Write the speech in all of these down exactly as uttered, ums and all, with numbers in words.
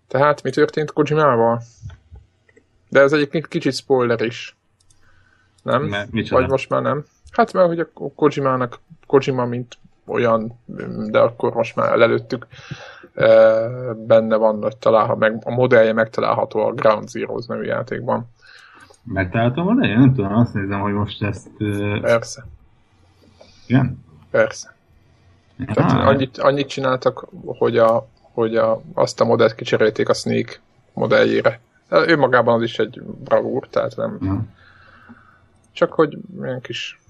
Tehát mi történt Kojimával? De ez egyébként kicsit spoiler is. Nem? M- micsoda? Vagy most már nem? Hát mert hogy a Kojimának, Kojima mint olyan, de akkor most már előttük benne van, hogy találha, meg, a modellje megtalálható a Ground Zeroes nevű játékban. Megtaláltam volna? Én nem tudom, azt nézem, hogy most ezt... Uh... Persze. Igen? Persze. Ja, tehát annyit, annyit csináltak, hogy, a, hogy a, azt a modellt kicserélték a Snake modelljére. Ő magában az is egy bravúr, tehát nem... Ja. Csak hogy ilyen kis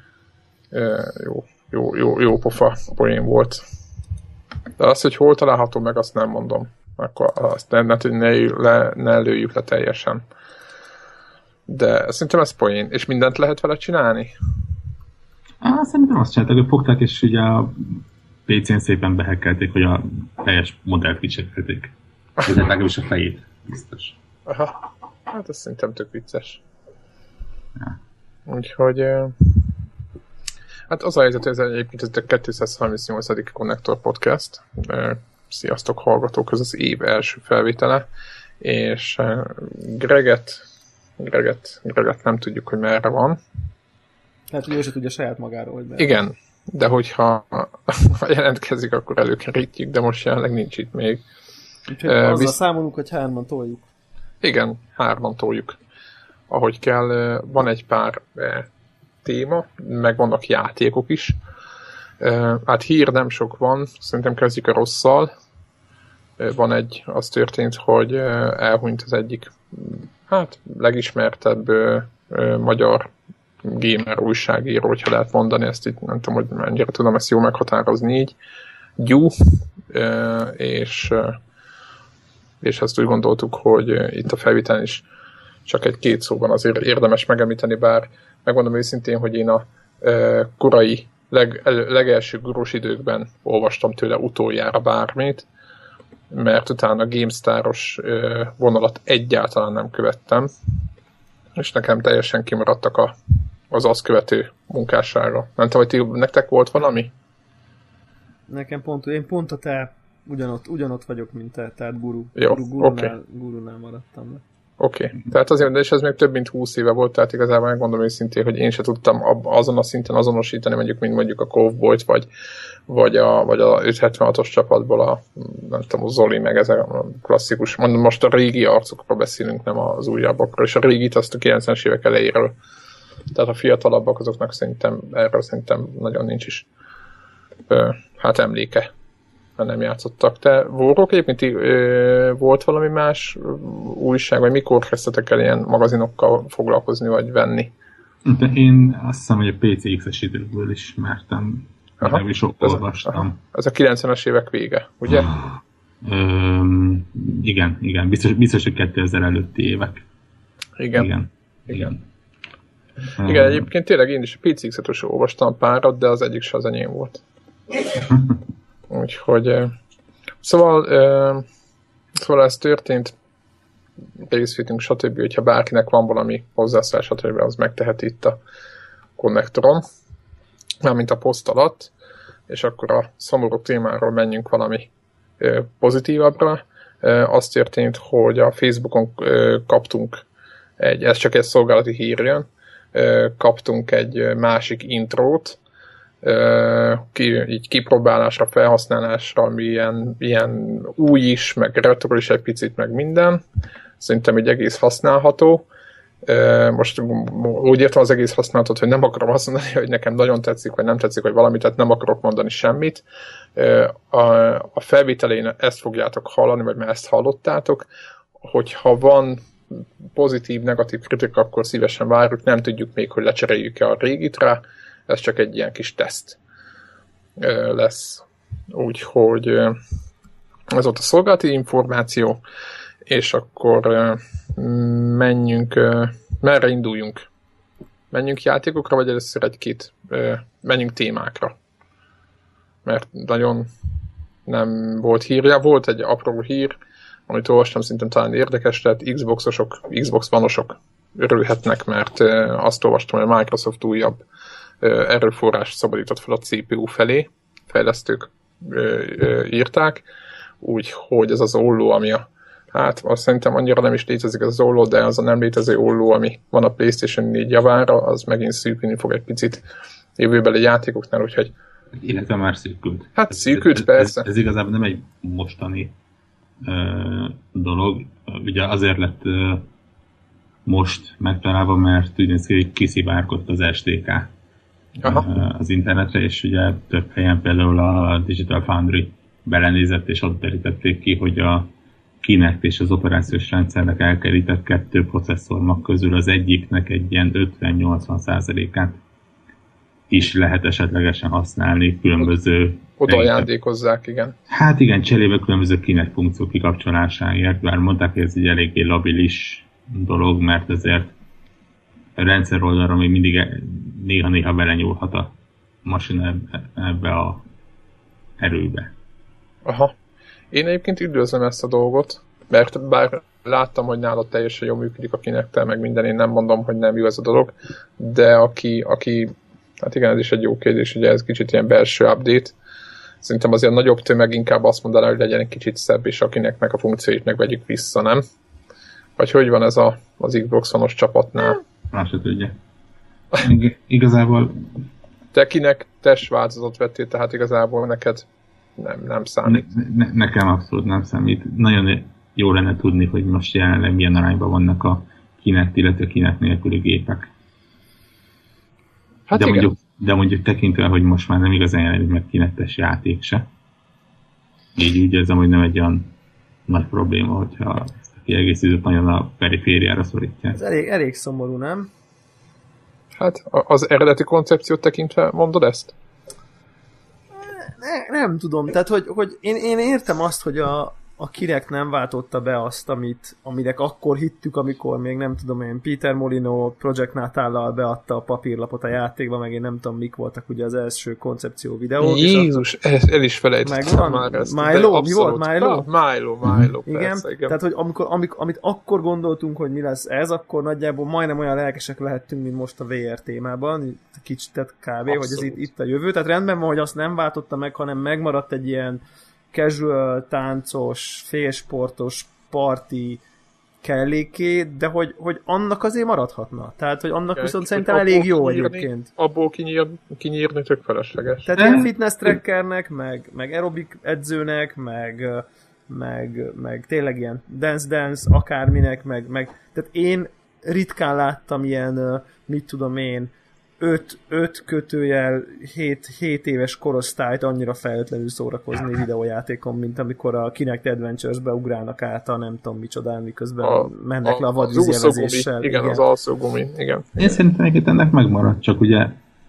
jó, jó, jó, jó pofa poén volt. De azt, hogy hol található meg, azt nem mondom. Akkor azt ne, ne, ne, ne lőjük le teljesen. De szerintem ez poén. És mindent lehet vele csinálni? Á, szerintem azt csináltak, hogy fogták, és ugye a pé cén szépen behekkelték, hogy a teljes modellt kicserélték. Ez legalábbis a fejét, biztos. Aha. Hát ez szerintem tök vicces. Ja. Úgyhogy... Hát az a helyzet, hogy ez egyébként ez a kétszázharmincnyolcadik Konnektor Podcast. Sziasztok hallgatók, ez az év első felvétele. És Greget, Greget, Greget nem tudjuk, hogy merre van. Hát, hogy ő se tudja saját magáról, hogy merre. Igen, de hogyha ha jelentkezik, akkor előkerítjük, de most jelenleg nincs itt még. Úgyhogy uh, azzal visz... számolunk, hogy hárman toljuk. Igen, hárman toljuk. Ahogy kell, van egy pár téma, meg vannak játékok is. Hát hír nem sok van, szerintem kezdjük a rosszal. Van egy, az történt, hogy elhunyt az egyik, hát legismertebb magyar gamer újságíró, hogyha lehet mondani, ezt itt nem tudom, hogy mennyire tudom ezt jól meghatározni így. Gyu, és, és ezt úgy gondoltuk, hogy itt a felvételen is csak egy-két szóban azért érdemes megemlíteni, bár megmondom őszintén, hogy én a korai, leg, legelső gurós időkben olvastam tőle utoljára bármit, mert utána a GameStar-os vonalat egyáltalán nem követtem, és nekem teljesen kimaradtak a, az azt követő munkássága. Nem tudom, hogy ti, nektek volt valami? Nekem pont, én pont a te ugyanott, ugyanott vagyok, mint te, tehát guru. Jó, guru gurunál, okay. gurunál maradtam le. Oké, okay. Tehát azért, de és ez még több mint húsz éve volt, tehát igazából megmondom őszintén, hogy én se tudtam azon a szinten azonosítani, mondjuk, mint mondjuk a Cowboyt, vagy, vagy a, vagy a ötszázhetvenhatos csapatból a, nem tudom, a Zoli, meg ez a klasszikus, mondom, most a régi arcokról beszélünk, nem az újabbakról, és a régit azt a kilencvenes évek elejéről. Tehát a fiatalabbak azoknak szerintem, erről szerintem nagyon nincs is hát emléke, mert nem játszottak. Te Vorok egyébként ö, volt valami más újság, vagy mikor kezdtetek el ilyen magazinokkal foglalkozni, vagy venni? De én azt hiszem, hogy a pé cé iksz-es időkből ismertem, nem is olvastam. Aha. Ez a kilencvenes évek vége, ugye? Öm, igen, igen. Biztos, biztos, hogy kétezer előtti évek. Igen. Igen. igen. igen. igen egyébként tényleg én is a pé cé iksz-et olvastam párat, de az egyik se az enyém volt. Úgyhogy szóval, szóval ez történt, részvétünk, stb. Hogyha bárkinek van valami hozzászólás, stb. Az megteheti itt a konnektoron, mármint a poszt alatt, és akkor a szomorú témáról menjünk valami pozitívabbra. Az történt, hogy a Facebookon kaptunk egy, ez csak egy szolgálati hír jön, kaptunk egy másik intrót, Ki, így kipróbálásra, felhasználásra, ami ilyen, ilyen új is, meg retro is egy picit, meg minden. Szerintem egy egész használható. Most úgy értem az egész használatot, hogy nem akarom azt mondani, hogy nekem nagyon tetszik, vagy nem tetszik, vagy valamit, tehát nem akarok mondani semmit. A, a felvételén ezt fogjátok hallani, vagy már ezt hallottátok, hogyha van pozitív, negatív kritika, akkor szívesen várjuk, nem tudjuk még, hogy lecseréljük-e a régit rá. Ez csak egy ilyen kis teszt lesz. Úgyhogy ez volt a szolgálati információ, és akkor menjünk, merre induljunk? Menjünk játékokra, vagy először egy-két, menjünk témákra? Mert nagyon nem volt hírja, volt egy apró hír, amit olvastam, szerintem talán érdekes, tehát Xboxosok, Xbox One-osok örülhetnek, mert azt olvastam, hogy a Microsoft újabb erőforrás szabadított fel a cé pé u felé, fejlesztők ö, ö, írták, úgyhogy ez az olló, ami a Hát azt szerintem annyira nem is létezik az olló, de az a nem létező olló, ami van a PlayStation négy javára, az megint szűkülni fog egy picit jövőbeli játékoknál, úgyhogy... Illetve már szűkült. Hát szűkült, ez, persze. Ez, ez igazából nem egy mostani uh, dolog. Ugye azért lett uh, most megtalálva, mert úgy néz ki, hogy kiszivárgott az es té ká uh, az internetre, és ugye több helyen például a Digital Foundry belenézett, és ott derítették ki, hogy a Kinect és az operációs rendszernek elkerített kettő processzormag közül az egyiknek egy ilyen ötven-nyolcvan százalékát is lehet esetlegesen használni különböző... Oda ajándékozzák, igen. Hát igen, cserébe különböző Kinect funkció kikapcsolásáért, bár mondták, hogy ez egy eléggé labilis dolog, mert ezért a rendszer oldalra még mindig néha-néha belenyúlhat a masina ebbe a erőbe. Aha. Én egyébként üdvözlöm ezt a dolgot, mert bár láttam, hogy nálad teljesen jól működik a Kinect-tel, meg minden, én nem mondom, hogy nem jó ez a dolog, de aki, aki hát igen, ez is egy jó kérdés, ugye ez kicsit ilyen belső update, szerintem azért nagyobb tömeg inkább azt mondaná, hogy legyen egy kicsit szebb, és akinek meg a funkcióit megvegyük vissza, nem? Vagy hogy van ez a, az Xbox One-os csapatnál? Más se tudja. Igazából... Te kinek test változatot vettél, tehát igazából neked nem, nem számít. Ne, ne, nekem abszolút nem számít. Nagyon jó lenne tudni, hogy most jelenleg milyen arányban vannak a Kinect, illetve Kinect nélküli gépek. Hát de, mondjuk, de mondjuk tekintve, hogy most már nem igazán jelenik meg Kinectes játék se. Így úgy érzem, hogy nem egy olyan nagy probléma, hogyha ezt a kiegészítőt nagyon a perifériára szorítják. Ez elég, elég szomorú, nem? Hát az eredeti koncepciót tekintve mondod ezt? Ne, nem tudom, tehát hogy, hogy én, én értem azt, hogy a, a Kinect nem váltotta be azt, amit, aminek akkor hittük, amikor még nem tudom én, Peter Molyneux Project Natállal beadta a papírlapot a játékba, meg én nem tudom mik voltak ugye az első koncepció videók. Jézus, el, el is felejtettem már ezt. Milo, mi volt? Milo? Milo, Milo, igen, persze, igen. Tehát, hogy amikor, amik, amit akkor gondoltunk, hogy mi lesz ez, akkor nagyjából majdnem olyan lelkesek lehettünk, mint most a vé er témában, kicsit, tehát kb., abszolút. Hogy ez itt, itt a jövő. Tehát rendben van, hogy azt nem váltotta meg, hanem megmaradt egy ilyen casual, táncos, félsportos, party kelléké, de hogy, hogy annak azért maradhatna. Tehát, hogy annak viszont szerintem elég jó kinyírni, egyébként. Abból kinyír, kinyírni tök felesleges. Tehát ilyen fitness trackernek, meg, meg aerobik edzőnek, meg, meg, meg tényleg ilyen dance-dance akárminek, meg, meg tehát én ritkán láttam ilyen, mit tudom én, öt kötőjel hét éves korosztályt annyira felőtlenül szórakozni videójátékon, mint amikor a Kinect Adventures-be ugrálnak át a nem tudom micsodán, miközben a, mennek a, le a vadvízjelvezéssel. Igen, igen, az alszógumi, igen. Én szerintem egyébként ennek megmaradt, csak ugye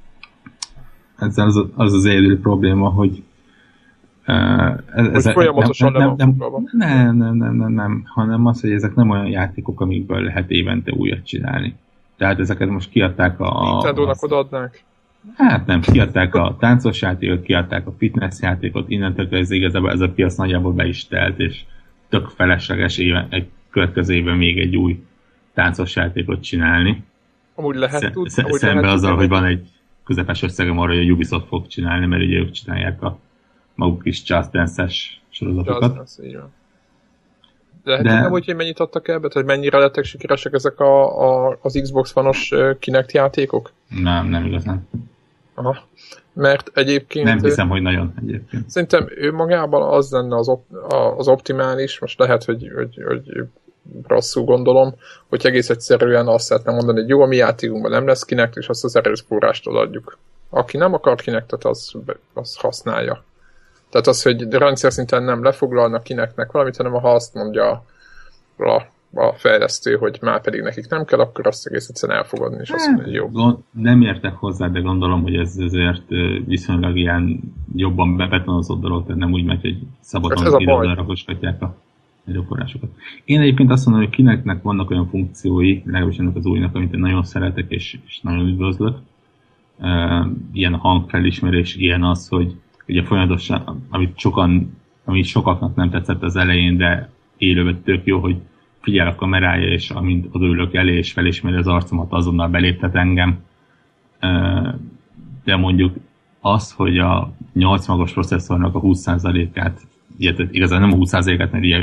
ezzel az az, az egyedül probléma, hogy uh, ez, hogy folyamatosan nem, nem, nem, nem, nem, nem, nem, nem, nem, hanem az, hogy ezek nem olyan játékok, amikből lehet évente újat csinálni. Tehát ezeket most kiadták a... Nintendo-nak odaadnák? Hát nem, kiadták a táncos játékot, kiadták a fitness játékot, innentől ez igazából ez a piac nagyjából be is telt, és tök felesleges éven, egy következő évben még egy új táncos játékot csinálni. Amúgy lehet Sze, tud, sze, amúgy szembe lehet azzal, tud, hogy van egy közepes összegem arra, hogy a Ubisoft fog csinálni, mert ugye ők csinálják a maguk is Just Dance-es sorozatokat. Just Dance, így van. Lehet de... tudni, hogy mennyit adtak ebbe? hogy mennyire lettek sikeresek ezek a, a, az Xbox One-os Kinect játékok? Nem, nem igazán. Aha. Mert egyébként... Nem hiszem, hogy nagyon egyébként. Szerintem ő magában az lenne az, op, az optimális, most lehet, hogy, hogy, hogy rosszul gondolom, hogy egész egyszerűen azt szeretném mondani, hogy jó, a mi játékunkban nem lesz Kinect, és azt az erőforrást odaadjuk. Aki nem akar Kinectet, az, az használja. Tehát az, hogy rendszer szinten nem lefoglalnak Kinectnek valamit, hanem ha azt mondja a, a fejlesztő, hogy már pedig nekik nem kell, akkor azt egész egyszerűen elfogadni, és azt mondja, hogy jó. Nem értek hozzá, de gondolom, hogy ez azért viszonylag ilyen jobban bebetonozott dolog, tehát nem úgy megy, hogy szabadon ide-oda rakosgatják a erőforrásokat. Én egyébként azt mondom, hogy Kinectnek vannak olyan funkciói, legalábbis ennek az újnak, amit én nagyon szeretek, és, és nagyon üdvözlök. Ilyen hangfelismerés, ilyen az, hogy ugye folyamatosan, amit sokan, amit sokaknak nem tetszett az elején, de élőben tök jó, hogy figyel a kamerája, és amint odaülök elé, és felismeri az arcomat, azonnal beléptet engem. De mondjuk az, hogy a nyolc magos processzornak a húsz százalékát, igazán nem a húsz százalékát, mert ilyen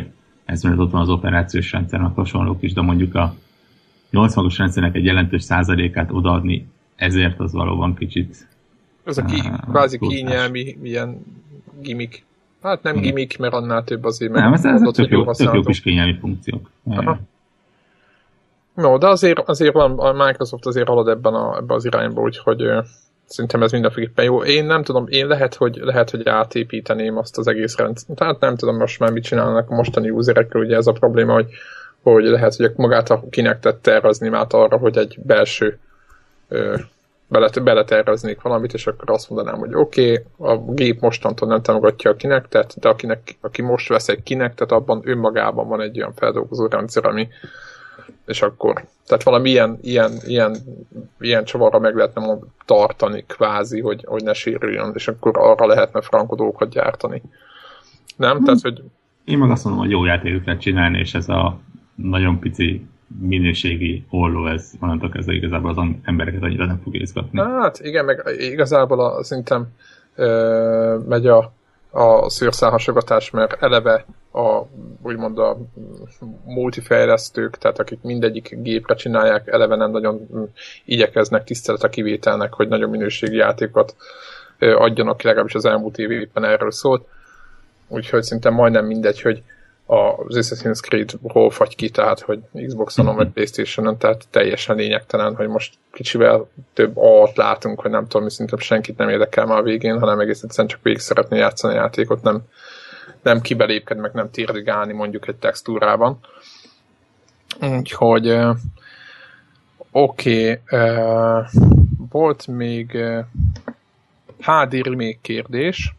ez mert ott van az operációs rendszernek hasonlók is, de mondjuk a nyolcvanas rendszernek egy jelentős százalékát odaadni, ezért az valóban kicsit ez a ki, uh, kvázi kényelmi ilyen gimmick. Hát nem gimmick, mert annál több azért meg. Nem, ez, ez tök, jó, tök jó kis kényelmi funkciók. Aha. No, de azért, azért van, a Microsoft azért halad ebben, a, ebben az irányba, úgyhogy uh, szerintem ez mindenféleképpen jó. Én nem tudom, én lehet, hogy, lehet, hogy átépíteném azt az egész rendszert. Tehát nem tudom most már mit csinálnak a mostani userekkel, ugye ez a probléma, hogy, hogy lehet, hogy magát a Kinectet tervezni át arra, hogy egy belső uh, beleterveznék valamit, és akkor azt mondanám, hogy oké, okay, a gép mostantól nem támogatja a Kinectet, de akinek, aki most vesz egy Kinectet, abban önmagában van egy olyan feldolgozó rendszer, ami és akkor, tehát valami ilyen, ilyen, ilyen, ilyen csavarra meg lehetne tartani kvázi, hogy, hogy ne sérüljön, és akkor arra lehetne frankodókat gyártani. Nem? Hmm. Tehát, hogy... Én meg azt mondom, hogy jó játékot lehet csinálni, és ez a nagyon pici minőségi olló, ez onnantól kezdve igazából az embereket annyira nem fog izgatni. Hát igen, meg igazából a, szerintem ö, megy a, a szőrszálhasogatás, mert eleve a, úgymond a multifejlesztők, tehát akik mindegyik gépre csinálják, eleve nem nagyon igyekeznek tisztelet a kivételnek, hogy nagyon minőségi játékot ö, adjanak ki, legalábbis az elmúlt év éppen erről szólt. Úgyhogy szerintem majdnem mindegy, hogy az Assassin's Creed-ról fagy ki, tehát hogy Xboxon vagy PlayStation-on, tehát teljesen lényegtelen, hogy most kicsivel több A-t látunk, hogy nem tudom, mi szerintem senkit nem érdekel már a végén, hanem egész egyszerűen csak végig szeretné játszani a játékot, nem, nem kibelépkedni, meg nem térdigálni mondjuk egy textúrában. Úgyhogy uh, oké, okay, uh, volt még uh, há dé remake kérdés.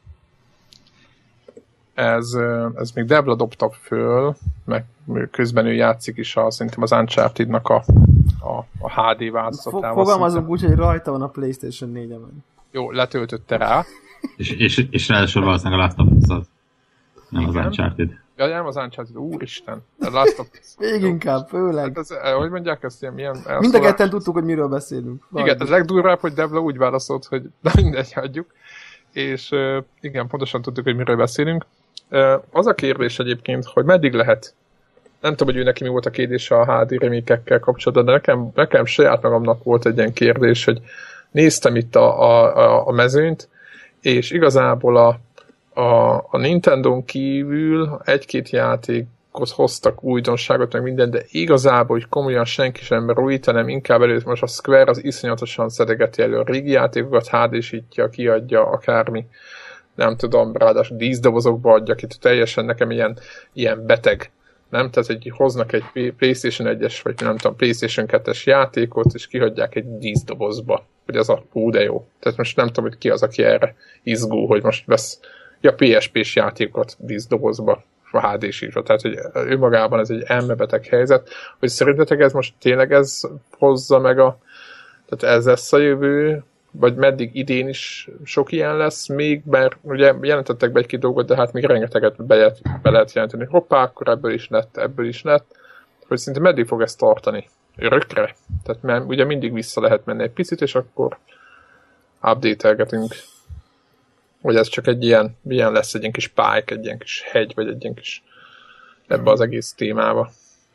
Ez, ez még Debla dobta föl, meg közben ő játszik is a, szerintem az Uncharted-nak a, a, a há dé változatával. Fogalmazunk úgy, hogy rajta van a PlayStation négyen. Jó, letöltötte rá. és, és, és ráadásul valószínűleg a Last of Us az. Nem igen. Az Uncharted. Ja, nem az Uncharted, úristen. A Last of Us. Még inkább, főleg. Hát ez, hogy mondják ezt, ilyen milyen elszólás? Mind a ketten tudtuk, hogy miről beszélünk. Igen, ez legdurvább, hogy Debla úgy válaszolt, hogy de mindegy, hagyjuk. És igen, pontosan tudtuk, hogy miről beszélünk. Az a kérdés egyébként, hogy meddig lehet, nem tudom, hogy ő neki mi volt a kérdése a há dé remake-ekkel kapcsolatban, de nekem, nekem saját magamnak volt egy ilyen kérdés, hogy néztem itt a, a, a mezőnyt, és igazából a, a, a Nintendon kívül egy-két játékot hoztak újdonságot, meg minden, de igazából, hogy komolyan senki sem merújít, hanem inkább előtt most a Square az iszonyatosan szedegeti elő a régi játékokat, há dé-sítja, kiadja, akármi. Nem tudom, ráadásul díszdobozokba adjak, itt teljesen nekem ilyen, ilyen beteg, nem? Tehát egy, hoznak egy PlayStation egyes, vagy nem tudom, PlayStation kettes játékot, és kihagyják egy díszdobozba, hogy az a hú, de jó. Tehát most nem tudom, hogy ki az, aki erre izgul, hogy most vesz ja, pé es pés játékot díszdobozba, a há dé-sítva. Tehát, hogy önmagában ez egy elmebeteg helyzet, hogy szerintetek ez most tényleg ez hozza meg a, tehát ez lesz a jövő, vagy meddig idén is sok ilyen lesz még, mert ugye jelentettek be egy-két dolgot, de hát még rengeteget be, be lehet jelenteni. Hoppá, akkor ebből is lett, ebből is lett. Hogy szinte meddig fog ezt tartani? Örökre? Tehát mert ugye mindig vissza lehet menni egy picit, és akkor update-elgetünk. Vagy ez csak egy ilyen, ilyen lesz egy ilyen kis pályk, egy ilyen kis hegy, vagy egy ilyen kis ebbe az egész témába.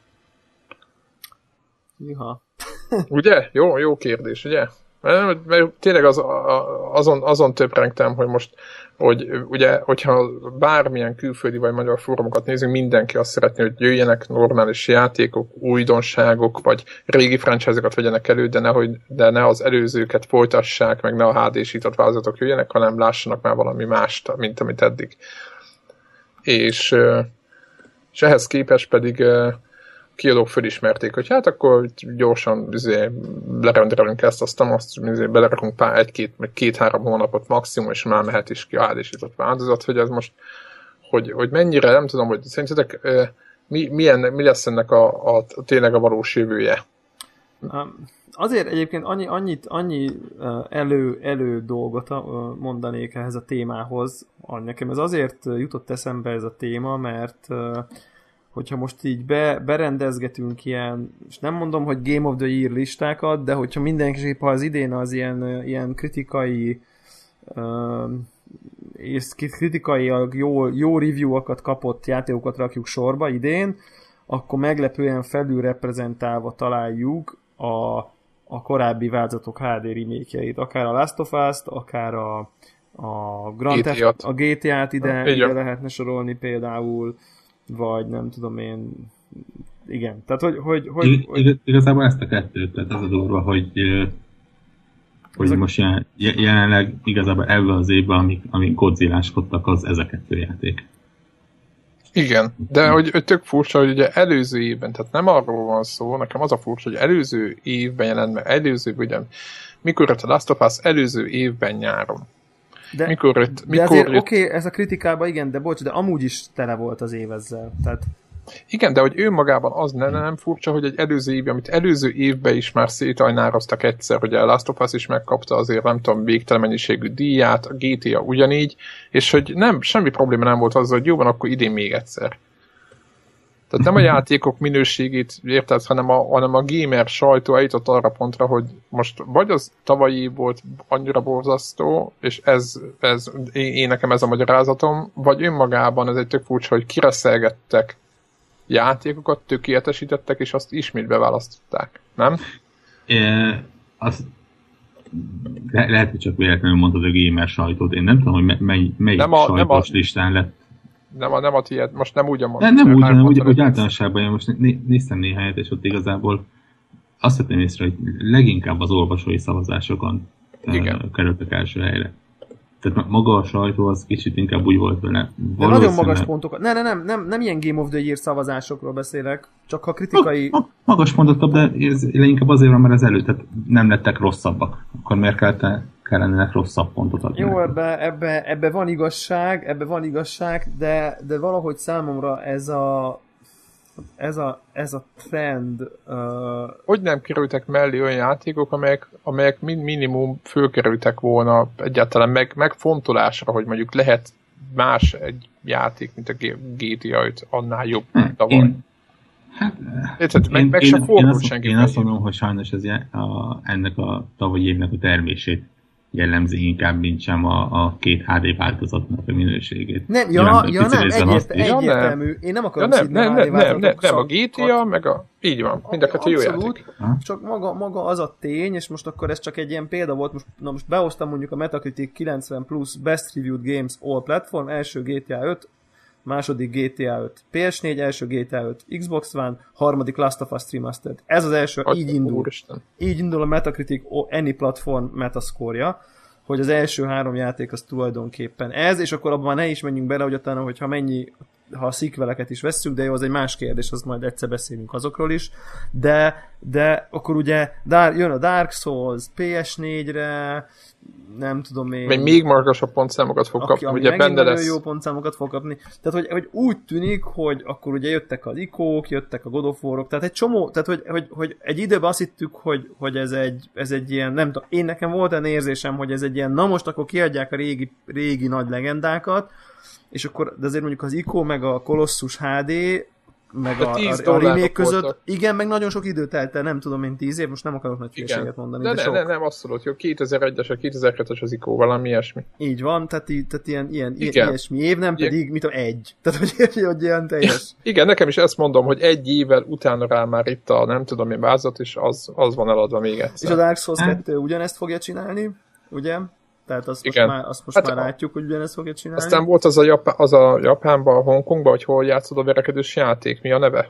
Juha. Ugye? Jó, jó kérdés, ugye? Mert, mert tényleg az, azon, azon töprengtem, hogy most, hogy ugye, hogyha bármilyen külföldi vagy magyar fórumokat nézünk, mindenki azt szeretné, hogy jöjjenek normális játékok, újdonságok, vagy régi franchise-okat vegyenek elő, de, nehogy, de ne az előzőket folytassák, meg ne a há dé-sított válogatok jöjjenek, hanem lássanak már valami mást, mint amit eddig. És, és ehhez képest pedig kiadók fölismerték, hogy hát akkor gyorsan izé, lerendelünk ezt, aztán azt izé, belerakunk pár, egy-két, meg két-három hónapot maximum, és már mehet is ki áldésított változat, hogy ez most, hogy, hogy mennyire, nem tudom, hogy szerintetek mi, milyen, mi lesz ennek a, a, tényleg a valós jövője? Azért egyébként annyi, annyit, annyi elő, elő dolgot mondanék ehhez a témához. Nekem ez azért jutott eszembe ez a téma, mert hogyha most így be, berendezgetünk ilyen, és nem mondom, hogy Game of the Year listákat, de hogyha mindenképp az idén az ilyen, ilyen kritikai uh, és kritikailag jó, jó review-okat kapott játékokat rakjuk sorba idén, akkor meglepően felül reprezentálva találjuk a, a korábbi változatok há dé remake-jeit, akár a Last of Us-t, akár a, a Grand Theft, a gé té á-t ide, ide lehetne sorolni például, vagy nem tudom én, igen, tehát hogy... hogy, hogy, I, hogy... Igazából ezt a kettőt, tehát ez a durva, hogy hogy ezek... most jelen, jelenleg igazából ebben az évben, amik, amik godzilláskodtak, az ez a kettő játék. Igen, de hogy, hogy tök furcsa, hogy ugye előző évben, tehát nem arról van szó, nekem az a furcsa, hogy előző évben jelent meg, előző, ugye, mikor jött a Last of Us, előző évben nyáron. De, mikor jött, mikor de azért jött... oké, okay, ez a kritikában igen, de bocs, de amúgy is tele volt az év ezzel, tehát... Igen, de hogy ő magában az nem, nem furcsa, hogy egy előző év, amit előző évben is már szétajnároztak egyszer, hogy a Last of Us is megkapta azért nem tudom, végtelen mennyiségű díját, a gé té á ugyanígy, és hogy nem, semmi probléma nem volt azzal, hogy jó van, akkor idén még egyszer. Tehát nem a játékok minőségét érted, hanem a, hanem a gamer sajtó eljutott arra pontra, hogy most vagy az tavalyi év volt annyira borzasztó, és ez, ez én, én nekem ez a magyarázatom, vagy önmagában ez egy tök furcsa, hogy kireszelgettek játékokat, tökéletesítettek, és azt ismét beválasztották, nem? É, az, le, lehet, hogy csak véletlenül mondtad a gamer sajtót. Én nem tudom, hogy mely, melyik nem a, sajtos nem a, listán lett. Nem a, nem a tiéd, most nem ugyan mondom. Nem, nem úgy, hanem úgy, úgy általánosságban én most né, néztem néhányat, és ott igazából azt vettem észre, hogy leginkább az olvasói szavazásokon uh, kerültek első helyre. Tehát maga a sajtó az kicsit inkább úgy volt vele. De nagyon magas pontokat. Ne, ne, nem, nem, nem ilyen Game of the Year szavazásokról beszélek, csak ha kritikai... Mag, mag, magas pontot, de ez leginkább azért van, mert az előtt tehát nem lettek rosszabbak. Akkor miért kellene, kellene rosszabb pontot adni? Jó, ebbe, ebbe, ebbe van igazság, ebbe van igazság, de, de valahogy számomra ez a ez a, ez a trend... Uh... Hogy nem kerültek mellé olyan játékok, amelyek, amelyek minimum fölkerültek volna egyáltalán meg, megfontolásra, hogy mondjuk lehet más egy játék, mint a gé té á öt, annál jobb, mint tavaly. Én, hát, Érted, meg, én, meg én, sem fordult senki. Én azt mondom, hogy sajnos ez a, ennek a tavalyi évnek a termését jellemzi inkább, mint sem a, a két há dé változatnak a minőségét. Nem, ja, ja, ja nem, egyért, egyértelmű. Ja, én nem akarom ja, nem, nem, nem, nem, nem, nem, a gé té á, meg a... Így van, mind a kettő jó játék. Csak maga, maga az a tény, és most akkor ez csak egy ilyen példa volt, most, na most behoztam mondjuk a Metacritic kilencven plusz Best Reviewed Games All Platform, első gé té á öt, második gé té á öt pé es négy, első gé té á öt Xbox One, harmadik Last of Us Remastered. Ez az első, a, így indul. Úristen. Így indul a Metacritic Any Platform metascore-ja, hogy az első három játék az tulajdonképpen ez, és akkor abban már ne is menjünk bele, hogy utána, hogyha mennyi, ha a sequeleket is vesszük, de jó, az egy más kérdés, azt majd egyszer beszélünk azokról is, de, de akkor ugye Dark, jön a Dark Souls pé es négyre, nem tudom én... Még, még magasabb pontszámokat fog kapni, aki, ugye benne lesz... jó pontszámokat fog kapni. Tehát, hogy, hogy úgy tűnik, hogy akkor ugye jöttek az ikók, jöttek a God of War-ok, tehát egy csomó, tehát hogy, hogy, hogy egy időben azt hittük, hogy, hogy ez, egy, ez egy ilyen, nem tudom, én nekem volt olyan érzésem, hogy ez egy ilyen, na most akkor kiadják a régi, régi nagy legendákat, és akkor, de azért mondjuk az ikó, meg a Colossus há dé, meg a, a, a remake között, voltak. Igen, meg nagyon sok idő telt el, nem tudom én, tíz év, most nem akarok nagy félséget mondani. De, de ne, ne, nem, abszolút jó, kétezer-egyes, a kétezer-kettes az ikó, valami ilyesmi. Így van, tehát, tehát ilyen, ilyen, ilyen ilyesmi év, nem igen. Pedig, mit tudom, egy. Tehát, hogy, hogy ilyen teljes. Igen, nekem is ezt mondom, hogy egy évvel utána rá már itt a nem tudom én vázat, és az, az van eladva még egyszer. És a Dark Souls kettő ugyanezt fogja csinálni, ugye? Tehát azt most, már, azt most hát már látjuk, hogy ugyanezt fogja csinálni. Aztán volt az a, Japán, az a Japánban, a Hongkongban, hogy hol játszod a verekedős játék. Mi a neve?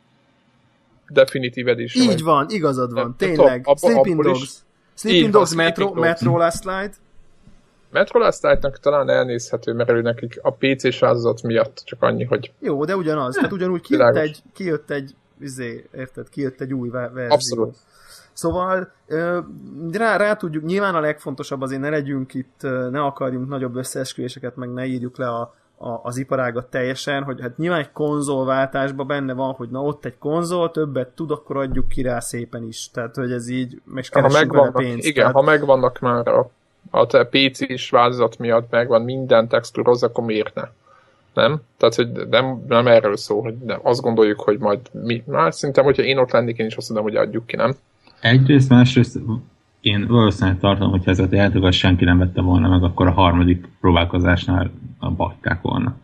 Definitive Edition. Így van, igazad van, nem, tényleg. Top, Sleeping Dogs. Sleeping Dogs, Metro, Metro Last Light. Metro Last Light-nak talán elnézhető, mert ő nekik a pé cés változat miatt csak annyi, hogy... Jó, de ugyanaz. Tehát ugyanúgy kijött egy, kijött egy, izé, érted, kijött egy új verzió. Abszolút. Szóval rá, rá tudjuk, nyilván a legfontosabb azért ne legyünk itt, ne akarjunk nagyobb összeesküvéseket, meg ne írjuk le a, a, az iparágat teljesen, hogy hát nyilván egy konzolváltásban benne van, hogy na ott egy konzol, többet tud, akkor adjuk ki rá szépen is. Tehát, hogy ez így, meg keressük vele pénzt. Igen, tehát... ha megvannak már a, a pé cés változat miatt megvan minden textúroz, akkor miért ne? Nem? Tehát, hogy nem, nem erről szól, hogy nem. Azt gondoljuk, hogy majd mi, már szerintem, hogyha én ott lennék, én is azt mondom, hogy adjuk ki, nem? Egyrészt, másrészt én valószínűleg tartom, hogyha ezeket a játékokat senki nem vette volna meg, akkor a harmadik próbálkozásnál hagyták volna.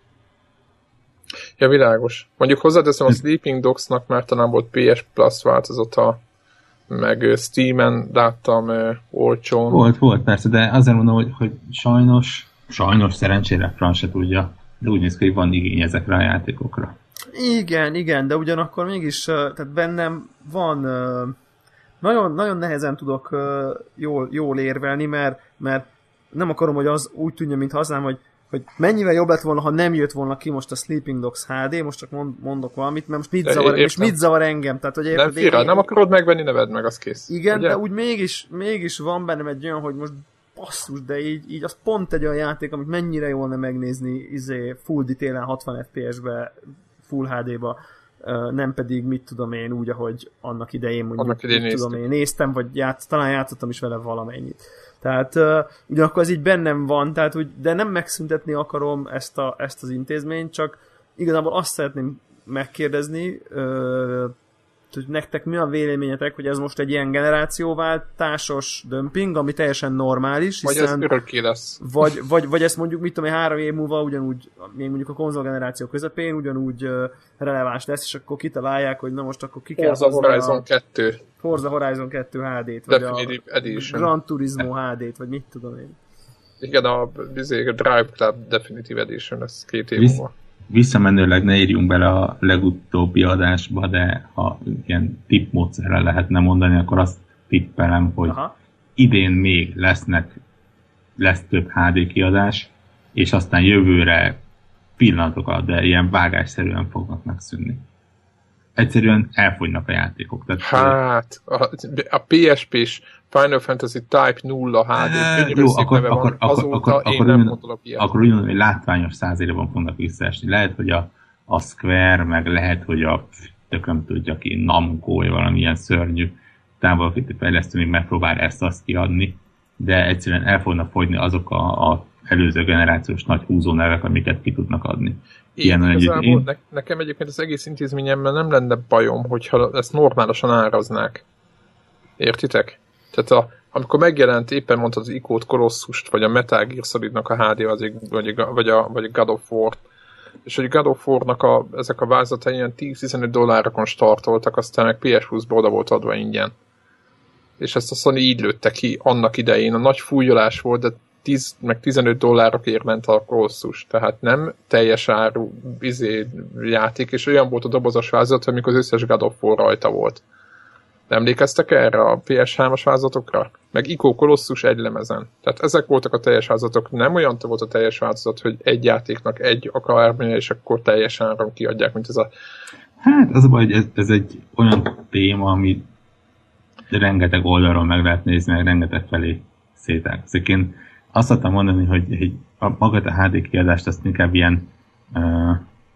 Ja, világos. Mondjuk hozzáteszem a Sleeping Dogs-nak, mert talán volt pé es Plus változata, meg Steam-en láttam uh, olcsón. Volt, volt persze, de azért mondom, hogy, hogy sajnos, sajnos szerencsére Fran se tudja, de úgy néz ki, hogy van igény ezekre a játékokra. Igen, igen, de ugyanakkor mégis, tehát bennem van, nagyon, nagyon nehezen tudok jól, jól érvelni, mert, mert nem akarom, hogy az úgy tűnjön, mint hazám, hogy, hogy mennyivel jobb lett volna, ha nem jött volna ki most a Sleeping Dogs há dé, most csak mond, mondok valamit, mert most mit zavar, és mit zavar engem? Tehát, hogy érted, nem, fira, én, nem akarod megvenni, neved meg, az kész. Igen, ugye? De úgy mégis, mégis van bennem egy olyan, hogy most basszus, de így, így az pont egy olyan játék, amit mennyire jól nem megnézni izé, full detail-en hatvan ef pé es-be, full há dé-ba, nem pedig, mit tudom én, úgy, ahogy annak idején mondjuk, annak idején mit tudom én, néztem, vagy játsz, talán játszottam is vele valamennyit. Tehát uh, ugyanakkor ez így bennem van, tehát, úgy, de nem megszüntetni akarom ezt, a, ezt az intézményt, csak igazából azt szeretném megkérdezni, uh, hogy nektek mi a véleményetek, hogy ez most egy ilyen generációváltásos dömping, ami teljesen normális, hiszen... Vagy ez örökké lesz. Vagy, vagy, vagy ezt mondjuk, mit tudom én, három év múlva ugyanúgy, még mondjuk a konzolgeneráció közepén ugyanúgy uh, releváns lesz, és akkor kitalálják, hogy na most akkor ki kell Forza Horizon a... kettő. Forza Horizon kettő há dét, vagy Definitive a Edition. Gran Turismo há dét, vagy mit tudom én. Igen, a, a Drive Club Definitive Edition, ez két év múlva. Visszamenőleg ne írjunk bele a legutóbbi adásba, de ha ilyen tippmódszerrel lehetne mondani, akkor azt tippelem, hogy aha, idén még lesznek, lesz több há dé kiadás, és aztán jövőre pillanatok alatt, de ilyen vágásszerűen fognak megszűnni. Egyszerűen elfogynak a játékok. Tehát hát, a, a pé es pés Final Fantasy Type nulla há dé, jó, akkor, akkor, azóta akkor, én akkor, nem ugyan, mondolok ilyet. Akkor úgy mondom, hogy látványos százérban fognak visszaesni. Lehet, hogy a, a Square, meg lehet, hogy a tök nem tudja ki, Namco, vagy valamilyen szörnyű távolkéti fejlesztő még megpróbál ezt-azt kiadni, de egyszerűen el fognak fogyni azok a, a előző generációs nagy húzónevek, amiket ki tudnak adni. Ilyen én, igazából, én... Ne, nekem egyébként az egész intézményemben nem lenne bajom, hogyha ezt normálisan áraznák. Értitek? Tehát a, amikor megjelent, éppen mondtad az Icót, Colossust, vagy a Metal Gear Solidnak a há dé, vagy, vagy, a, vagy, a, vagy a God of War, és hogy God of War-nak a, ezek a vázatai ilyen tíz-tizenöt dollárokon startoltak, aztán meg pé es Plus-ba oda volt adva ingyen. És ezt a Sony így lőtte ki annak idején. A nagy fújolás volt, de tíz meg tizenöt dollárokért ment a Colossus, tehát nem teljes áru izé, játék, és olyan volt a dobozos vázat, hogy mikor az összes God of War rajta volt. Emlékeztek erre a pé es hármas vázatokra? Meg Ico Colossus egy lemezen. Tehát ezek voltak a teljes vázatok. Nem olyan volt a teljes vázat, hogy egy játéknak egy akármilyen, és akkor teljes áron kiadják, mint ez a... Hát az a baj, hogy ez, ez egy olyan téma, ami rengeteg oldalról meg lehet nézni, meg rengeteg felé szétágzik. Én azt szoktam mondani, hogy, hogy a, magát a há dé kiadást azt inkább ilyen uh,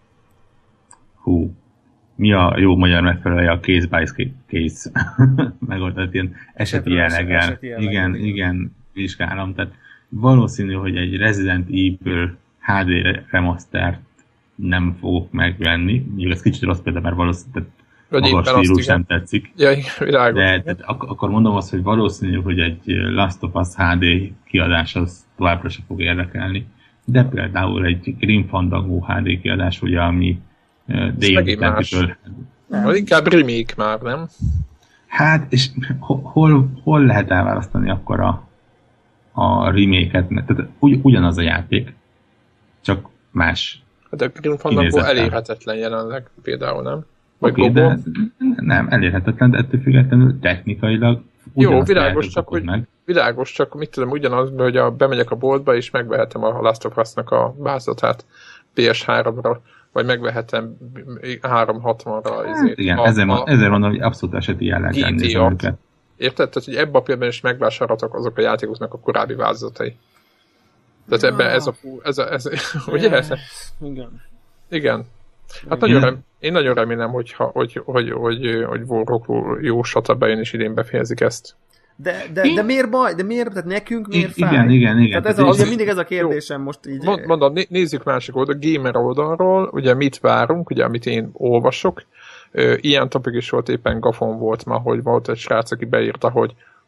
hú, mi a jó magyar megfelelője a case by case megoldott, ilyen eseti jelleggel. Igen, igen, vizsgálom. Tehát valószínű, hogy egy Resident Evil há dé remastert nem fogok megvenni. Mondjuk ez kicsit rossz példa, mert valószínűleg maga a stílus nem tetszik. Ja, világos. De tehát ak- akkor mondom azt, hogy valószínű, hogy egy Last of Us há dé kiadás az továbbra sem fog érdekelni. De például egy Grim Fandango há dé kiadás, ugye, ami Dave-től... Inkább remake már, nem? Hát, és hol, hol lehet elválasztani akkor a, a remake-et? Tehát ugy, ugyanaz a játék, csak más. Hát a Grim Fandango elérhetetlen jelenleg például, nem? Oké, okay, de nem, elérhetetlen, de ettől függetlenül technikailag jó, világos csak, hogy, meg. világos, csak mit tudom, ugyanaz, hogy a, bemegyek a boltba, és megvehetem a Last of Us-nak a vázatát pé es háromra, vagy megvehetem háromszázhatvanra. Hát, igen, a, ezzel, a, ezzel mondom, hogy abszolút eseti jellegben nézem őket. Érted? Tehát, hogy ebben a pillanatban is megvásárolhatok azok a játékoknak a korábbi vázatai. Tehát ebben ez a... Ez a ez, ugye? Igen. Igen. Hát nagyon rem, én nagyon remélem, hogy, hogy, hogy, hogy, hogy Warhawk jó sata bejön, és idén befejezik ezt. De, de, de miért baj? De miért? Tehát nekünk miért fáj? Igen, igen, igen. Tehát ez a, ugye mindig ez a kérdésem jó, most így. Mondom, nézzük másik oldal, gamer oldalról, ugye mit várunk, ugye amit én olvasok. Ilyen topik is volt, éppen Gafon volt ma, hogy volt egy srác, aki beírta, hogy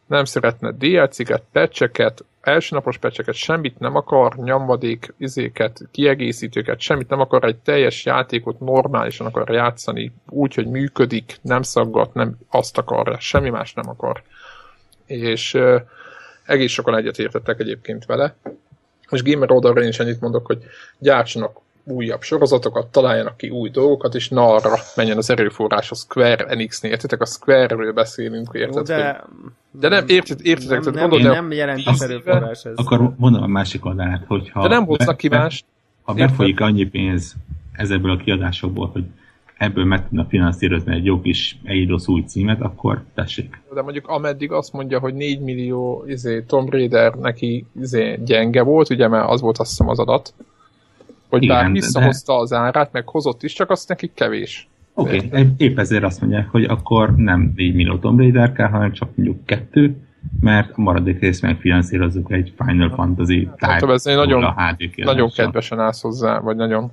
nem szeretne dé el cé-ket, patch-eket, elsőnapos patch-eket, semmit nem akar, nyomadék, izéket, kiegészítőket, semmit nem akar, egy teljes játékot normálisan akar játszani, úgy, hogy működik, nem szaggat, nem azt akar, semmi más nem akar. És uh, egész sokan egyetértettek egyébként vele. És gamer oldalra én is ennyit mondok, hogy gyártsanak újabb sorozatokat, találjanak ki új dolgokat, és na arra menjen az erőforrás a Square Enix-nél. Értitek, a Square-ről beszélünk, érted? Jó, de... Hogy... de nem, érted, értitek? Nem, tehát nem, nem, nem jelent az erőforrás ez. Akkor mondom a másik oldalát, hogyha... De nem hoznak ki mást. Ha befolyik annyi pénz ezekből a kiadásokból, hogy ebből meg tudna finanszírozni egy jó kis Eidos új címet, akkor tessék. De mondjuk ameddig azt mondja, hogy négy millió izé, Tomb Raider neki izé, gyenge volt, ugye, mert az volt azt hiszem az adat, hogy igen, bár visszahozta de... az árát, meg hozott is, csak azt nekik kevés. Oké, okay. Épp ezért azt mondják, hogy akkor nem négy millió Tomb Raider kell, hanem csak mondjuk kettő, mert a maradék részt megfinanszírozzuk egy Final Fantasy Type hát, nagyon, há dé nagyon kedvesen állsz hozzá, vagy nagyon...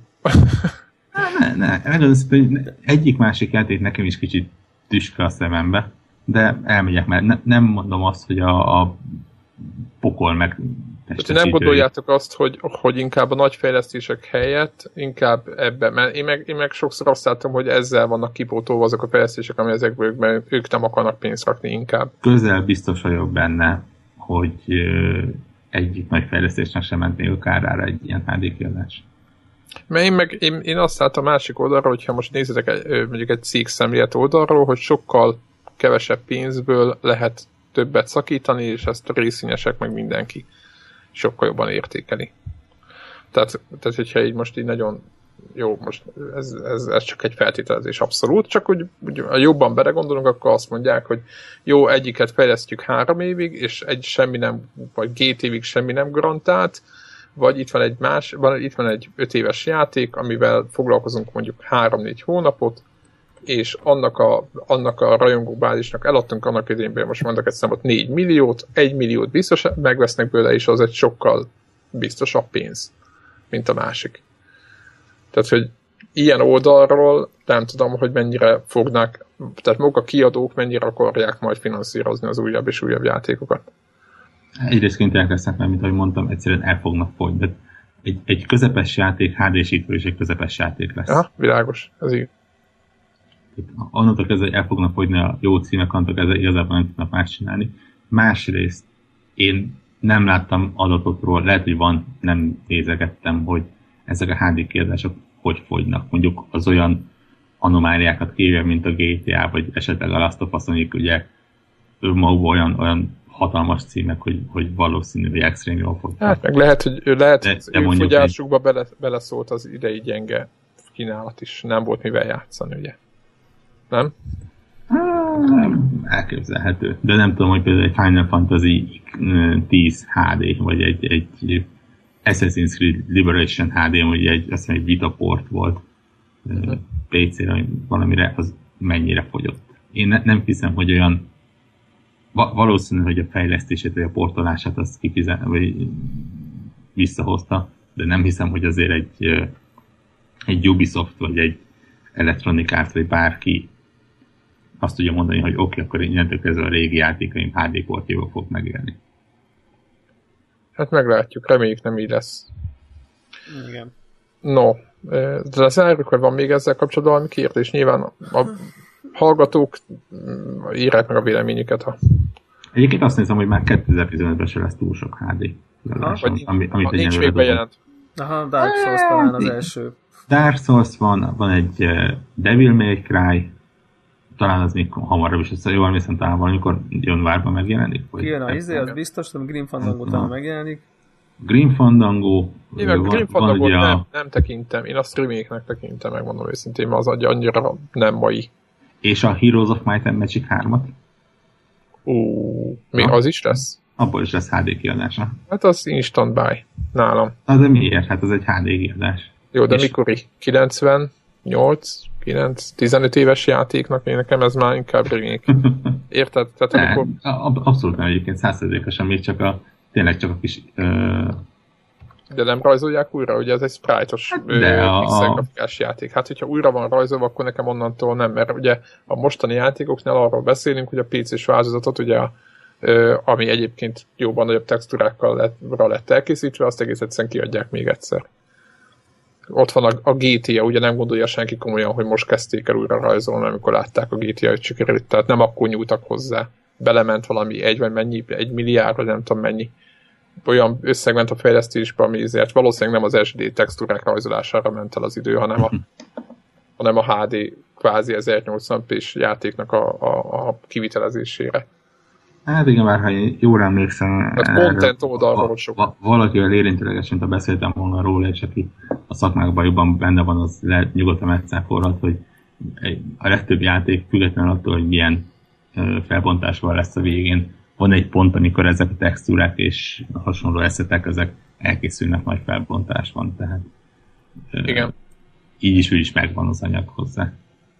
Ne, ne, ne, egyik másik játék nekem is kicsit tüske a szemembe, de elmegyek, mert ne, nem mondom azt, hogy a, a pokol meg testesítői. Nem gondoljátok azt, hogy, hogy inkább a nagy fejlesztések helyett inkább ebben, mert én meg, én meg sokszor azt látom, hogy ezzel vannak kipótolva azok a fejlesztések, ami ezekből ők nem akarnak pénzt rakni inkább. Közel biztos vagyok benne, hogy egyik nagy fejlesztésnek sem ment még a kárára egy ilyen há dé kiadás. Mert én, meg, én, én azt látom a másik oldalról, hogyha most nézitek egy, mondjuk egy cég szemlélet oldalról, hogy sokkal kevesebb pénzből lehet többet szakítani, és ezt a részvényesek meg mindenki sokkal jobban értékeli. Tehát, tehát hogyha így most így nagyon jó, most ez, ez, ez csak egy feltételezés abszolút, csak hogy, hogy jobban belegondolunk, akkor azt mondják, hogy jó, egyiket fejlesztjük három évig, és egy semmi nem, vagy két évig semmi nem garantált, vagy itt van egy más, van, itt van egy öt éves játék, amivel foglalkozunk mondjuk három-négy hónapot, és annak a, annak a rajongóbázisnak eladtunk annak idénben, most mondok egy számot, négy milliót, egy milliót biztos megvesznek bőle, és az egy sokkal biztosabb pénz, mint a másik. Tehát, hogy ilyen oldalról nem tudom, hogy mennyire fognak, tehát maguk a kiadók mennyire akarják majd finanszírozni az újabb és újabb játékokat. Egyrészt kénytelenek lesznek, mert mint ahogy mondtam, egyszerűen el fognak fogyni. De egy, egy közepes játék, há dé-sítő és egy közepes játék lesz. Ja, világos, ez így. Annantól kezdve, hogy el fognak fogyni a jó címek, annantól kezdve igazából nem tudnak más csinálni. Másrészt én nem láttam adatokról, lehet, hogy van, nem nézegettem, hogy ezek a há dé kiadások hogy fogynak. Mondjuk az olyan anomáliákat kívül, mint a gé té á, vagy esetleg a Last of Us, mondjuk ugye önmagukban olyan, olyan hatalmas címek, hogy, hogy valószínűleg extrém jól fognak. Hát meg lehet, hogy lehet, de, de ő fogyásukba bele, beleszólt az idei gyenge kínálat is. Nem volt mivel játszani, ugye? Nem? Nem, elképzelhető. De nem tudom, hogy például egy Final Fantasy tíz há dé, vagy egy, egy Assassin's Creed Liberation há dé, vagy egy, azt hiszem, egy Vitaport volt uh-huh. pé cére, valamire, az mennyire fogyott. Én ne, nem hiszem, hogy olyan va- valószínű, hogy a fejlesztését, vagy a portolását azt kifizet, vagy visszahozta, de nem hiszem, hogy azért egy, egy Ubisoft, vagy egy Electronic Arts, vagy bárki azt tudja mondani, hogy oké, okay, akkor innentől kezdve a régi játékaim há dé portjával fog megélni. Hát meglátjuk, reméljük nem így lesz. Igen. No, de lezárjuk, hogy van még ezzel kapcsolatban valami kérdés. Nyilván a hallgatók írják meg a véleményüket. Ha... Egyébként azt nézem, hogy már kétezer-tizenötben se lesz túl sok há dé. Ha, vagy ami, amit ha nincs még bejelent. Aha, Dark Souls talán az első. Dark Souls van, van egy Devil May Cry, talán az még hamarabb is, azt jól emlékszem, talán valamikor januárban megjelenik. Kijön a izé, az biztos, hogy Grim Fandango talán megjelenik. Grim Fandango. Én meg Grim Fandango nem, a... nem tekintem, én azt remake-nek tekintem, megmondom őszintén, mert az annyira nem mai. És a Heroes of Might and Magic hármat? Ó, mi az is lesz? Abból is lesz há dé kiadása. Hát az instant buy, nálam. Na de miért? Hát az egy há dé kiadás. Jó, de és... mikori? kilencvennyolc, kilenc, tizenöt éves játéknak, én nekem ez már inkább remake. Érted? Tehát, ne, amikor... Abszolút nem egyébként, száz százalékosan még csak a, tényleg csak a kis... Uh... De nem rajzolják újra, ugye ez egy sprite-os pixel-grafikás játék. Hát, hogyha újra van rajzolva, akkor nekem onnantól nem, mert ugye a mostani játékoknál arról beszélünk, hogy a pé cés változatot ugye a ami egyébként jóban nagyobb textúrákkal lett, lett elkészítve, azt egész egyszerűen kiadják még egyszer. Ott van a, a gé té á, ugye nem gondolja senki komolyan, hogy most kezdték el újra rajzolni, amikor látták a gé té á, hogy sikerült, tehát nem akkor nyújtak hozzá. Belement valami egy vagy mennyi, egy milliárd, vagy nem tudom mennyi olyan összeg ment a fejlesztésbe, ami ezért valószínűleg nem az es dé textúrák rajzolására ment el az idő, hanem a, hanem a há dé kvázi ezernyolcvan pés játéknak a, a, a kivitelezésére. Hát igen, már ha jól emlékszem, hát content oldalról sok. Valakivel érintőlegesen, ha beszéltem volna róla, és aki a szakmákban jobban benne van, az lehet nyugodtan megcáfolhat, hogy a legtöbb játék függetlenül attól, hogy milyen felbontásban lesz a végén, van egy pont, amikor ezek a textúrák és hasonló eszetek, ezek elkészülnek nagy felbontásban, tehát igen. Így is, úgy is megvan az anyag hozzá.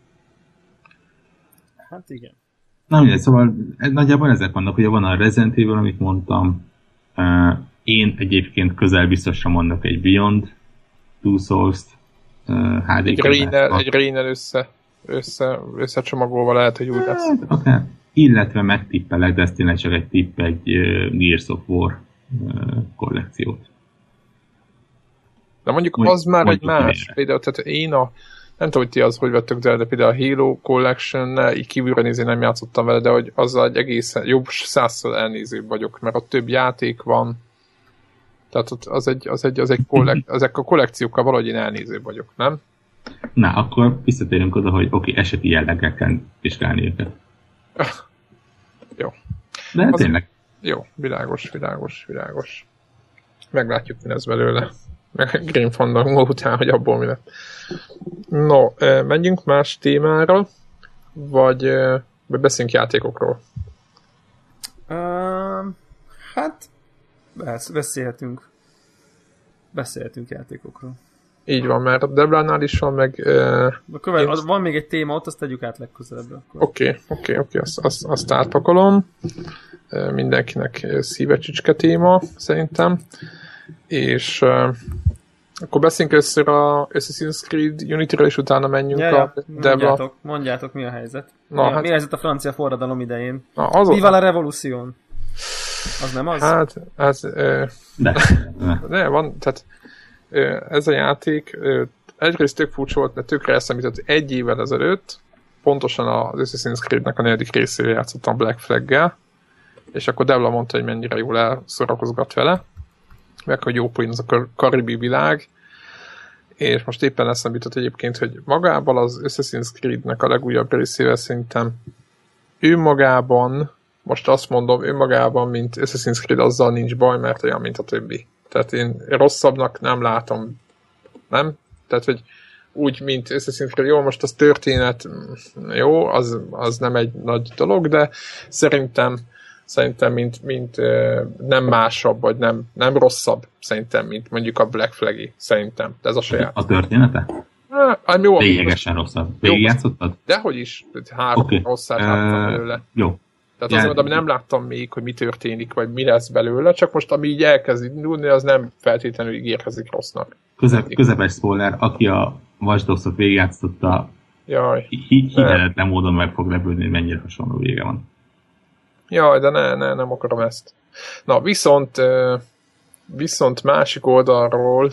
Hát igen. Na mindegy, szóval nagyjából ezek vannak, ugye van a Resident Evil, amit mondtam, uh, én egyébként közel biztosra mondok egy Beyond Two Souls-t, uh, há dé egy Rainer, egy Rainer össze, össze, összecsomagolva lehet, hogy úgy lesz. Okay. Illetve megtippelek, de ez tényleg csak egy tipp, egy uh, Gears of War uh, kollekciót. De mondjuk Mond, az már mondjuk egy más. Például, tehát én a nem tudom, hogy ti az, hogy vettek, de például a Halo Collection-nel így kívülre nézni nem játszottam vele, de hogy azzal egy egészen jobb százszor elnézőbb vagyok, mert ott több játék van, tehát ott az egy, az egy, az egy kollek- ezek a kollekciókkal valahogy én elnézőbb vagyok, nem? Na, akkor visszatérünk oda, hogy oké, okay, eseti jelleggel kell vizsgálni őket. Jó. De az tényleg. Jó, világos, világos, világos. Meglátjuk, mi lesz belőle. Meg Grim Fandango után, hogy abból mi lett. No, menjünk más témára, vagy, vagy beszéljünk játékokról? Uh, hát, beszélhetünk. Beszélhetünk játékokról. Így van, mert a Deblánál is van, meg... Uh, követ, az, van még egy téma ott, azt tegyük át legközelebbre. Oké, oké, oké, azt, azt, azt átpakolom. Uh, mindenkinek szívecsicske téma, szerintem. És... Uh, akkor beszéljünk összör a Assassin's Creed Unity-ről, és utána menjünk ja, a ja. Mondjátok, mondjátok, mi a helyzet. Na, mi, hát, mi a helyzet a francia forradalom idején? Na, az Viva la Revolution! Az nem az? Hát, ez... Ö, de. De, van, tehát ö, ez a játék ö, egyrészt tök furcsa volt, mert tökre eszemített egy évvel ezelőtt, pontosan az Assassin's Creed-nek a negyedik részére játszottam Black Flag-gel, és akkor Devla mondta, hogy mennyire jól elszorakozgat vele, meg hogy jó poén az a karibi világ, és most éppen eszembe jutott egyébként, hogy magában az Assassin's Creed-nek a legújabb részével szerintem önmagában, most azt mondom, önmagában, mint Assassin's Creed, azzal nincs baj, mert olyan, mint a többi. Tehát én rosszabbnak nem látom, nem? Tehát, hogy úgy, mint Assassin's Creed, jó, most az történet, jó, az, az nem egy nagy dolog, de szerintem Szerintem, mint, mint nem másabb, vagy nem, nem rosszabb, szerintem, mint mondjuk a Black Flag-i, szerintem. De ez a saját. A története? Hát, jó. Lényegesen rosszabb. Végigjátszottad? Dehogy is. Három okay. rosszát uh, láttam belőle. Jó. Tehát az, amit nem láttam még, hogy mi történik, vagy mi lesz belőle, csak most, ami így elkezd indulni, az nem feltétlenül ígérkezik rossznak. Közep, közepes spoiler, aki a Watch Dogs-ot végigjátszotta, hihetetlen módon meg fog lepődni, hogy mennyire hasonló vége van. Jaj, de ne, ne, nem akarom ezt. Na, viszont viszont másik oldalról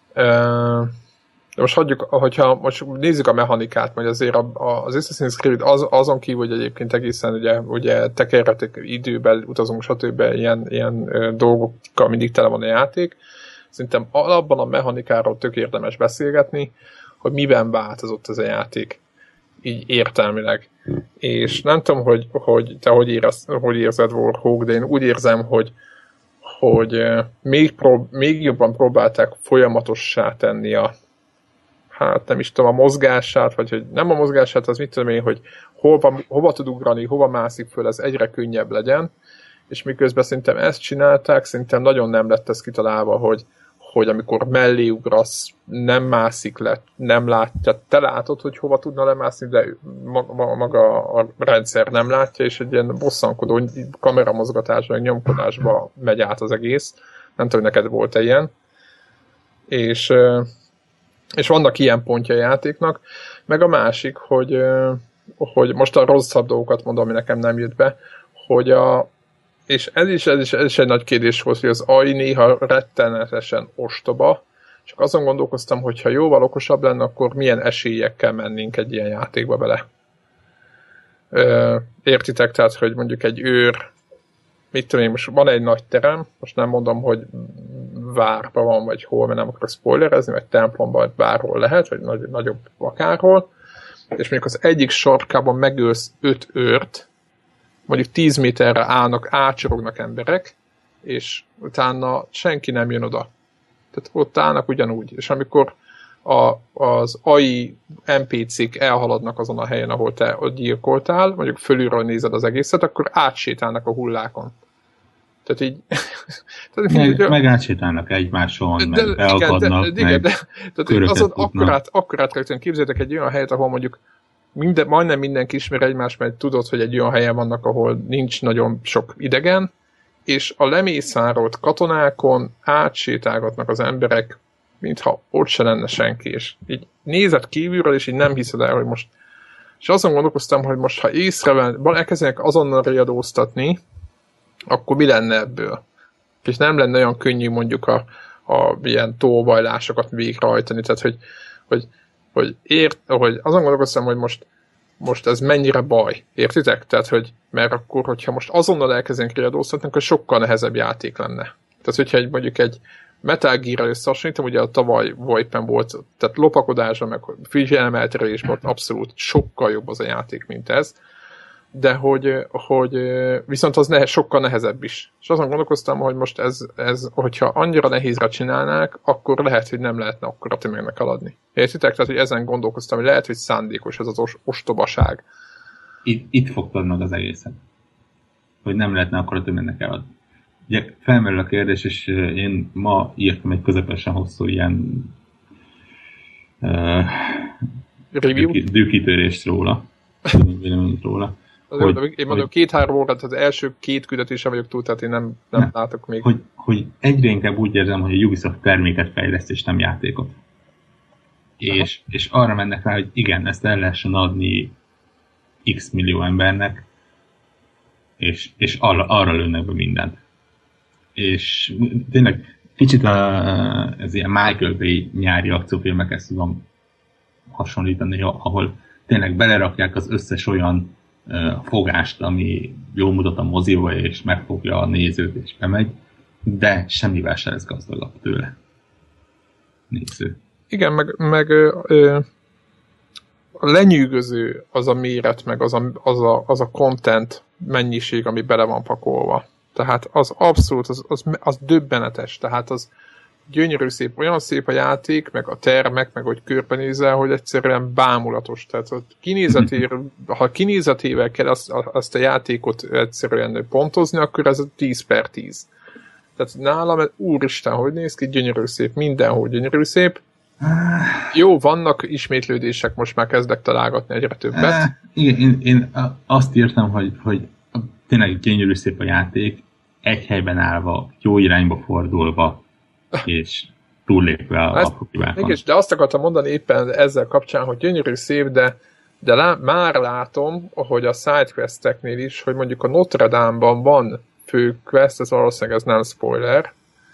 most hagyjuk, hogyha most nézzük a mechanikát, majd azért az Assassin's Creed az, azon kívül, hogy egyébként egészen ugye, ugye tekerhetek időben, utazunk, stb. Ilyen, ilyen dolgokkal mindig tele van a játék. Szerintem alapban a mechanikáról tök érdemes beszélgetni, hogy miben változott ez a játék. Így értelmileg. És nem tudom, hogy, hogy te hogy, érez, hogy érzed, Warhawk, de én úgy érzem, hogy, hogy még, prób- még jobban próbálták folyamatossá tenni a hát nem is tudom, a mozgását, vagy hogy nem a mozgását, az mit tudom én, hogy hova, hova tud ugrani, hova mászik föl, ez egyre könnyebb legyen, és miközben szerintem ezt csinálták, szerintem nagyon nem lett ez kitalálva, hogy hogy amikor mellé ugrasz, nem mászik le, nem látja. Te látod, hogy hova tudna lemászni, de maga, maga a rendszer nem látja, és egy ilyen bosszankodó kameramozgatásba, meg nyomkodásba megy át az egész. Nem tudom, hogy neked volt-e ilyen. És, és vannak ilyen pontja a játéknak. Meg a másik, hogy, hogy most a rosszabb dolgokat mondom, ami nekem nem jött be, hogy a és ez is, ez is, ez is egy nagy kérdés volt, hogy az á i néha rettenetesen ostoba, csak azon gondolkoztam, hogy ha jóval okosabb lenne, akkor milyen esélyekkel mennénk egy ilyen játékba bele. Ö, értitek? Tehát, hogy mondjuk egy őr, mit tudom én, most van egy nagy terem, most nem mondom, hogy várban van, vagy hol, mert nem akarok spoilerezni, vagy templomban, vagy bárhol lehet, vagy nagy, nagyobb akárhol, és mondjuk az egyik sarkában megölsz öt őrt, mondjuk tíz méterre állnak, ácsorognak emberek, és utána senki nem jön oda. Tehát ott állnak ugyanúgy. És amikor a, az á i en pé cé-k elhaladnak azon a helyen, ahol te ott gyilkoltál, mondjuk fölülről nézed az egészet, akkor átsétálnak a hullákon. Tehát így... tehát meg, így meg átsétálnak egymáson, de, meg beakadnak, de, de, meg de, tehát azon akkorát, akkorát kell képzeljétek egy olyan helyet, ahol mondjuk minden, majdnem mindenki ismer egymást, mert tudod, hogy egy olyan helyen vannak, ahol nincs nagyon sok idegen, és a lemészárolt katonákon átsétálgatnak az emberek, mintha ott se lenne senki, és így nézed kívülről, és így nem hiszed el, hogy most... És azon gondolkoztam, hogy most, ha észreven, elkezdenek azonnal riadóztatni, akkor mi lenne ebből? És nem lenne olyan könnyű mondjuk a, a ilyen tóvajlásokat végrehajtani, tehát hogy, hogy, hogy, ért, hogy azon gondolkoztam, hogy most, most ez mennyire baj, értitek? Tehát, hogy mert akkor, hogyha most azonnal elkezdenek riadóztatni, akkor sokkal nehezebb játék lenne. Tehát, hogyha egy, mondjuk egy Metal Gear-rel összehasonlítom, ugye a tavaly Voipen volt, tehát lopakodásra, meg figyelemelterelés volt abszolút sokkal jobb az a játék, mint ez. De hogy, hogy viszont az nehe, sokkal nehezebb is. És azon gondolkoztam, hogy most ez, ez, hogyha annyira nehézre csinálnák, akkor lehet, hogy nem lehetne akkora tömegnek eladni. Értitek? Tehát, hogy ezen gondolkoztam, hogy lehet, hogy szándékos ez az os- ostobaság. Itt, itt fogtad meg az egészet. Hogy nem lehetne akkora tömegnek eladni. Ugye felmerül a kérdés, és én ma írtam egy közepesen hosszú ilyen uh, dűkítörést róla. Véleményét róla. Hogy, én mondom, két-három órát, az első két küldetésen vagyok túl, tehát én nem, nem ne, látok még. Hogy, hogy egyre inkább úgy érzem, hogy a Ubisoft terméket fejleszt, és nem játékot. És, és arra mennek rá, hogy igen, ezt el lehessen adni x millió embernek, és, és arra, arra lőnek be mindent. És tényleg kicsit a, ez ilyen Michael Bay nyári akciófilmekhez tudom hasonlítani, ahol tényleg belerakják az összes olyan uh, fogást, ami jól mutat a moziba, és megfogja a nézőt, és bemegy, de semmivel se lesz gazdagabb tőle. Néző. Igen, meg, meg ö, ö, lenyűgöző az a méret, meg az a, az, a, az a content mennyiség, ami bele van pakolva. Tehát az abszolút, az, az, az döbbenetes. Tehát az gyönyörű szép, olyan szép a játék, meg a termek, meg hogy körbenézel, hogy egyszerűen bámulatos. Tehát a kinézetér, ha kinézetével kell azt, azt a játékot egyszerűen pontozni, akkor ez tíz per tíz. Tehát nálam, úristen, hogy néz ki, gyönyörű szép, mindenhol gyönyörű szép. Jó, vannak ismétlődések, most már kezdek találgatni egyre többet. Igen, én, én azt írtam, hogy, hogy tényleg gyönyörű szép a játék, egy helyben állva, jó irányba fordulva, és túllépve a, a problémákon. De azt akartam mondani éppen ezzel kapcsán, hogy gyönyörű szép, de, de lá, már látom, hogy a sidequesteknél is, hogy mondjuk a Notre Dame-ban van fő quest, ez valószínűleg ez nem spoiler,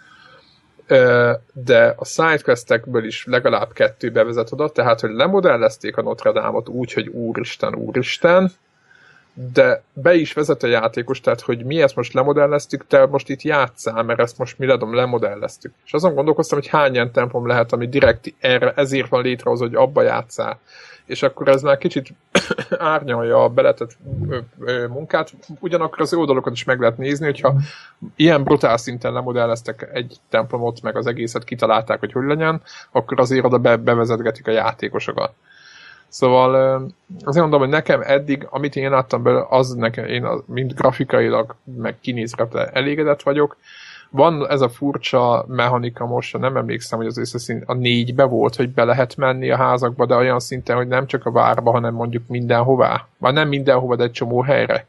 de a sidequestekből is legalább kettő bevezet oda, tehát, hogy lemodellezték a Notre Dame-ot úgy, hogy úristen, úristen, de be is vezet a játékos, tehát, hogy mi ezt most lemodelleztük, te most itt játsszál, mert ezt most mi ledom, lemodelleztük. És azon gondolkoztam, hogy hány ilyen tempom lehet, ami direkt erre, ezért van létrehozva, hogy abba játsszál. És akkor ez már kicsit árnyalja a beletett munkát, ugyanakkor az oldalokat is meg lehet nézni, hogyha ilyen brutál szinten lemodelleztek egy templomot, meg az egészet kitalálták, hogy hogy legyen, akkor azért oda be, bevezetgetik a játékosokat. Szóval azért mondom, hogy nekem eddig, amit én láttam belőle, az nekem, én mind grafikailag, meg kinézre elégedett vagyok. Van ez a furcsa mechanika most, nem emlékszem, hogy az összeszín a négybe volt, hogy be lehet menni a házakba, de olyan szinten, hogy nem csak a várba, hanem mondjuk mindenhová. Vagy nem mindenhova, de egy csomó helyre.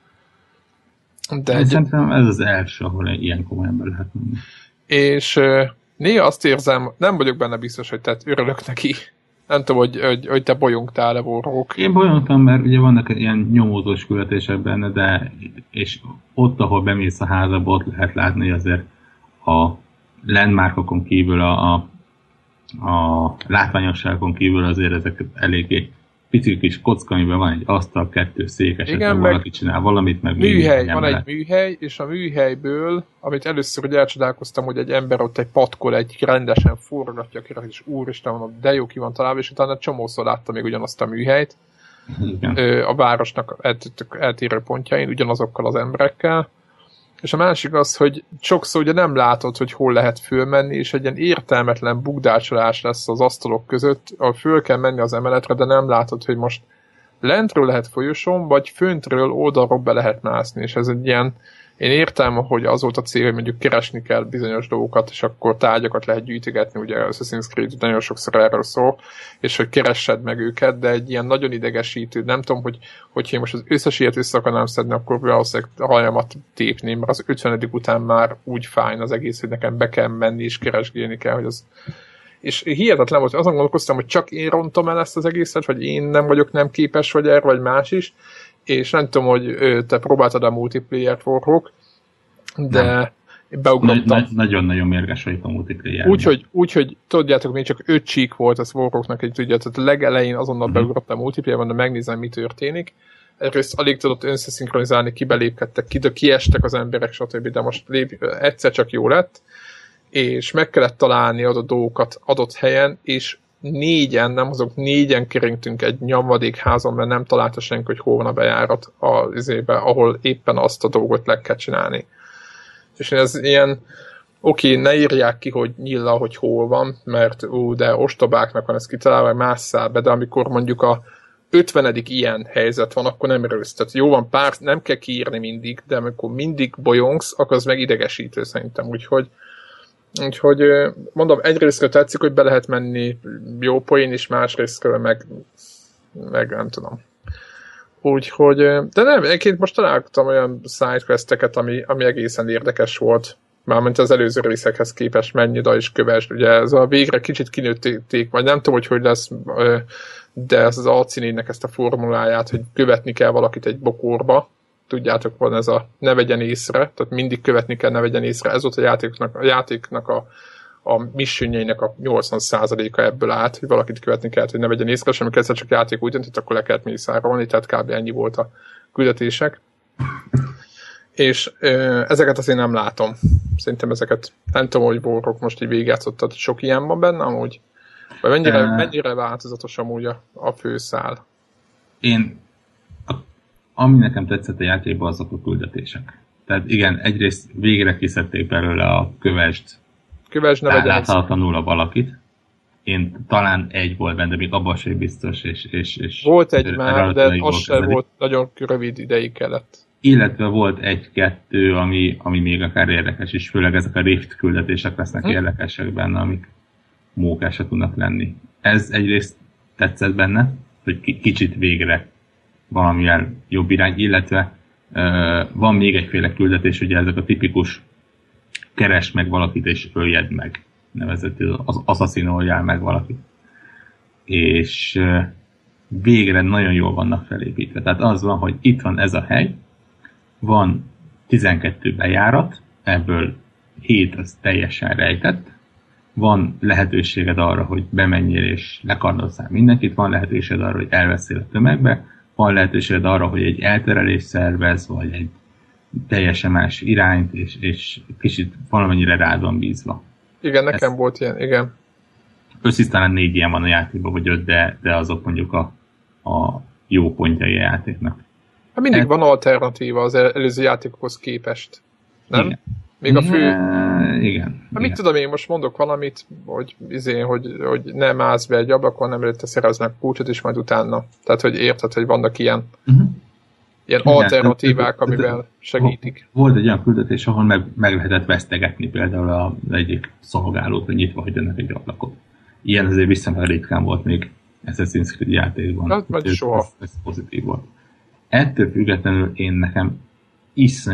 De egy... Szerintem ez az első, ahol ilyen komolyan be lehet menni. És néha azt érzem, nem vagyok benne biztos, hogy tehát örülök neki, Nem tudom, hogy, hogy, hogy te bolyongtál-e, Warhawk. Én bolyongtam, mert ugye vannak ilyen nyomózós küldetések benne, de és ott, ahol bemész a házba, ott lehet látni, hogy azért a landmarkokon kívül, a, a, a látványosságon kívül azért ezek eléggé pici kis kocka, amiben van egy asztal, kettő szék, esetleg valaki csinál valamit, meg műhely, van egy műhely, és a műhelyből, amit először hogy elcsodálkoztam, hogy egy ember ott egy patkol, egy rendesen forgatja, és úristen, mondom, de jó ki van találva, és utána csomószor láttam még ugyanazt a műhelyt. Igen. A városnak eltérő pontjain, ugyanazokkal az emberekkel. És a másik az, hogy sokszor ugye nem látod, hogy hol lehet fölmenni, és egy ilyen értelmetlen bugdácsolás lesz az asztalok között, ahol föl kell menni az emeletre, de nem látod, hogy most lentről lehet folyosón, vagy föntről oldalról be lehet mászni, és ez egy ilyen, én értem, hogy az volt a cél, hogy mondjuk keresni kell bizonyos dolgokat, és akkor tárgyakat lehet gyűjtögetni, ugye Assassin's Creed nagyon sokszor erről szól, és hogy keressed meg őket, de egy ilyen nagyon idegesítő, nem tudom, hogy hogyha én most az összes ilyet össze akarnám szedni, akkor valószínűleg a hajamat tépném, mert az ötvenedik után már úgy fájn az egész, hogy nekem be kell menni és keresgélni kell, hogy az... És hihetetlen volt, azon gondolkoztam, hogy csak én rontom el ezt az egészet, vagy én nem vagyok nem képes, vagy erre, vagy más is, és nem tudom, hogy te próbáltad a multiplayer-t, Warhawk, de beugrottam. Nagy, nagyon-nagyon mérges vagyok a multiplayer. Úgyhogy, úgy, tudjátok, még csak öt csík volt, az Warhawknak egy tudja, tehát a legelején azonnal uh-huh. beugrottam a multiplayer-ben, de megnézem, mi történik. Egyrészt alig tudott összeszinkronizálni, kibelépkedtek, ki, de kiestek az emberek, stb. De most lép, egyszer csak jó lett, és meg kellett találni adott dolgokat adott helyen, és négyen, nem azok négyen keringtünk egy nyamadék házon, mert nem találta senki, hogy hol van a bejárat az izébe, ahol éppen azt a dolgot le kell csinálni. És ez ilyen, oké, ne írják ki, hogy nyilla, hogy hol van, mert ú, de ostobáknak van ez kitalálva, másszál be, de amikor mondjuk a ötvenedik ilyen helyzet van, akkor nem rössz. Tehát jó van, pár, nem kell kiírni mindig, de amikor mindig bolyongsz, akkor az meg idegesítő szerintem, úgyhogy Úgyhogy mondom, egyrésztről tetszik, hogy be lehet menni jó poén is, másrésztről meg, meg nem tudom. Úgyhogy, de nem, egyébként most találtam olyan sidequesteket, ami, ami egészen érdekes volt. Mármint az előző részekhez képest menj oda és kövesd. Ugye ez a végre kicsit kinőtték, vagy nem tudom, hogy hogy lesz, de ez az Alcinének ezt a formuláját, hogy követni kell valakit egy bokorba. Tudjátok, van ez a ne vegyen észre, tehát mindig követni kell, ne vegyen észre. Ez volt a játéknak a, játéknak a, a missionjeinek a nyolcvan százaléka ebből állt, hogy valakit követni kell, hogy ne vegyen észre, és amikor egyszer csak játék úgy döntött, akkor le kellett mészárolni, tehát kb. Ennyi volt a küldetések. És ö, ezeket azért nem látom. Szerintem ezeket, nem tudom, hogy Warhawk most így végigjátszottad, sok ilyen van benne amúgy? Vagy mennyire, uh, mennyire változatos amúgy a, a főszál? Én Ami nekem tetszett a játékban, azok a küldetések. Tehát igen, egyrészt végre kiszedték belőle a kövest, kövest láthatatlanul a valakit. Én talán egy volt benne, de még abban sem biztos. És, és, és volt egy már, de az sem volt, nagyon rövid ideig kellett. Illetve volt egy-kettő, ami, ami még akár érdekes, és főleg ezek a Rift küldetések lesznek hm. érdekesek benne, amik mókásra tudnak lenni. Ez egyrészt tetszett benne, hogy kicsit végre valamilyen jobb irány, illetve uh, van még egyféle küldetés, ugye ezek a tipikus keresd meg valakit és öljed meg, nevezett az asszaszinoljál meg valakit. És uh, végre nagyon jól vannak felépítve. Tehát az van, hogy itt van ez a hely, van tizenkettő bejárat, ebből hét az teljesen rejtett, van lehetőséged arra, hogy bemenjél és lekardozzál mindenkit, van lehetőséged arra, hogy elveszél a tömegbe, van lehetőséged arra, hogy egy elterelést szervez, vagy egy teljesen más irányt, és, és kicsit valamennyire rád van bízva. Igen, nekem Ez volt ilyen, igen. Összisztán négy ilyen van a játékban, vagy öt, de, de azok mondjuk a, a jó pontjai a játéknak. Hát mindig Ez... van alternatíva az előző játékokhoz képest, nem? Igen. Még a fő... Igen. igen. Hát mit tudom én, most mondok valamit, hogy, izé, hogy, hogy nem állsz be egy ablakon, nem előtte szereznek kulcsot, és majd utána. Tehát, hogy érted, hogy vannak ilyen, uh-huh. ilyen igen, alternatívák, de, de, de, amivel segítik. Volt egy olyan küldetés, ahol meg, meg lehetett vesztegetni például az egyik szolgálót, hogy nyitva hagyjanak egy ablakot. Ilyen azért viszonylag ritkán volt még Assassin's Creed játékban. Hát, vagy ez, soha. Ez, ez pozitív volt. Ettől függetlenül én nekem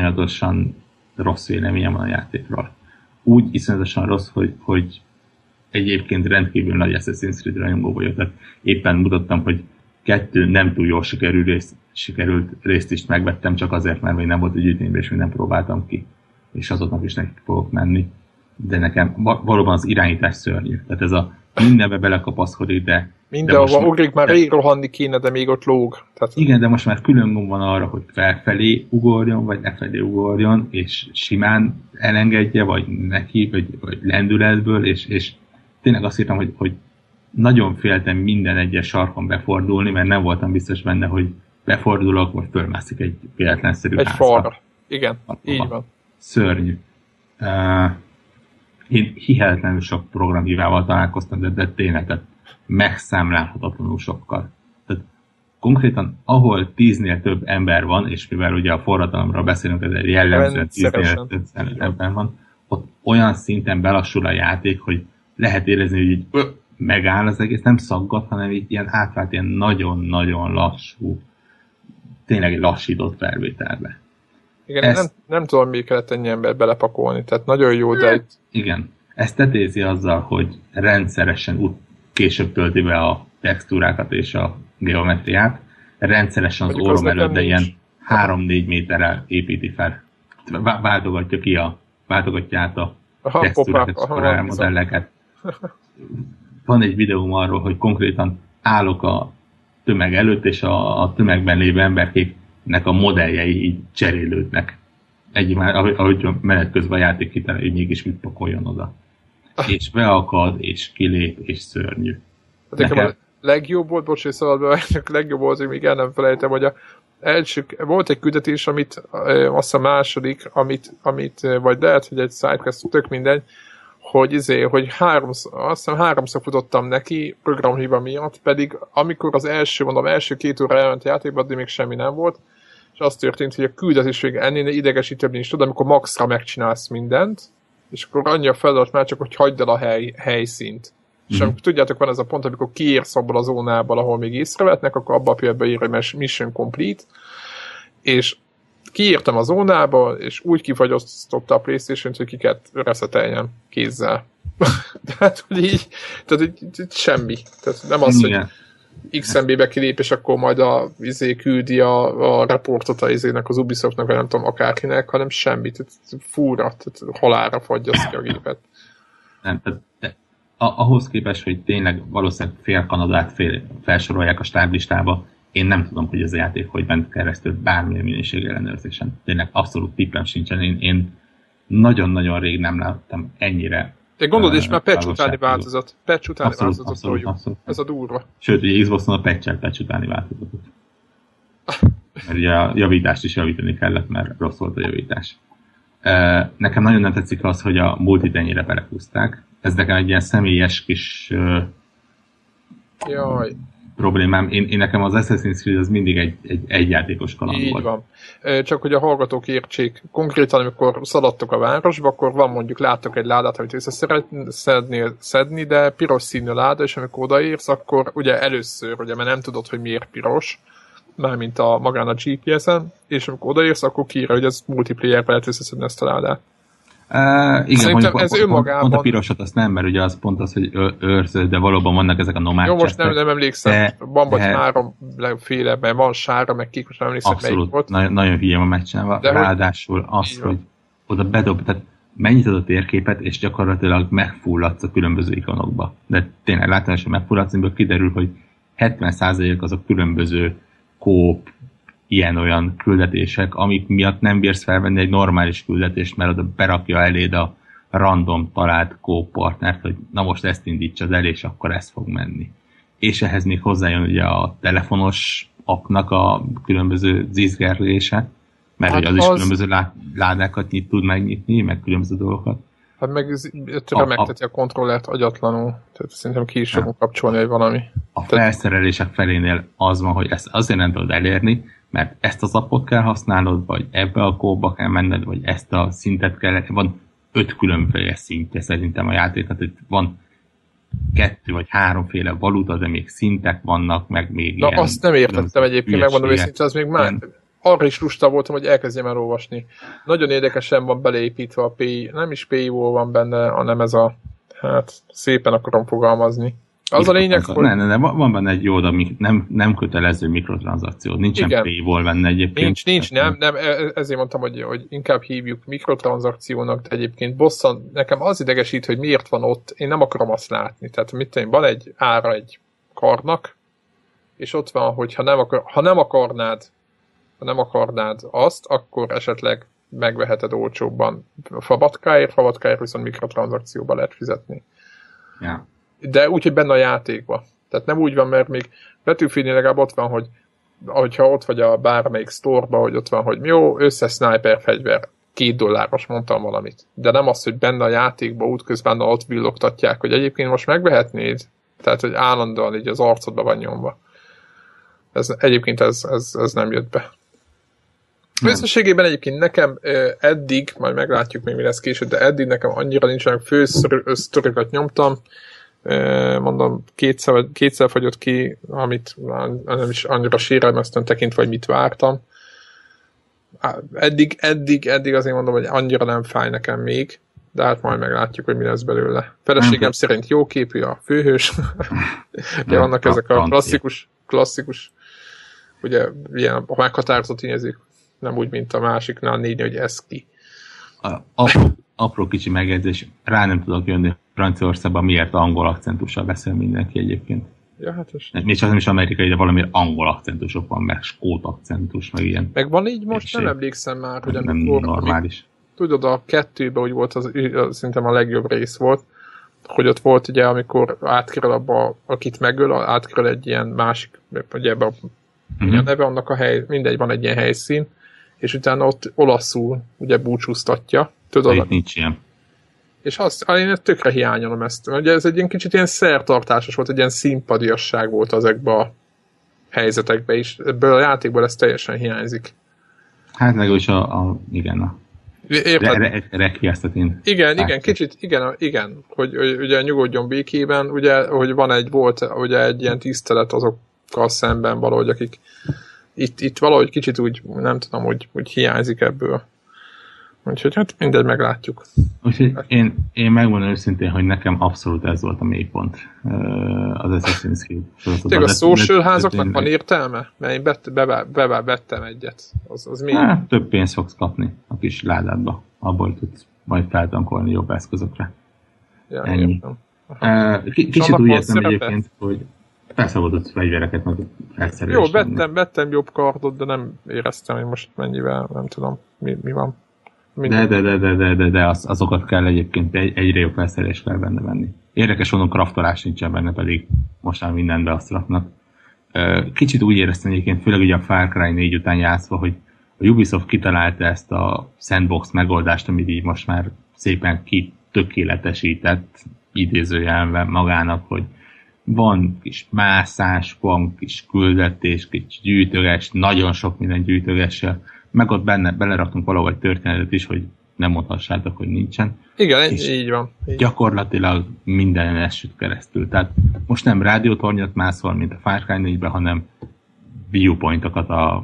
iszonyatosan rossz véleményem van a játékról. Úgy iszonyatosan rossz, hogy, hogy egyébként rendkívül nagy Assassin's Creed rajongó vagyok, tehát éppen mutattam, hogy kettő nem túl jól sikerült részt, sikerült részt is megvettem, csak azért, mert még nem volt egy gyűjtményben, és még nem próbáltam ki. És azoknak is neki fogok menni. De nekem valóban az irányítás szörnyű. Tehát ez a mindenbe belekapaszkodik, de... Mindenhova ugrik, már rég rohanni kéne, de még ott lóg. Tehát... Igen, de most már külön gomb van arra, hogy felfelé ugorjon, vagy lefelé ugorjon, és simán elengedje, vagy neki, vagy, vagy lendületből, és, és tényleg azt írtam, hogy, hogy nagyon féltem minden egyes sarkon befordulni, mert nem voltam biztos benne, hogy befordulok, vagy fölmászik egy véletlenszerű egy falra. Igen, hát, így van. Szörnyű. Uh, én hihetetlenül sok programhívával találkoztam, de, de tényleg tehát megszámlálhatatlanul sokkal. Tehát konkrétan, ahol tíznél több ember van, és mivel ugye a forradalomról beszélünk, ez egy jellemzően tíznél több ember van, ott olyan szinten belassul a játék, hogy lehet érezni, hogy így ö, megáll az egész, nem szaggat, hanem így ilyen átvált, ilyen nagyon-nagyon lassú, tényleg egy lassított felvételbe. Igen, ezt... nem, nem tudom, mi kellett ennyi ember belepakolni, tehát nagyon jó, de itt... Igen, ezt tetézi azzal, hogy rendszeresen út később tölti be a textúrákat és a geometriát, rendszeresen az órom előtt, de ilyen három-négy méterrel építi fel. Váltogatja ki a, váltogatja át a aha, textúrákat, a modelleket. Van egy videóm arról, hogy konkrétan állok a tömeg előtt, és a, a tömegben lévő emberkéknek a modelljei így cserélődnek. Egy, ahogy menet közben a játék hitele, hogy mégis mit pakoljon oda. És beakad, és kilép, és szörnyű. Hát nekem a legjobb volt, bocs, hogy szabad be, a legjobb volt, hogy még el nem felejtem, hogy a első, volt egy küldetés, amit azt hiszem második, amit, amit, vagy lehet, hogy egy sidequest, tök mindegy, hogy, izé, hogy háromszor, azt hiszem háromszor futottam neki programhiba miatt, pedig amikor az első, mondom, első két óra elment a játékban, addig még semmi nem volt, és az történt, hogy a küldetés még ennél idegesítőbb nincs, tudod, amikor maxra megcsinálsz mindent, és akkor annyi a feladat már csak, hogy hagyd el a hely, helyszínt. Mm. És amikor tudjátok, van ez a pont, amikor kiérsz abból a zónából, ahol még észrevetnek, akkor abban a pillanatban ír, hogy mission complete, és kiírtam a zónába, és úgy kifagyasztotta a PlayStation-t, hogy kiket reszeteljem kézzel. tehát, hogy így, tehát, hogy így semmi. Tehát nem az, igen. Hogy iksz em bé-be kilép, és akkor majd a izé küldi a, a reportot a izének, az Ubisoftnak, vagy nem tudom, akárkinek, hanem semmi. Tehát fúra, tehát halálra fagyasztja a gépet. Nem, tehát de, ahhoz képest, hogy tényleg valószínűleg fél Kanadát fél, felsorolják a stáblistába, én nem tudom, hogy ez a játék hogy ment keresztül bármilyen minőség ellenőrzésen. Tényleg abszolút tippem sincsen. Én, én nagyon-nagyon rég nem láttam ennyire. De gondolod, és már patch utáni változat. Patch utáni abszolút, változatot abszolút, abszolút. Ez a durva. Sőt, ugye Xboxon a patch-el patch utáni változatot. Mert ugye a javítást is javítani kellett, mert rossz volt a javítás. Nekem nagyon nem tetszik az, hogy a multit ennyire belehúzták. Ez nekem egy ilyen személyes kis Jaj. problémám. Én, én nekem az Assassin's Creed az mindig egy, egy egyjátékos kaland így volt. Van. Csak hogy a hallgatók értsék, konkrétan amikor szaladtok a városba, akkor van mondjuk, láttok egy ládát, amit vissza szeretnél szedni, de piros színű láda, és amikor odaérsz, akkor ugye először, ugye, mert nem tudod, hogy miért piros, mármint a magán a gé pé es-en, és amikor odaérsz, akkor kiírja, hogy ez multiplayer-be lehet összeszedni ezt a ládát. Uh, igen, szerintem mondjuk, ez önmagában... Pont a pirosat azt nem, mert ugye az pont az, hogy őrzöd, de valóban vannak ezek a nomád. Jó, most nem, nem emlékszem, de, van vagy de... háromféle, mert van sára, meg kék, most nem emlékszem, abszolút, melyik volt. Nagyon, nagyon hülye van megcsinálva. De ráadásul hogy... az, hogy oda bedob, tehát megnyitod a térképet, és gyakorlatilag megfulladsz a különböző ikonokba. De tényleg látványosan megfulladsz, amiből kiderül, hogy hetven százalék azok különböző kóp, ilyen-olyan küldetések, amik miatt nem bírsz felvenni egy normális küldetést, mert oda berakja eléd a random talált co-partnert, hogy na most ezt indítsad el, és akkor ez fog menni. És ehhez még hozzájön ugye a telefonos appnak a különböző zizgerlése, mert hát az, az is különböző lá- ládákat nyit, tud megnyitni, meg különböző dolgokat. Hát meg remegteti a, a kontrollert agyatlanul, tehát szerintem ki is fogunk kapcsolni, hogy valami. A tehát... felszerelések felénél az van, hogy ezt azért nem tudod elérni, mert ezt az appot kell használnod, vagy ebbe a kóba kell menned, vagy ezt a szintet kell, van öt különféle szintje szerintem a játéknak, hogy van kettő vagy háromféle valuta, de még szintek vannak, meg még na, ilyen... azt nem értettem egyébként, megmondom őszintén, az még már arra is lusta voltam, hogy elkezdjem elolvasni. Nagyon érdekesen van beleépítve a pé i, nem is pé i-ból van benne, hanem ez a hát szépen akarom fogalmazni. Az a lényeg, hogy... Ne, ne, ne, van benne egy jó, de nem, nem kötelező mikrotranszakció. Nincsen paywall benne egyébként. Nincs, nincs, nem, nem, ezért mondtam, hogy, hogy inkább hívjuk mikrotranszakciónak, de egyébként bosszan, nekem az idegesít, hogy miért van ott, én nem akarom azt látni. Tehát mit tudom, van egy ára egy karnak, és ott van, hogy ha nem, akar, ha nem akarnád, ha nem akarnád azt, akkor esetleg megveheted olcsóbban. Fabatkáért, fabatkáért viszont mikrotranszakcióba lehet fizetni. Ja. De úgy, hogy benne a játékban. Tehát nem úgy van, mert még Battlefield-nél legalább ott van, hogy hogyha ott vagy a bármelyik sztorba, hogy ott van, hogy jó, összes sniper fegyver, két dolláros, mondtam valamit. De nem az, hogy benne a játékban útközben ott villogtatják, hogy egyébként most megvehetnéd, tehát, hogy állandóan így az arcodba van nyomva. Ez, egyébként ez, ez, ez nem jött be. Összességében egyébként nekem eddig, majd meglátjuk még mi lesz később, de eddig nekem annyira nincsenek fősztorikat nyomtam, mondom, kétszer, kétszer fagyott ki, amit nem is annyira sérelmeztem tekintve, hogy mit vártam. Eddig, eddig, eddig azért mondom, hogy annyira nem fáj nekem még, de hát majd meglátjuk, hogy mi lesz belőle. Feleségem szerint jó képű a főhős. Ugye vannak ezek a klasszikus, klasszikus, ugye ilyen meghatározott tényezők, nem úgy, mint a másiknál négy, hogy ez ki. A, apró, apró kicsi megjegyzés, rá nem tudok jönni Franciaországban, miért angol akcentussal beszél mindenki egyébként. Ja, hát ez... Még csak nem is amerikai, de valamiért angol akcentusok van, meg skót akcentus, meg ilyen. Meg van így most, nem emlékszem már, hogy nem amikor... Nem normális. Tudod, a kettőben úgy volt, az, az szerintem a legjobb rész volt, hogy ott volt ugye, amikor átkerül abba, akit megöl, átkerül egy ilyen másik, ugye ebbe a, uh-huh. a neve annak a hely, mindegy, van egy ilyen helyszín, és utána ott olaszul ugye búcsúztatja. Tudod? Itt nincs ilyen. És azt, én tökre hiányolom ezt. Ugye ez egy ilyen kicsit ilyen szertartásos volt, egy ilyen színpadiasság volt ezekben a helyzetekben is. Ebből a játékból ez teljesen hiányzik. Hát legalábbis a, a igen, a re, re, requiesztetén. Igen, igen, kicsit, igen, igen, hogy, hogy ugye nyugodjon békében, ugye, hogy van egy, volt ugye egy ilyen tisztelet azokkal szemben valahogy, akik itt, itt valahogy kicsit úgy, nem tudom, hogy, hogy hiányzik ebből. Úgyhogy hát mindegy, meglátjuk. Úgyhogy én, én megmondom őszintén, hogy nekem abszolút ez volt a mélypont az Assassin's Creed. Tényleg a social házaknak van értelme? Mert én bet, be, be, be, vettem egyet. Az, az hát, több pénzt fogsz kapni a kis ládádba. Abból tudsz majd feltankolni jobb eszközökre. Ja, ennyi. Kicsit úgy értem egyébként, hogy felszabadult fegyvereket meg felszerelést. Jó, vettem, vettem jobb kardot, de nem éreztem, hogy most mennyivel, nem tudom, mi, mi van. De, de, de, de, de, de, de az, azokat kell egyébként egy, egyre jobb felszerelést kell benne venni. Érdekes mondom, kraftolás nincsen benne, pedig most már mindenbe azt raknak. Kicsit úgy éreztem egyébként, főleg ugye a Far Cry négy után játszva, hogy a Ubisoft kitalálta ezt a sandbox megoldást, amit így most már szépen kitökéletesített idézőjelben magának, hogy van kis mászás, van kis küldetés, kis gyűjtöges, nagyon sok minden gyűjtögessel, meg ott benne beleraktunk valahol egy történetet is, hogy nem mondhassátok, hogy nincsen. Igen, és így van. Így. Gyakorlatilag minden esüt keresztül. Tehát most nem rádiótornyot mászol, mint a Far Cry négyben, hanem viewpointokat a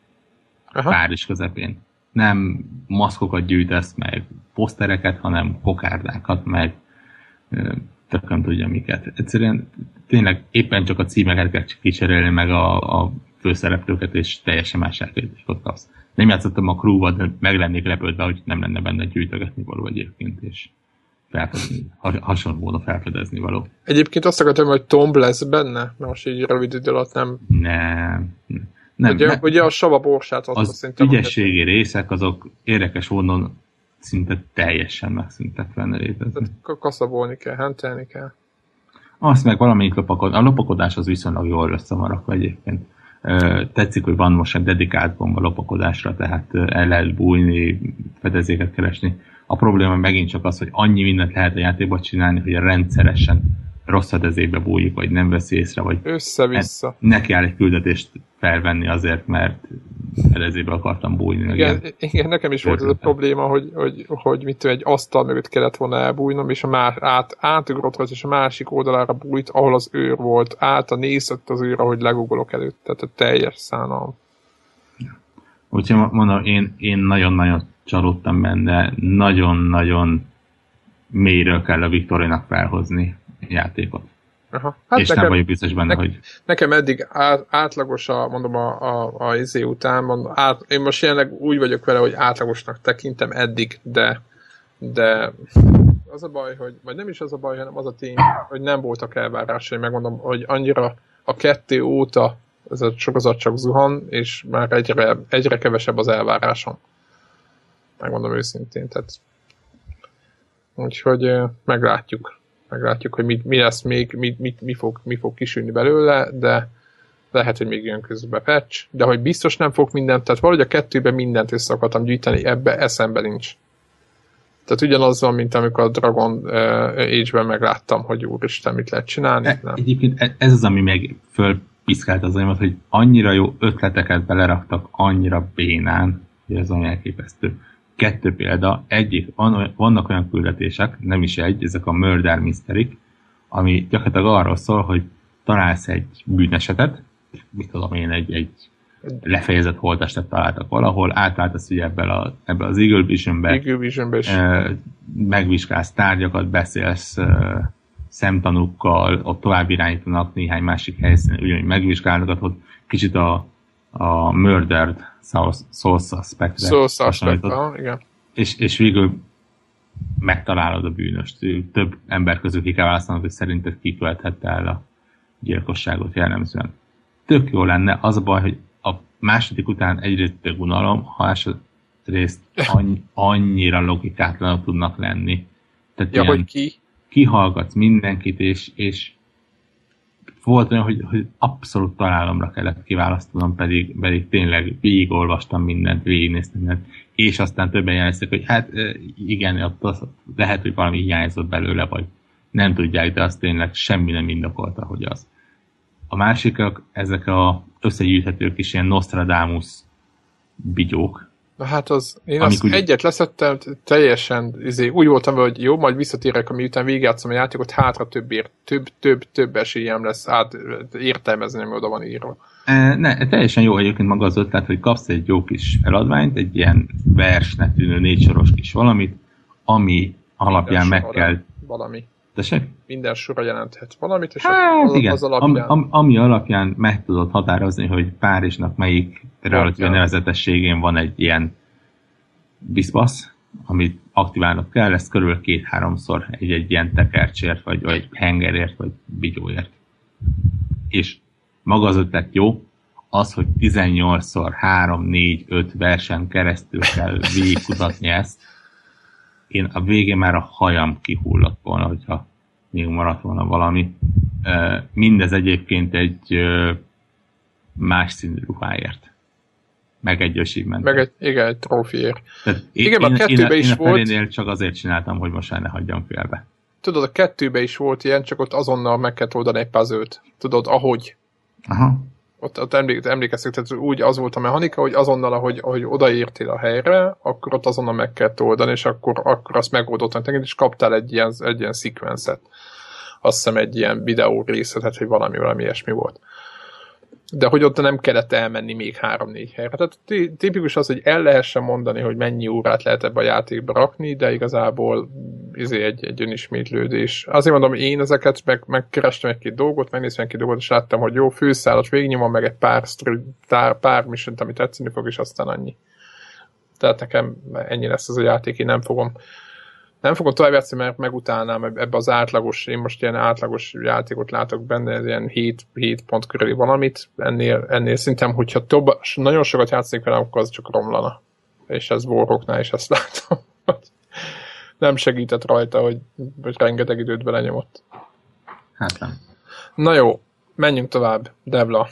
Párizs közepén. Nem maszkokat gyűjtesz meg, posztereket, hanem kokárdákat, meg tök nem tudja miket. Egyszerűen tényleg éppen csak a címeket kell kicserélni, meg a, a főszereplőket, és teljesen más játékot kapsz. Nem játszottam a Crew-val, de meg lennék lepődve, hogy nem lenne benne gyűjtögetni való egyébként, és felfedezni, hasonló módon felfedezni való. Egyébként azt akartam, hogy Tomb lesz benne, mert most így rövid idő alatt nem... Nem. nem ugye, nem. ugye a Sava borsát az szerintem... Az ügyességi hogy... részek, azok érdekes módon szinte teljesen megszűntek benne létezni. Tehát kaszabolni kell, hentelni kell. Azt meg valamelyik lopakod... A lopakodás az viszonylag jól össze van rakva egyébként. Tetszik, hogy van most egy dedikált gomba lopakodásra, tehát el lehet bújni, fedezéket keresni. A probléma megint csak az, hogy annyi mindent lehet a játékban csinálni, hogy rendszeresen rossz fedezékbe bújik, vagy nem veszi észre, vagy össze-vissza. Ne kell egy küldetést felvenni azért, mert fedezékbe akartam bújni. Igen, igen, nekem is volt ez a probléma, hogy, hogy, hogy mit egy asztal mögött kellett volna elbújnom, és a más, át, átugrott volt, és a másik oldalára bújt, ahol az őr volt, át a nézett az őr, ahogy legugolok előtt, tehát a teljes szánalom. Úgyhogy mondom, én, én nagyon-nagyon csalódtam benne, nagyon-nagyon mélyről kell a Victorinak felhozni játékot. Aha. Hát és nekem, nem vagyok biztos benne, nekem, hogy... Nekem eddig át, átlagos a, mondom, a, a, a izé után, mondom, át, én most jelenleg úgy vagyok vele, hogy átlagosnak tekintem eddig, de, de az a baj, hogy, vagy nem is az a baj, hanem az a tény, hogy nem voltak elvárásai, megmondom, hogy annyira a kettő óta ez a sorozat csak zuhan, és már egyre, egyre kevesebb az elvárásom. Megmondom őszintén, tehát úgyhogy meglátjuk. Meglátjuk, hogy mi, mi lesz még, mi, mi, mi, fog, mi fog kisülni belőle, de lehet, hogy még jön közben patch, de hogy biztos nem fog mindent, tehát valahogy a kettőben mindent össze akartam gyűjteni, ebbe eszembe nincs. Tehát ugyanaz van, mint amikor a Dragon uh, Age-ben megláttam, hogy úristen, mit lehet csinálni. E, nem. Egyébként ez az, ami meg fölpiszkált az olyamat, hogy annyira jó ötleteket beleraktak, annyira bénán, hogy ez olyan elképesztő. Kettő példa, egyik, van, vannak olyan küldetések, nem is egy, ezek a murder mystery-k, ami gyakorlatilag arról szól, hogy találsz egy bűnesetet, mit tudom én, egy, egy lefejezett holttestet találtak valahol, átváltasz ugye ebből, a, ebből az Eagle Vision-be, Eagle Vision-be is. E, megvizsgálsz tárgyakat, beszélsz e, szemtanúkkal, ott tovább irányítanak néhány másik helyszínen, ugyanúgy megvizsgálnak, ott kicsit a a Murdered Soul Suspect-re. Soul Suspect, igen. És, és végül megtalálod a bűnöst. Több ember közül ki kell választanod, hogy szerinted ki követhette el a gyilkosságot jellemzően. Tök jó lenne, az a baj, hogy a második után egyrészt több unalom, ha másrészt annyi, annyira logikátlanok tudnak lenni. Tehát ja, hogy ki? Kihallgatsz mindenkit, és, és volt olyan, hogy, hogy abszolút találomra kellett kiválasztanom, pedig, pedig tényleg végigolvastam mindent, végignéztem mindent, és aztán többen jeleztek, hogy hát igen, ott az, lehet, hogy valami hiányzott belőle, vagy nem tudják, de az tényleg semmi nem indokolta, hogy az. A másikak, ezek az összegyűjthetők is ilyen Nostradamus bigyók. Na hát az, én azt úgy... egyet leszettem, teljesen izé, úgy voltam, hogy jó, majd visszatérek, miután végigjátszom a játékot, hátra többért, több, több, több esélyem lesz át értelmezni, ami oda van írva. E, ne, teljesen jó egyébként maga az ötlet, hogy kapsz egy jó kis eladványt, egy ilyen versnek tűnő négysoros kis valamit, ami alapján meg kell... Valami. Tessék? Minden sorra jelenthet valamit, és hát, az, igen. az alapján... Am, am, ami alapján meg tudod határozni, hogy Párizsnak melyik relatív nevezetességén van egy ilyen biszbasz, amit aktiválnod kell, ezt körül két-háromszor egy, egy ilyen tekercsért, vagy, vagy hengerért, vagy bigyóért. És maga az ötlet jó, az, hogy tizennyolcszor három négy öt versen keresztül kell végigkutatni ezt, én a végén már a hajam kihullott volna, hogyha még maradt volna valami. Mindez egyébként egy más színű ruháért. Meg egy achievement. Meg egy, igen, egy trófiért. Igen, én, a kettőben is én a volt. Én csak azért csináltam, hogy most már ne hagyjam félbe. Tudod, a kettőben is volt ilyen, csak ott azonnal meg kellett oldani egy puzzle-t. Tudod, ahogy. Aha. Ott, ott emlék, emlékeztek, tehát úgy az volt a mechanika, hogy azonnal, ahogy, ahogy odaértél a helyre, akkor ott azonnal meg kellett oldani, és akkor, akkor azt megoldottan tegint, és kaptál egy ilyen, egy ilyen szekvencet. Azt hiszem egy ilyen videó részletet, hogy valami, valami ilyesmi volt. De hogy ott nem kellett elmenni még három-négy helyre. Tehát tipikus az, hogy el lehessen mondani, hogy mennyi órát lehet ebbe a játékba rakni, de igazából izé egy, egy önismétlődés. Azért mondom, én ezeket meg, megkerestem egy-két dolgot, megnéztem egy-két dolgot, és láttam, hogy jó, főszállat végignyomom, meg egy pár, pár, pár missiont, ami tetszeni fog, és aztán annyi. Tehát nekem ennyi lesz ez a játék, én nem fogom Nem fogom tovább játszani, mert megutálnám ebbe az átlagos, én most ilyen átlagos játékot látok benne, ez ilyen hét pont körüli valamit, ennél, ennél szintem, hogyha több, nagyon sokat játszik velem, akkor az csak romlana. És ez Warhawknál is ezt látom, hogy nem segített rajta, hogy, hogy rengeteg időt belenyomott. Hát nem. Na jó, menjünk tovább, Devla.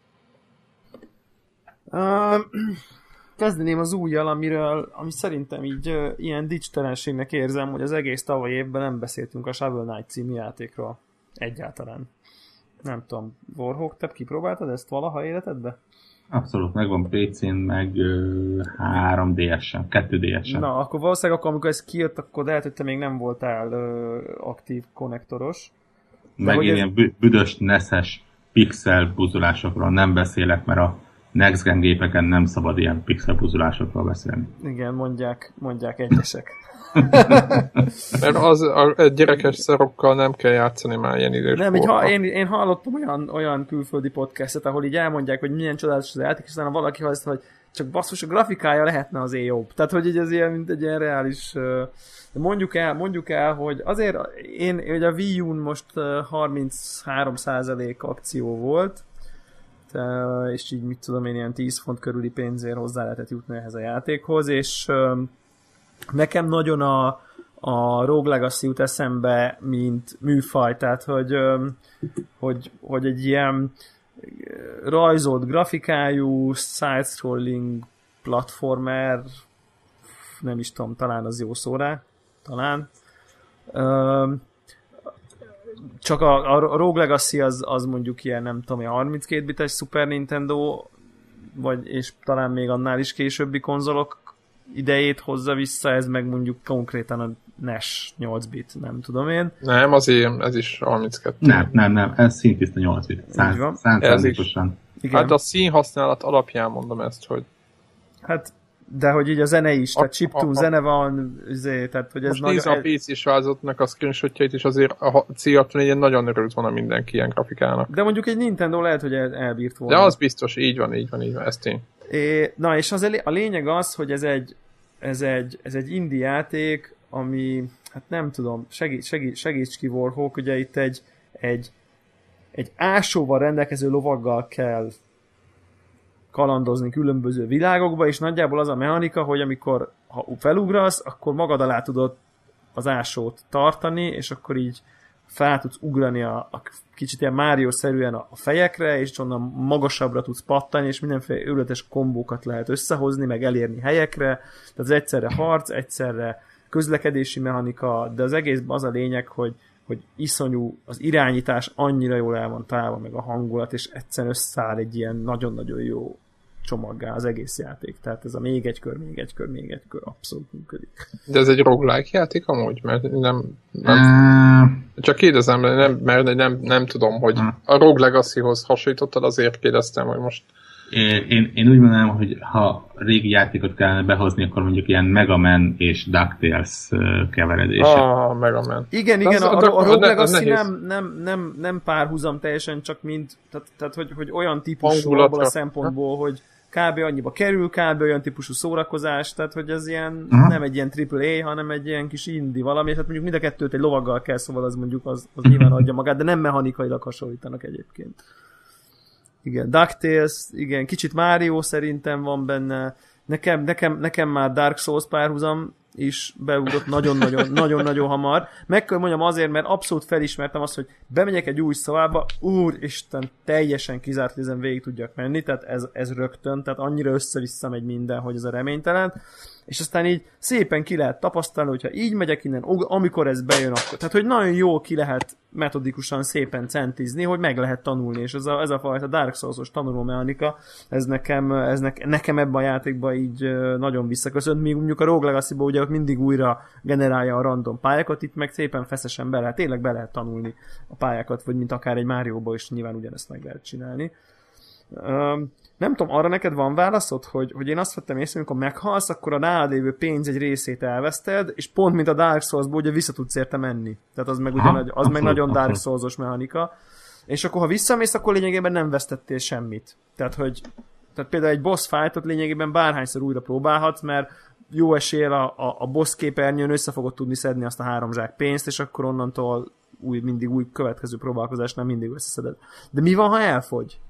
Uh... Kezdeném az újjal, amiről, ami szerintem így uh, ilyen dicstelenségnek érzem, hogy az egész tavaly évben nem beszéltünk a Shovel Knight című játékról. Egyáltalán. Nem tudom, Warhawk, te kipróbáltad ezt valaha életedbe? Abszolút, megvan pé cén, meg uh, három dé es-en, kettő dé es-en. Na, akkor valószínűleg akkor, amikor ez kijött, akkor lehet, hogy te még nem voltál uh, aktív konnektoros. Meg én ez... ilyen büdös, neszes pixel buzulásokról nem beszélek, mert a Next Gen gépeken nem szabad ilyen pixel buzulásokról beszélni. Igen, mondják, mondják egyesek. Mert az a gyerekes szarokkal nem kell játszani már ilyen idős. Nem, így ha, én, én hallottam olyan, olyan külföldi podcastet, ahol így elmondják, hogy milyen csodálatos az játék, és aztán valaki hallott, hogy csak basszus, a grafikája lehetne az jobb. Tehát, hogy így ez ilyen, mint egy ilyen reális... De mondjuk el, mondjuk el, hogy azért én, én ugye a Wii U-n most harminchárom százalék akció volt, és így mit tudom én, ilyen tíz font körüli pénzért hozzá lehetett jutni ehhez a játékhoz, és nekem nagyon a, a Rogue Legacy jut eszembe, mint műfaj, tehát hogy, hogy, hogy egy ilyen rajzolt grafikájú, side-scrolling platformer, nem is tudom, talán az jó szó rá, talán. Csak a, a Rogue Legacy az, az mondjuk ilyen, nem tudom, a harminckét bites Super Nintendo, vagy, és talán még annál is későbbi konzolok idejét hozza vissza, ez meg mondjuk konkrétan a en e es nyolc bit, nem tudom én. Nem, azért ez is harminckettő. Nem, nem, nem, ez színtiszta nyolc bit. Szándékosan. Hát a színhasználat alapján mondom ezt, hogy... Hát, de hogy így a zene is, a, tehát chiptune zene van, azért, tehát hogy ez most nézd a pé cés változatnak a screenshotjait is, azért a cé hatvannégy nagyon örült volna mindenki ilyen grafikának. De mondjuk egy Nintendo lehet, hogy el, elbírt volna. De az biztos, így van, így van, így van, ez tény. É, na, és az a lényeg az, hogy ez egy, ez egy, ez egy indie játék, ami, hát nem tudom, segít, segít, segíts ki Warhawk, ugye itt egy, egy, egy ásóval rendelkező lovaggal kell kalandozni különböző világokba, és nagyjából az a mechanika, hogy amikor ha felugrasz, akkor magad alá tudod az ásót tartani, és akkor így fel tudsz ugrani a, a kicsit ilyen Mario-szerűen a, a fejekre, és onnan magasabbra tudsz pattani, és mindenféle őrületes kombókat lehet összehozni, meg elérni helyekre. Tehát az egyszerre harc, egyszerre közlekedési mechanika, de az egészben az a lényeg, hogy, hogy iszonyú, az irányítás annyira jól el van találva, meg a hangulat, és egyszerűen összeáll egy ilyen nagyon-nagyon jó csomaggá az egész játék. Tehát ez a még egy kör, még egy kör, még egy kör abszolút működik. De ez egy roguelike játék amúgy? Mert nem... nem uh, csak kérdezem, nem, mert nem, nem tudom, hogy uh, a Rogue Legacy-hoz hasonlítottad, azért kérdeztem, hogy most... Én, én, én úgy mondanám, hogy ha régi játékot kellene behozni, akkor mondjuk ilyen Mega Man és DuckTales keveredése. Ah, Mega Man. Igen, igen, a, a, a Rogue Legacy nem, nem, nem, nem párhuzam teljesen, csak mint, tehát, tehát hogy, hogy olyan típusú abból a szempontból, ha? hogy kb. Annyiba kerül, kb. Olyan típusú szórakozás, tehát hogy ez ilyen, uh-huh. nem egy ilyen triple A, hanem egy ilyen kis indie valami, tehát mondjuk mind a kettőt egy lovaggal kell, szóval az mondjuk az, az nyilván adja magát, de nem mechanikailag hasonlítanak egyébként. Igen, DuckTales, igen, kicsit Mario szerintem van benne, nekem, nekem, nekem már Dark Souls párhuzam is beugrott nagyon-nagyon, nagyon-nagyon hamar. Meg kell mondjam azért, mert abszolút felismertem azt, hogy bemegyek egy új szobába, úristen, teljesen kizárt, hogy ezen végig tudjak menni, tehát ez, ez rögtön, tehát annyira össze-vissza megy minden, hogy ez a reménytelen, és aztán így szépen ki lehet tapasztalni, hogyha így megyek innen, amikor ez bejön, akkor. Tehát, hogy nagyon jó ki lehet metodikusan szépen centizni, hogy meg lehet tanulni, és ez a, ez a fajta Dark Souls-os tanulómechanika, ez nekem, ez ne, nekem ebben a játékban így nagyon visszaköszönt, míg mondjuk a Rogue Legacy-ban ugye ott mindig újra generálja a random pályákat, itt meg szépen feszesen be lehet, tényleg be lehet tanulni a pályákat, vagy mint akár egy Mario-ba is nyilván ugyanezt meg lehet csinálni. Um, nem tudom, arra neked van válaszod, hogy, hogy én azt vettem észre, amikor meghalsz, akkor a nálad lévő pénz egy részét elveszted, és pont mint a Dark Souls-ból ugye vissza tudsz érte menni. Tehát az meg, ugye, Aha, az abszolút, meg nagyon Dark Souls-os mechanika. És akkor ha visszamész, akkor lényegében nem vesztettél semmit. Tehát, hogy tehát például egy boss fightot lényegében bárhányszor újra próbálhatsz, mert jó eséllyel a, a, a boss képernyőn össze fogod tudni szedni azt a három zsák pénzt, és akkor onnantól új, mindig új következő próbálkozásnál mindig összeszeded. De mi van, ha elfogy?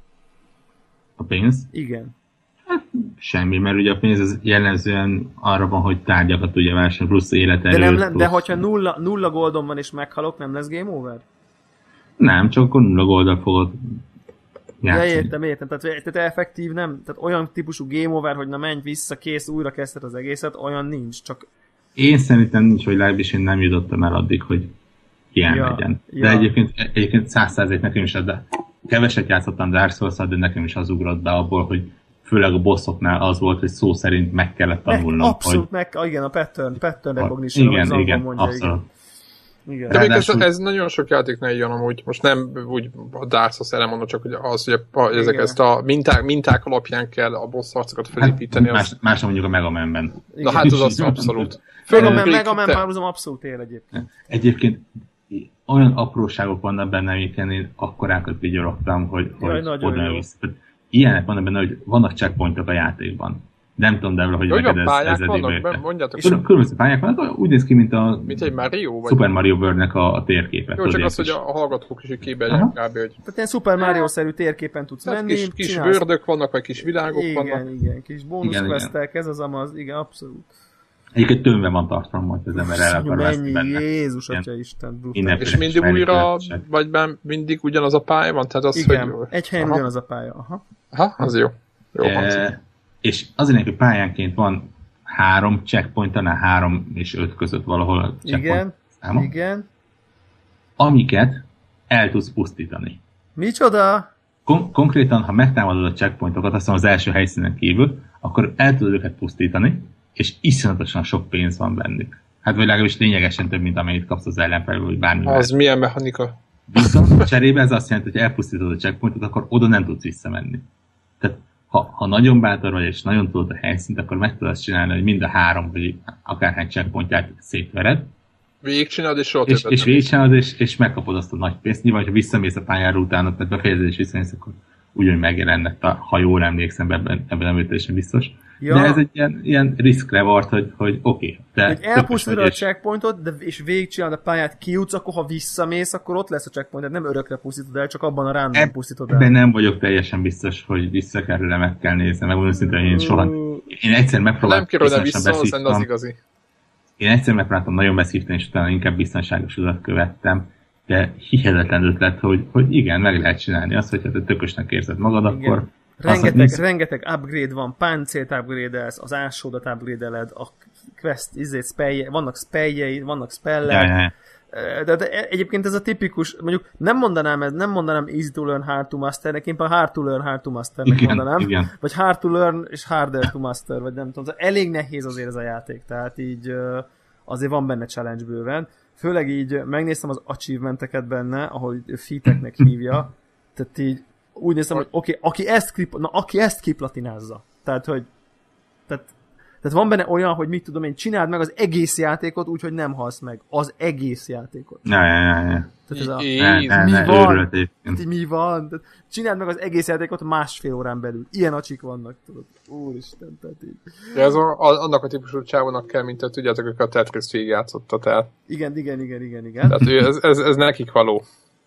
A pénz? Igen. Hát semmi, mert ugye a pénz az jellemzően arra van, hogy tárgyakat tudja vásárolni, plusz életerőt. De, nem, plusz... de hogyha nulla, nulla goldon van és meghalok, nem lesz game over? Nem, csak akkor nulla goldal fogod játszani. Ja, értem, értem. Tehát, tehát effektív nem, tehát olyan típusú game over, hogy na menj vissza, kész, újra kezdted az egészet, olyan nincs, csak... Én szerintem nincs, hogy legalábbis én nem jutottam el addig, hogy ilyen ja, legyen. De ja. egyébként, egyébként száz százalék nekem is, de keveset játszottam Dark Souls-al, de nekem is az ugrott be abból, hogy főleg a bossoknál az volt, hogy szó szerint meg kellett tanulnom. Meg, abszolút hogy... meg, igen, a pattern, pattern recognition, igen, igen, mondja, abszolút. Igen. De még ez, ez nagyon sok játéknál jön amúgy, most nem úgy a Dark Souls elmondom, csak hogy az, hogy a, ezek ezt a minták, minták alapján kell a boss harcokat felépíteni. Hát, más, más mondjuk a Mega Man-ben. Na hát az az abszolút. Mega Man, Mega Man párhuzam abszolút él egyébként. Egyébként olyan apróságok vannak benne, amiken én akkorákat vigyorogtam, hogy, hogy oda vissza. Ilyenek vannak benne, hogy vannak checkpointok a játékban. Nem tudom, Devla, hogy neked ez, ez eddig mondjátok. Különböző pályák vannak, úgy néz ki, mint a mint egy Mario, vagy Super Mario World-nek a, a térképe. Jó, csak az, hogy a hallgatók is képbeljek kb. Hogy... Tehát ilyen Super Mario-szerű térképen tudsz tehát menni. Kis, kis bőrdök vannak, vagy kis világok igen, vannak. Igen, igen, kis bónuszquestek, ez az amaz, igen, abszolút. Egyébként tömve van tartalom, hogy az ember el akar veszni benne. Jézus, atya Isten, brutál. És mindig újra, vagy mindig ugyanaz a pálya van? Tehát az, igen, hogy... egy helyen ugyanaz a pálya. Aha, Aha az jó. jó e, és azért, hogy pályánként van három checkpoint, talán három és öt között valahol a checkpoint igen, számok, igen. amiket el tudsz pusztítani. Micsoda? Kon- konkrétan, ha megtámadod a checkpointokat, azt az első helyszínen kívül, akkor el tudod őket pusztítani, és iszonyatosan sok pénz van bennük. Hát vagy legalábbis lényegesen több, mint amennyit kapsz az ellenfelből, vagy bármi. Az milyen mechanika? Viszont cserébe ez azt jelenti, hogy elpusztítod a checkpointot, akkor oda nem tudsz visszamenni. Tehát ha, ha nagyon bátor vagy, és nagyon tudod a helyszínt, akkor meg tudod azt csinálni, hogy mind a három, vagy akárhány checkpointját szétvered. Végigcsinálod, és soha És, és végigcsinálod, és, és megkapod azt a nagy pénzt. Nyilván, ha visszamész a pályára utána, tehát befejezed és visszamész, akkor ugyanúgy megjelennek, ha jól emlékszem, ebben, ebben nem teljesen biztos. Ja. De ez egy ilyen, ilyen risk-reward, hogy, hogy oké. Okay, hogy elpusztítod a checkpointot, de, és végigcsinálod a pályát, kijutsz, akkor ha visszamész, akkor ott lesz a checkpoint, tehát nem örökre pusztítod el, csak abban a random Eb- pusztítod el. Ebben nem vagyok teljesen biztos, hogy vissza kell, meg kell nézni, megmondom szintén, hogy én soha... Én egyszer megpróbáltam... Nem kerülne vissza, az igazi. Én egyszer megpróbáltam nagyon beszívteni, és utána inkább biztonságos utat követtem, de hihetetlen ötlet, hogy, hogy igen, meg lehet csinálni azt, hogy te tökösnek érzed magad, igen. Akkor... Rengeteg, néz... rengeteg upgrade van, páncélt upgrade-elsz, az ásódat upgrade-eled, a quest, izét, spellje, vannak spelljei, vannak spellek. Ja, ja, ja. De, de egyébként ez a tipikus, mondjuk nem mondanám, ez, nem mondanám easy to learn, hard to master, én a hard to learn, hard to masternek igen, mondanám. Igen. Vagy hard to learn és harder to master, vagy nem tudom. Elég nehéz azért ez a játék, tehát így azért van benne challenge bőven. Főleg így megnéztem az achievementeket benne, ahogy feateknek hívja, tehát így úgy néztem, hogy oké, okay, aki ezt kip, na, aki ezt kiplatinázza. Tehát, hogy tehát, tehát van benne olyan, hogy mit tudom én, csináld meg az egész játékot úgy, hogy nem halsz meg. Az egész játékot. Ja, ja, ja, ja. Tehát ez a... Ne, ne, mi, ne, van? Tehát, mi van? Tehát, csináld meg az egész játékot másfél órán belül. Ilyen acsik vannak, tudod. Úristen, tehát így. Ja, ez a, a, annak a típusú csávónak kell, mint hogy tudjátok, hogy a Tetris végigjátszottad el. Igen, igen, igen, igen, igen. Tehát ez, ez, ez nekik való.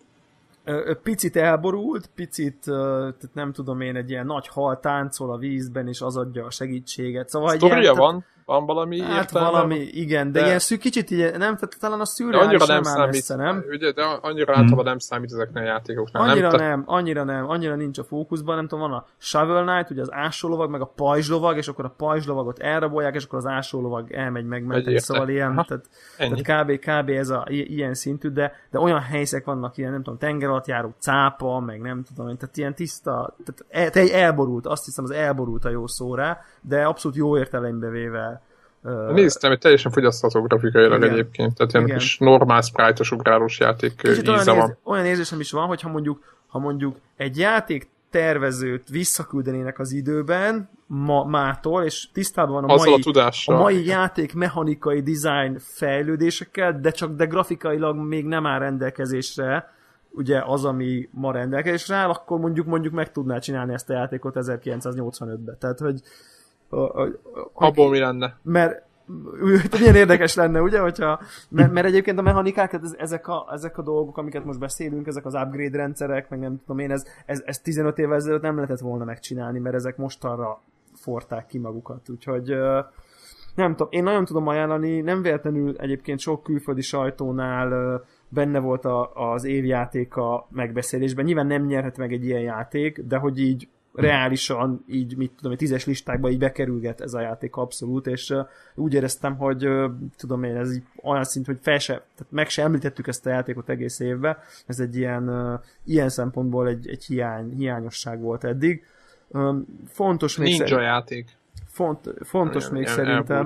Picit elborult, picit, tehát nem tudom én, egy ilyen nagy hal táncol a vízben, és az adja a segítséget. Szóval sztoria ilyen, van? Van valami hát értelme? valami, igen, de, de ilyen szű, kicsit így, nem, tehát talán a szürreális nem áll messze, nem? Ugye, de annyira általában hmm. nem számít ezeknél a játékoknál. Annyira nem, nem, annyira nem, annyira nincs a fókuszban, nem tudom, van a Shovel Knight, ugye az ásólovag, meg a pajzslovag, és akkor a pajzslovagot elrabolják, és akkor az ásólovag elmegy megmenteni, szóval ilyen, ha, tehát, tehát kb. kb. Ez a ilyen szintű, de, de olyan helyszek vannak, ilyen, nem tudom, tenger alatt járó cápa, meg nem tudom, tehát ilyen tiszta, tehát egy elborult, azt hiszem, az elborult a jó szó rá, de abszolút jó értelembe véve. Néztem, hogy teljesen fogyasztható grafikailag igen. Egyébként, tehát ilyen kis normál sprite-os ugrálós játék kicsit íze olyan, érz, olyan érzésem is van, hogy ha mondjuk, ha mondjuk egy játék tervezőt visszaküldenének az időben ma, mától, és tisztában van a mai, a, a mai játék mechanikai design fejlődésekkel, de csak de grafikailag még nem áll rendelkezésre ugye az, ami ma rendelkezésre áll, akkor mondjuk mondjuk meg tudná csinálni ezt a játékot ezerkilencszáznyolcvanötben. Tehát, hogy A, a, a, abból mi lenne? Mert milyen érdekes lenne, ugye, hogyha, mert, mert egyébként a mechanikák, ezek a, ezek a dolgok, amiket most beszélünk, ezek az upgrade rendszerek, meg nem tudom én, ez, ez, ez tizenöt évvel ezelőtt nem lehetett volna megcsinálni, mert ezek mostanra forták ki magukat, úgyhogy nem tudom, én nagyon tudom ajánlani, nem véletlenül egyébként sok külföldi sajtónál benne volt a, az évjátéka megbeszélésben, nyilván nem nyerhet meg egy ilyen játék, de hogy így reálisan így, mit tudom, tízes listákba így bekerülget ez a játék abszolút, és uh, úgy éreztem, hogy uh, tudom én, ez így olyan szint, hogy fel se, tehát meg se említettük ezt a játékot egész évben, ez egy ilyen, uh, ilyen szempontból egy, egy hiány, hiányosság volt eddig. Um, fontos még Ninja szerint, játék. Font, fontos el, még el, szerintem, elbújt.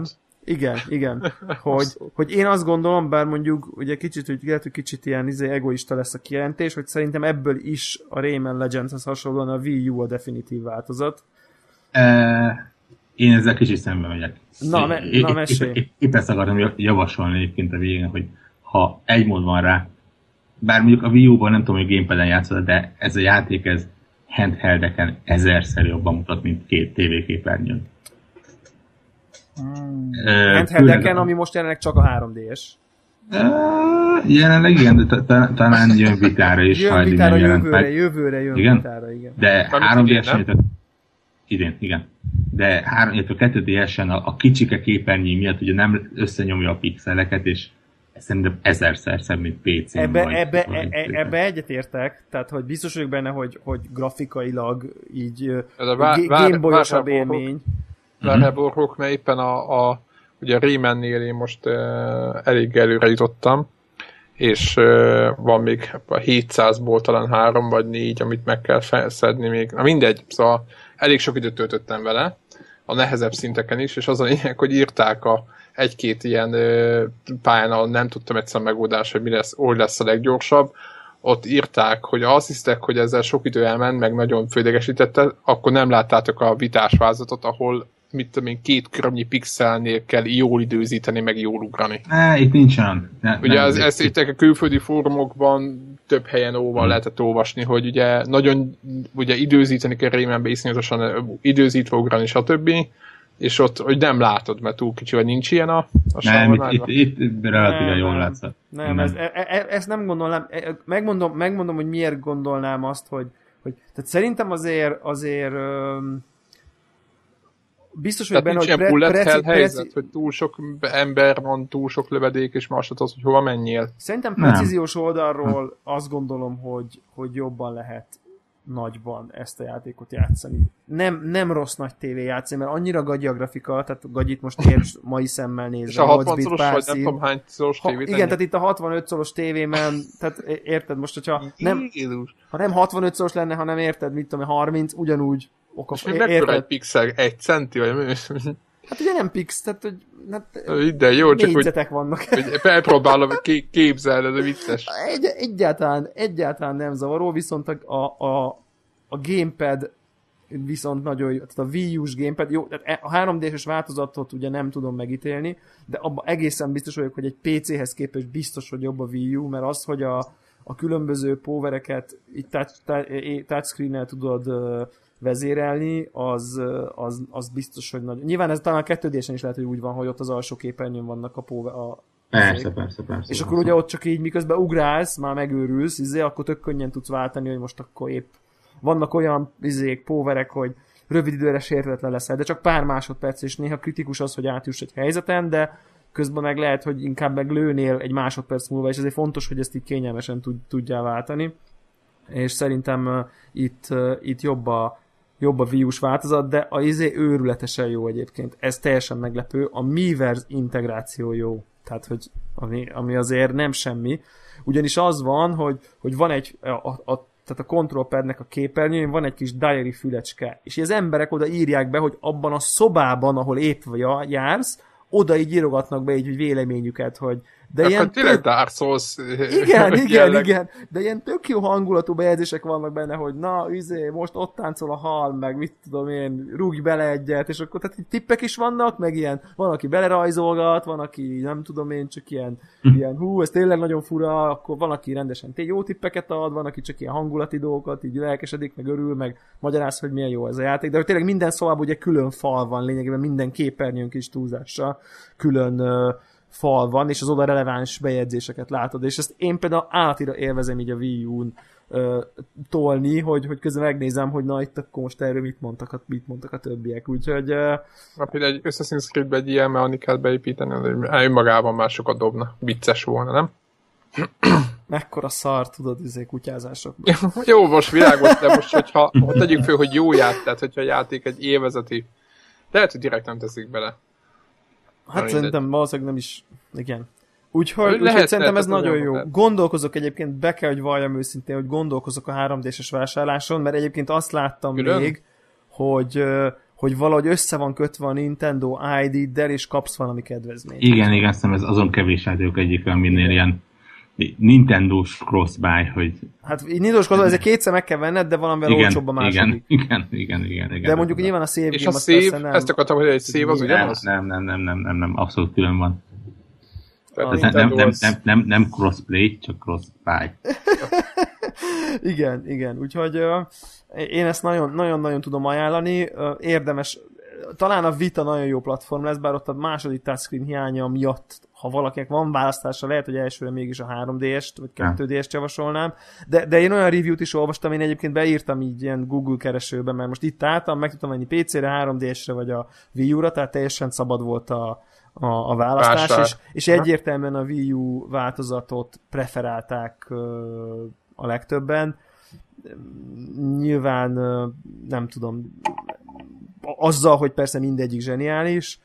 Igen, igen. Hogy, hogy én azt gondolom, bár mondjuk ugye kicsit, hogy lehet, hogy kicsit ilyen izé, egoista lesz a kijelentés, hogy szerintem ebből is a Rayman Legends-hez hasonlóan a Wii U a definitív változat. E, én ezzel kicsit szembe megyek. Na, me, na mesélj. Épp ezt akartam javasolni egyébként a végén, hogy ha egy mód van rá, bár mondjuk a Wii U-ban nem tudom, hogy gamepaden játszol, de ez a játék, ez handheldeken ezerszer jobban mutat, mint két tévéképernyőn. Hmm. Uh, handheldeken, ami most jelenleg csak a három dé-es. Uh, jelenleg igen, de talán jön vitára is. Jön vitára jövőre, jövőre jön igen? vitára, igen. De három dé-esen, idén, igen. De kettő dé-esen a, a kicsike képernyő miatt ugye nem összenyomja a pixeleket, és szerintem ezerszer szebb, mint pé cén. Ebbe, vagy, ebbe, vagy e, ebbe egyetértek, tehát hogy biztos vagyok benne, hogy, hogy grafikailag így Gameboy-osabb élmény. Várjáborok, mert éppen a, a ugye a Raymannél én most uh, elég előre jutottam, és uh, van még a hétszázból talán három vagy négy, amit meg kell szedni még. Na mindegy, szóval elég sok időt töltöttem vele, a nehezebb szinteken is, és az a lényeg, hogy írták a egy-két ilyen uh, pályán, ahol nem tudtam egyszerűen megoldás, hogy mi lesz, hogy lesz a leggyorsabb, ott írták, hogy azt hisztek, hogy ezzel sok idő elment, meg nagyon fődegesítette, akkor nem láttátok a vitás vázatot, ahol mit tudom én, két körömnyi pixelnél kell jól időzíteni, meg jól ugrani. Á, itt nincs olyan. Ne, ugye ez, ezt itt a külföldi fórumokban több helyen óval hmm. lehetett olvasni, hogy ugye nagyon ugye időzíteni kell Raymanbe, iszonyatosan időzítve ugrani, stb. És ott, hogy nem látod, mert túl kicsi, vagy nincs ilyen a, a nem, itt, itt, itt relatíve jól látszott. Nem, nem. Ez, e, e, ezt nem gondolnám, megmondom, megmondom, hogy miért gondolnám azt, hogy, hogy tehát szerintem azért, azért öm, biztos, hogy benne, hogy pre, bullet preci, hell helyzet, preci... hogy túl sok ember van, túl sok lövedék, és más az, hogy hova menjél. Szerintem precíziós oldalról azt gondolom, hogy, hogy jobban lehet nagyban ezt a játékot játszani. Nem, nem rossz nagy tévé játszani, mert annyira gagyi a grafika, tehát a gagyit most érts mai szemmel nézve. És a hatvan szoros, vagy nem tudom hány szoros tévét. Ha, igen, tehát itt a hatvanöt szoros tévében, tehát érted most, hogyha nem, ha nem hatvanöt szoros lenne, hanem érted, mit tudom, harminc, ugyanúgy okaf. És még mekkora egy pixel? Egy centi, vagy mi? Hát ugye nem pix, tehát hogy hát, de jó, csak négyzetek hogy, vannak. Hogy elpróbálom képzelni, de vicces. Egy, egyáltalán, egyáltalán nem zavaró, viszont a, a, a gamepad viszont nagyon jó, tehát a Wii U-s gamepad, jó, tehát a három dé-es változatot ugye nem tudom megítélni, de abban egészen biztos vagyok, hogy egy pé céhez képest biztos, hogy jobb a Wii U, mert az, hogy a, a különböző powereket itt touch, touchscreen-nel tudod vezérelni, az, az, az biztos, hogy nagy. Nyilván ez talán a kettő dé-esen is lehet, hogy úgy van, hogy ott az alsó képernyőn vannak a power, a Persze, persze, persze. És akkor ugye ott csak így miközben ugrálsz, már megőrülsz, izé, akkor tök könnyen tudsz váltani, hogy most akkor épp vannak olyan izék, powerek, hogy rövid időre sértetlen leszel, de csak pár másodperc, és néha kritikus az, hogy átjuss egy helyzeten, de közben meg lehet, hogy inkább meg lőnél egy másodperc múlva, és ezért fontos, hogy ezt így kényelmesen tud, tudjál váltani. És szerintem uh, itt, uh, itt jobb a, jobb a Wii U-s változat, de a izé őrületesen jó egyébként. Ez teljesen meglepő. A Miiverse integráció jó. Tehát, hogy ami, ami azért nem semmi. Ugyanis az van, hogy, hogy van egy a, a, tehát a control padnek a képernyőjén van egy kis diary fülecske, és az emberek oda írják be, hogy abban a szobában, ahol épp jársz, oda így írogatnak be így, hogy véleményüket, hogy de akkor ilyen tényleg tök... Dark Souls igen, igen, jelleg. igen, de ilyen tök jó hangulatú bejegyzések vannak benne, hogy na, izé, most ott táncol a hal, meg mit tudom én, rúgj bele egyet, és akkor tehát tippek is vannak, meg ilyen, van, aki belerajzolgat, van, aki nem tudom én, csak ilyen, hm. ilyen hú, ez tényleg nagyon fura, akkor van, aki rendesen jó tippeket ad, van, aki csak ilyen hangulati dolgokat, így lelkesedik, meg örül, meg magyaráz, hogy milyen jó ez a játék, de hogy tényleg minden szobában ugye külön fal van, lényegében minden képernyőn kis túlzással külön uh, fal van, és az oda releváns bejegyzéseket látod, és ezt én például állatira élvezem így a Wii U-n uh, tolni, hogy, hogy közben megnézem, hogy na itt akkor most erről mit mondtak a, mit mondtak a többiek, úgyhogy... Uh, na például egy Assassin's Creed-be egy ilyen mechanikát beépíteni, önmagában már sokat dobna, vicces volna, nem? Mekkora szar, tudod, izé kutyázások. Jó, most világos, de most, hogyha ha tegyük föl, hogy jó játék, tehát hogyha a játék egy élvezeti, lehet, hogy direkt nem teszik bele. Hát na, szerintem mindegy. Valószínűleg nem is, igen. Úgyhogy, lehet, úgyhogy szerintem lehet, ez nagyon jó. Lehet. Gondolkozok egyébként, be kell, hogy valljam őszintén, hogy gondolkozok a három dé-es vásárláson, mert egyébként azt láttam Külön? még, hogy, hogy valahogy össze van kötve a Nintendo I D-del, és kapsz valami kedvezményt. Igen, igen, azt ez azon kevés játékok egyik, aminél ilyen Nintendo-s cross-buy, hogy... Hát így Nintendo-s cross-buy, ezért kétszer meg kell venned, de valamivel igen, olcsóbb a második. Igen, igen, igen, igen. De mondjuk nyilván a save és game... És a save, nem... ezt akartam, hogy egy save az ugyanaz? Nem, nem, nem, nem, nem, nem, abszolút külön van. Nem, nem, nem, nem, nem, nem crossplay, csak crossbuy. Igen, igen, úgyhogy uh, én ezt nagyon-nagyon tudom ajánlani, uh, érdemes, talán a Vita nagyon jó platform lesz, bár ott a második touchscreen hiánya miatt, ha valakinek van választása, lehet, hogy elsőre mégis a három dé est, vagy kettő dé est javasolnám, de, de én olyan review-t is olvastam, én egyébként beírtam így ilyen Google keresőben, mert most itt álltam, meg tudtam menni pé cére, három dé esre, vagy a Wii U-ra, tehát teljesen szabad volt a A, a választás, és, és egyértelműen a Wii U változatot preferálták uh, a legtöbben. Nyilván uh, nem tudom, azzal, hogy persze mindegyik zseniális.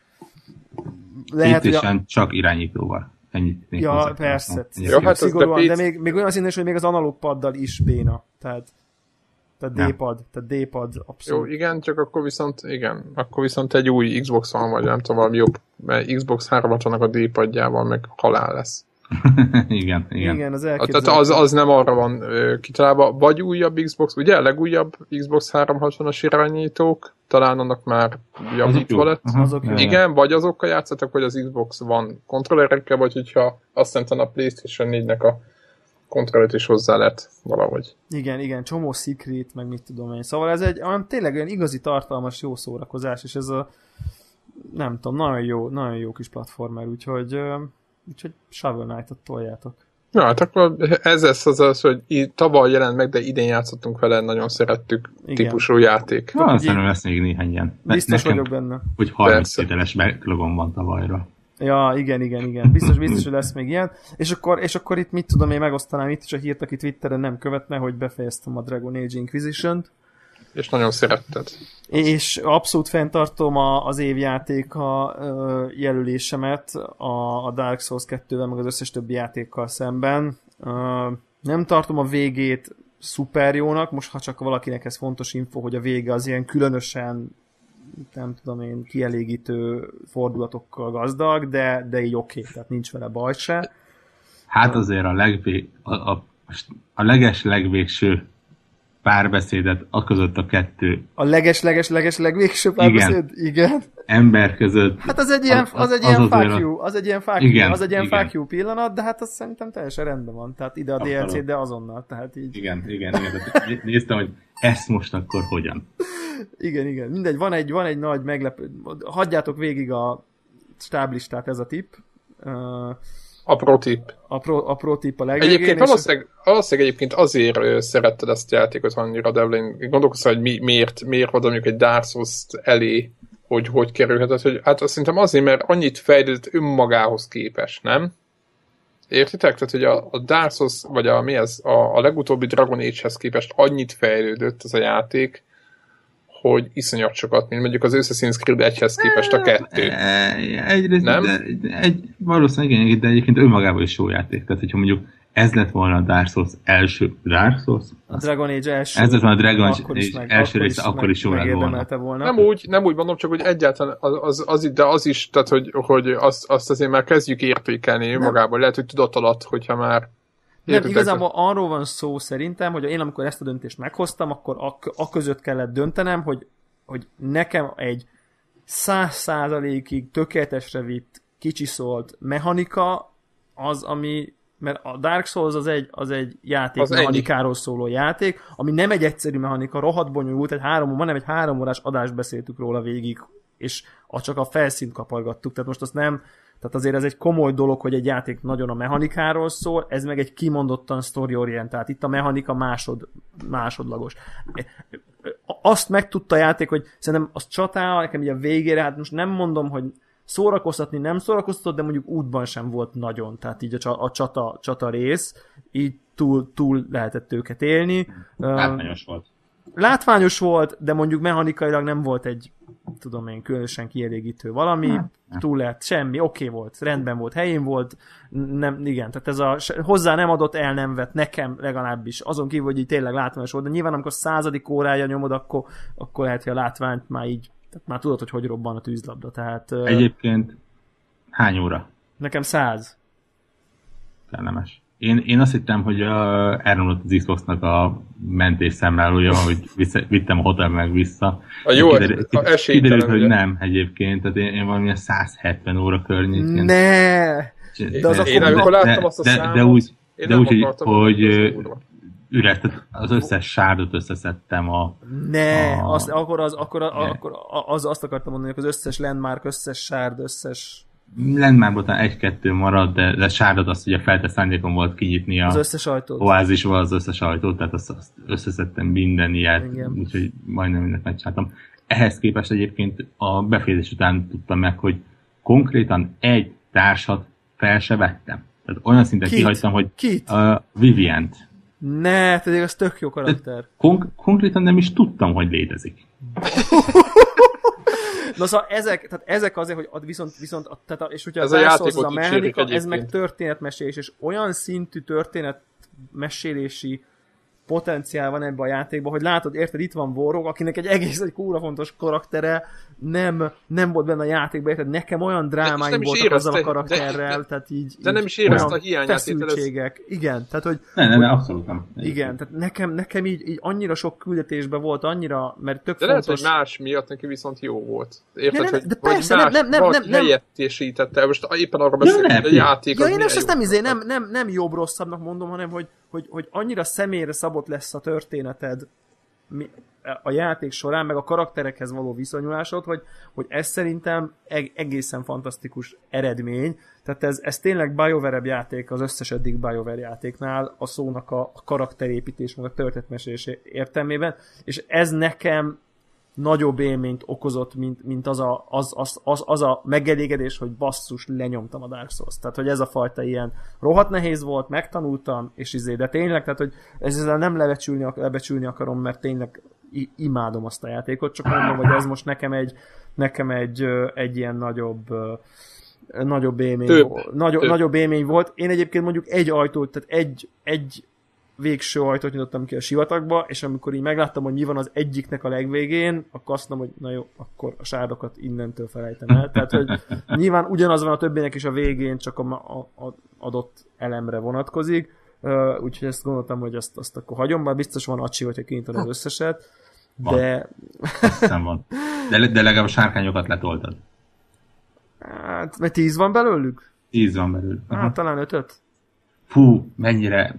Lehet, hogy a... csak irányítóval. Ennyit ja, hozzá, persze. Jó, hát szigorúan, de, de még, még olyan szinten is, hogy még az analóg paddal is béna. Tehát Tehát D-pad, tehát D-pad abszolút. Jó, igen, csak akkor viszont, igen, akkor viszont egy új Xbox van, vagy nem tudom, valami jobb, mert Xbox háromszázhatvannak a D-padjával meg halál lesz. igen, igen. Igen, az Tehát az, az nem arra van ö, kitalálva, vagy újabb Xbox, ugye a legújabb Xbox háromszázhatvanas irányítók, talán annak már javítva lett. Azok igen, vagy azokkal játszatok, hogy az Xbox van kontrollerekkel, vagy hogyha azt hiszem a PlayStation négynek a kontrollet is hozzá lett valahogy. Igen, igen, csomó secret, meg mit tudom én. Szóval ez egy olyan, tényleg olyan igazi tartalmas, jó szórakozás, és ez a nem tudom, nagyon jó, nagyon jó kis platformer, úgyhogy, úgyhogy Shovel Knight-ot toljátok. Na, hát akkor ez lesz az az, hogy tavaly jelent meg, de idén játszottunk vele, nagyon szerettük igen. típusú játék. Na, szerintem lesz még néhány ilyen. Biztos vagyok benne. Hogy harminc tételes backlogom van tavalyra. Ja, igen, igen, igen. Biztos, biztos, hogy lesz még ilyen. És akkor, és akkor itt mit tudom, én megosztanám itt is a hírt, aki Twitteren nem követne, hogy befejeztem a Dragon Age Inquisition-t. És nagyon szeretted. És abszolút fenntartom a, az évjátéka jelölésemet a, a Dark Souls kettővel, meg az összes többi játékkal szemben. Nem tartom a végét szuper jónak, most ha csak valakinek ez fontos info, hogy a vége az ilyen különösen nem tudom én, kielégítő fordulatokkal gazdag, de, de így oké, okay, tehát nincs vele baj se. Hát azért a, legvég, a, a, a leges legvégső párbeszédet a között a kettő. A leges-leges-leges legvégső párbeszéd? Igen. Igen. Ember között. Hát az egy ilyen, az, az egy ilyen fuck you, az egy ilyen fuck you, az egy ilyen fuck you pillanat, de hát az szerintem teljesen rendben van. Tehát ide a dé el cé, de azonnal. Tehát így. Igen, igen, igen. Néztem, hogy ezt most akkor hogyan. Igen, igen. Mindegy, van egy, van egy nagy meglepő. Hagyjátok végig a stáblistát, ez a tipp. Uh, A pro tip. A pro, a pro tip a legvégén. Egyébként valószínűleg, valószínűleg egyébként azért ö, szeretted ezt a játékot annyira, de én gondolkoztam, hogy mi, miért, miért oda mondjuk egy Dark Souls elé, hogy hogy kerülhetett, hogy hát azt szerintem azért, mert annyit fejlődött önmagához képes, nem? Értitek? Tehát, hogy a, a Dark Souls, vagy a, mi ez, a, a legutóbbi Dragon Age-hez képest annyit fejlődött ez a játék, hogy iszonyat sokat, mint mondjuk az Assassin's Creed egyhez képest a kettő. Egyrészt, nem? De, egy, valószínűleg igen, de egyébként önmagában is jó játék. Tehát, hogyha mondjuk ez lett volna a Dark Souls első Dark Souls? A Dragon Age első. Ez lett volna a Dragon Age első része, akkor is jó lett volna. volna. Nem úgy, nem úgy mondom, csak hogy egyáltalán az, az, az, de az is, tehát, hogy, hogy azt, azt azért már kezdjük értékelni önmagában. Lehet, hogy tudat alatt, hogyha már nem, igazából arról van szó szerintem, hogy én amikor ezt a döntést meghoztam, akkor a, a között kellett döntenem, hogy, hogy nekem egy száz százalékig tökéletesre vitt, kicsiszolt mechanika az, ami, mert a Dark Souls az egy, az egy játék, az mechanikáról ennyi. Szóló játék, ami nem egy egyszerű mechanika, rohadt bonyolult, egy három, majdnem egy három órás adást beszéltük róla végig, és a, csak a felszínt kapargattuk, tehát most azt nem. Tehát azért ez egy komoly dolog, hogy egy játék nagyon a mechanikáról szól, ez meg egy kimondottan story-orientált. Itt a mechanika másod, másodlagos. Azt megtudta a játék, hogy szerintem az csatával, nekem így a végére, hát most nem mondom, hogy szórakoztatni nem szórakoztatott, de mondjuk útban sem volt nagyon. Tehát így a, a csata, csata rész, így túl, túl lehetett őket élni. Látványos volt. Látványos volt, de mondjuk mechanikailag nem volt egy, tudom én, különösen kielégítő valami, nem. Túl lehet semmi, oké okay volt, rendben volt, helyén volt, nem, igen, tehát ez a hozzá nem adott, el nem vett, nekem legalábbis, azon kívül, hogy így tényleg látványos volt, de nyilván amikor a századik órája nyomod, akkor, akkor lehet, hogy a látványt már így Tehát már tudod, hogy hogy robban a tűzlabda. Tehát, egyébként hány óra? Nekem száz. Kellemes. Én, én azt hittem, hogy uh, elromlott az Xboxnak a mentés számlálója, hogy vissza, vittem a hotel meg vissza. A jó, kiderült, kiderült, hogy nem egyébként, tehát én, én valamilyen száz hetven óra környékén. Ne! De az én amikor láttam azt a de, számot, de úgy, de úgy hogy, akartam, hogy üres, tehát az összes sárdot összeszedtem a... Ne! A, azt, akkor, az, akkor, a, ne. akkor az, azt akartam mondani, hogy az összes landmark, összes sárd, összes... Landmarkban talán egy-kettő marad, de, de sárdot azt ugye feltett szándékom volt kinyitni a az összes ajtót. oázisval az összes ajtót, tehát azt, azt összeszedtem minden ilyet, úgyhogy majdnem mindent megcsináltam. Ehhez képest egyébként a befejezés után tudtam meg, hogy konkrétan egy társat fel se vettem. Tehát olyan szinten Kit? kihagytam, hogy Kit? a Vivient. Ne, pedig az tök jó karakter. Konk- konkrétan nem is tudtam, hogy létezik. Na szóval ezek, tehát ezek azért, hogy viszont, viszont tehát, és hogyha ez a a játék játékot a mechanika, ez meg egyébként. történetmesélés, és olyan szintű történetmesélési potenciál van ebben a játékban, hogy látod, érted, itt van Warhawk, akinek egy egész egy kúra fontos karaktere nem, nem volt benne a játékban, érted, nekem olyan drámáim voltak érezte, azzal a karakterrel, de, tehát így... De így nem is érezte a hiányát. Feszültségek. Igen, tehát hogy... Ne, ne, ne, abszolút nem. Igen, tehát nekem, nekem így, így annyira sok küldetésben volt, annyira, mert tök de fontos... lehet, hogy más miatt neki viszont jó volt. Érted, ne, ne, hogy, de persze, hogy más, nem, nem, nem, nem, helyettesítette. Most éppen arra beszélünk, hogy a játék ja, az én milyen ezt jó. nem, izé, nem, nem, nem jobb-rosszabbnak mondom, hanem hogy, hogy, hogy annyira személyre szabott lesz a történeted a játék során, meg a karakterekhez való viszonyulásod, hogy, hogy ez szerintem egészen fantasztikus eredmény. Tehát ez, ez tényleg BioWare-ebb játék az összes eddig BioWare játéknál, a szónak a karakterépítés, meg a történetmesélés értelmében, és ez nekem nagyobb élményt okozott, mint, mint az, a, az, az, az, az a megelégedés, hogy basszus, lenyomtam a Dark Souls. Tehát, hogy ez a fajta ilyen rohadt nehéz volt, megtanultam, és izé, de tényleg, tehát, hogy ezzel nem lebecsülni, lebecsülni akarom, mert tényleg imádom azt a játékot, csak mondom, hogy ez most nekem egy, nekem egy, egy ilyen nagyobb nagyobb élmény, több, volt. Nagyobb, több. nagyobb élmény volt. Én egyébként mondjuk egy ajtót, tehát egy, egy végső ajtót nyitottam ki a sivatagba, és amikor így megláttam, hogy mi van az egyiknek a legvégén, akkor azt mondom, hogy na jó, akkor a sárdokat innentől felejtem el. Tehát, hogy nyilván ugyanaz van a többinek is a végén, csak a, a, a adott elemre vonatkozik. Uh, úgyhogy ezt gondoltam, hogy azt, azt akkor hagyom, bár biztos van acsi, hogyha kinyitod az összeset. De... Van. van. De, de legalább a sárkányokat letoltad. Hát, mert tíz van belőlük? Tíz van belőlük. Hát talán ötöt. Fú, mennyire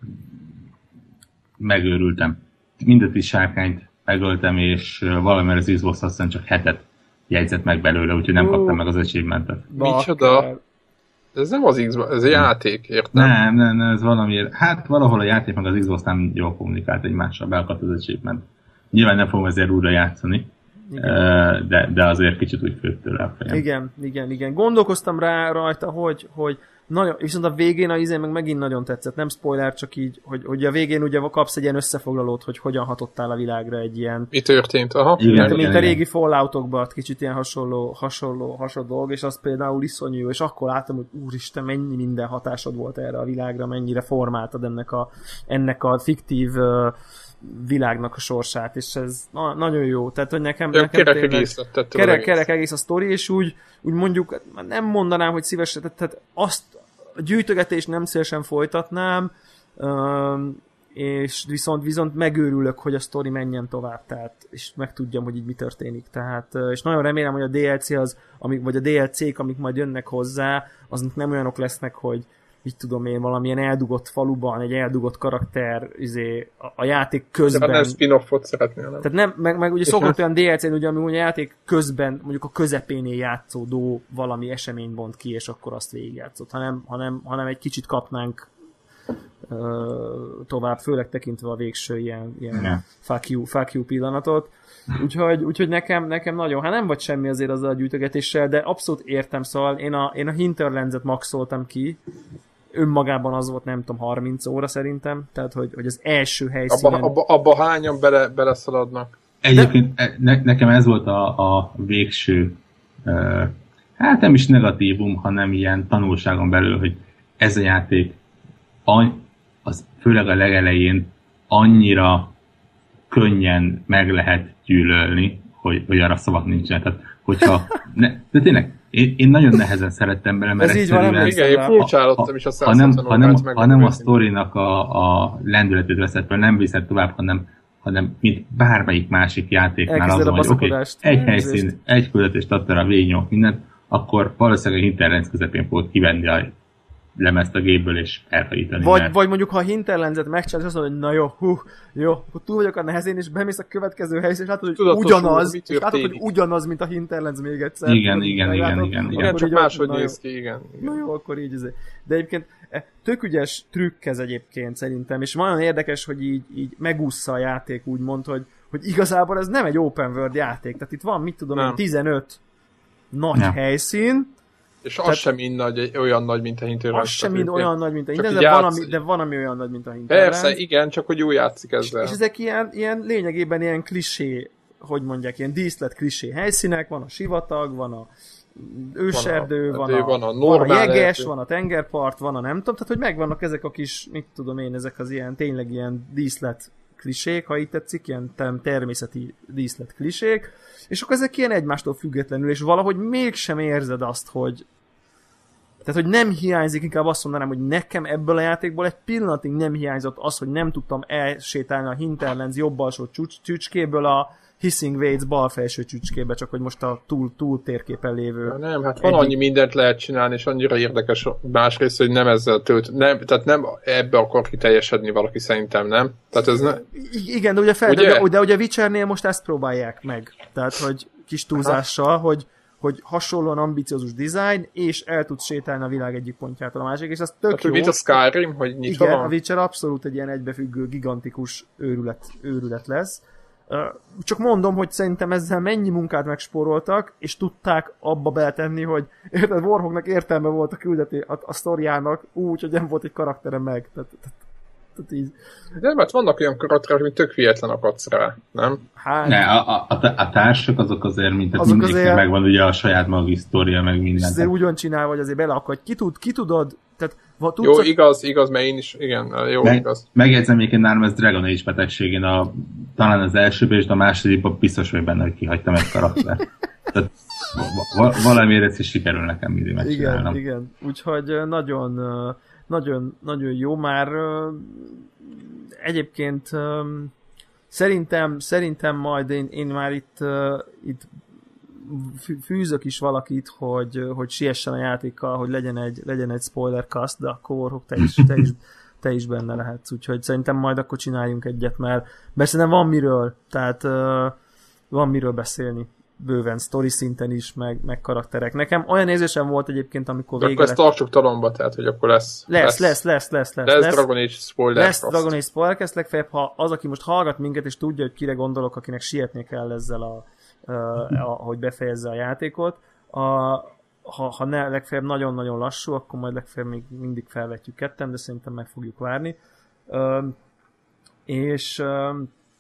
megőrültem. Mindet is sárkányt megöltem, és valamire az Xbox aztán csak hetet jegyzett meg belőle, úgyhogy nem uh, kaptam meg az achievementet. Micsoda? Ez nem az Xbox, ez egy játék, értem? Nem, nem, nem, ez valamiért. Hát valahol a játék meg az Xbox nem jól kommunikált egymással, beakadt az achievement. Nyilván nem fogom ezért újra játszani, de, de azért kicsit úgy főtt tőle a fejem. Igen, igen, igen. Gondolkoztam rá rajta, hogy, hogy nagyon, viszont a végén a izé meg megint nagyon tetszett, nem spoiler, csak így, hogy, hogy a végén ugye kapsz egy ilyen összefoglalót, hogy hogyan hatottál a világra egy ilyen... Mi történt? Aha. Igen, igen, mint igen, a régi Falloutokban, kicsit ilyen hasonló, hasonló, hasonló dolog, és az például iszonyú, és akkor láttam, hogy úristen, mennyi minden hatásod volt erre a világra, mennyire formáltad ennek a, ennek a fiktív uh, világnak a sorsát, és ez na, nagyon jó. Tehát, hogy nekem, nekem kerek tényleg, egész lett kerek, egész. kerek egész a sztori, és úgy, úgy mondjuk nem mondanám, hogy szívesen, tehát, tehát azt a gyűjtögetést nem szívesen folytatnám, és viszont, viszont megőrülök, hogy a sztori menjen tovább, tehát, és megtudjam, hogy így mi történik. Tehát, és nagyon remélem, hogy a dé el cé az, amik, vagy a dé el cék, amik majd jönnek hozzá, azok nem olyanok lesznek, hogy mit tudom én, valamilyen eldugott faluban, egy eldugott karakter izé, a, a játék közben. Tehát nem spin-offot szeretnél, nem? Tehát nem, meg, meg ugye szokott olyan dé el cén, ugye, ami a játék közben, mondjuk a közepénél játszódó valami esemény bont ki, és akkor azt végigjátszott, hanem, hanem, hanem egy kicsit kapnánk ö, tovább, főleg tekintve a végső ilyen, ilyen fuck you, fuck you pillanatot. Úgyhogy, úgyhogy nekem, nekem nagyon, hát nem vagy semmi azért azzal a gyűjtögetéssel, de abszolút értem, szóval én a, én a Hinterlandset maxoltam ki, önmagában az volt, nem tudom, harminc óra szerintem, tehát hogy, hogy az első helyszínen... Abba, abba, abba hányan bele, beleszaladnak? Egyébként ne, nekem ez volt a, a végső, uh, hát nem is negatívum, hanem ilyen tanulságon belül, hogy ez a játék az főleg a legelején annyira könnyen meg lehet gyűlölni, hogy, hogy arra szavak nincsen. Tehát, hogyha... Ne, de tényleg, én, én nagyon nehezen szerettem bele, mert ez így van, nem igen, én furcsálottam is a ha nem, ha nem, ha nem a sztorinak a, a lendületét veszett, mert nem viszed tovább, hanem, hanem mint bármelyik másik játéknál azon, hogy oké, okay, egy helyszín, egy küldetést adta a végnyomok mindent, akkor valószínűleg a Hinterlands közepén fogod kivenni a lemezt a gépből és elhajítani. Vagy, mert... vagy mondjuk, ha a Hinterlandset megcsinálsz, azt mondod, hogy na jó, hú, jó, akkor túl vagyok a nehezén, és bemész a következő helyszín, és látod, hogy tudatos ugyanaz, és látod, hogy ugyanaz, mint a Hinterlands még egyszer. Igen, tudod, igen, igen, látod, igen, igen. Csak máshogy néz ki, igen, igen. Na jó, akkor így azért. De egyébként tök ügyes trükk ez egyébként szerintem, és nagyon érdekes, hogy így, így megúszza a játék, úgymond, hogy, hogy igazából ez nem egy open world játék, tehát itt van, mit tudom én, tizenöt nagy nem. helyszín, és az sem mind nagy, olyan nagy, mint a Hinterlands. Az sem mind olyan nagy, mint a Hinterlands, de, van, ami, de van, ami olyan nagy, mint a Hinterlands. Persze, igen, csak hogy úgy játszik ezzel. És, és ezek ilyen, ilyen lényegében ilyen klisé, hogy mondják, ilyen díszlet klisé helyszínek, van a sivatag, van a őserdő, van a, van a, van a, van a jeges, erdő. Van a tengerpart, van a nem tudom, tehát hogy megvannak ezek a kis, mit tudom én, ezek az ilyen, tényleg ilyen díszlet klisék, ha így tetszik, ilyen természeti díszlet klisék, és akkor ezek ilyen egymástól függetlenül, és valahogy mégsem érzed azt, hogy tehát, hogy nem hiányzik, inkább azt mondanám, hogy nekem ebből a játékból egy pillanatig nem hiányzott az, hogy nem tudtam elsétálni a Hinterlands jobb alsó csücskéből a Hissing Waves bal felső csücskébe, csak hogy most a túl, túl térképen lévő... Ja, nem, hát van egyik... annyi mindent lehet csinálni, és annyira érdekes másrészt, hogy nem ezzel tölt, nem, tehát nem ebbe akar kiteljesedni valaki, szerintem, nem? Tehát ez ne... I- igen, de ugye, fel, ugye? De, de ugye a Witchernél most ezt próbálják meg. Tehát, hogy kis túlzással, hogy, hogy hasonlóan ambiciózus design, és el tudsz sétálni a világ egyik pontjától a másik, és ez tök hát, jó. Mint a Skyrim, hogy nyitva igen, van? A Witcher abszolút egy ilyen egybefüggő, gigantikus őrület, őrület lesz. Csak mondom, hogy szerintem ezzel mennyi munkát megspóroltak, és tudták abba beletenni, hogy érted, Warhawknak értelme volt a küldeté a, a sztoriának úgy, hogy nem volt egy karaktere meg. Tehát, tehát, tehát így. De mert vannak olyan karakterek, mint tök hihetlen akadsz rá, nem? Hát, ne, a, a, a társak azok azért, mint azok mindig azért... megvan ugye a saját maga sztoria, meg minden. És azért ugyan csinál, hogy azért beleakadj. Ki, tud, ki tudod, tehát ha tudsz... Jó, igaz, igaz, mert én is, igen, jó, meg, igaz. Megjegyzem, hogy nálam ez Dragon Age betegségén, a, talán az elsőben és a másodikban biztos vagy benne, hogy kihagytam egy karaktert. Tehát val- valamiért ez is sikerül nekem mindig megcsinálnom. Igen, igen. Úgyhogy nagyon, nagyon, nagyon jó már. Egyébként szerintem, szerintem majd én, én már itt, itt fűzök is valakit, hogy, hogy siessen a játékkal, hogy legyen egy, legyen egy spoilercast, de akkor Warhawk, te is, te, is, te is benne lehetsz. Úgyhogy szerintem majd akkor csináljunk egyet, mert, mert szerintem van miről, tehát van miről beszélni bőven, story szinten is, meg, meg karakterek. Nekem olyan érzésem volt egyébként, amikor de vége akkor ezt tartsuk talomba, tehát, hogy akkor lesz. Lesz, lesz, lesz, lesz, lesz. Lesz, lesz Dragon Age Spoilercast. Lesz Dragon Age Spoilercast, legfeljebb, ha az, aki most hallgat minket, és tudja, hogy kire gondolok, akinek sietni kell ezzel, a, a, a, hogy befejezze a játékot. A, ha, ha ne, legfeljebb nagyon-nagyon lassú, akkor majd legfeljebb még mindig felvetjük ketten, de szerintem meg fogjuk várni. Uh, és... Uh,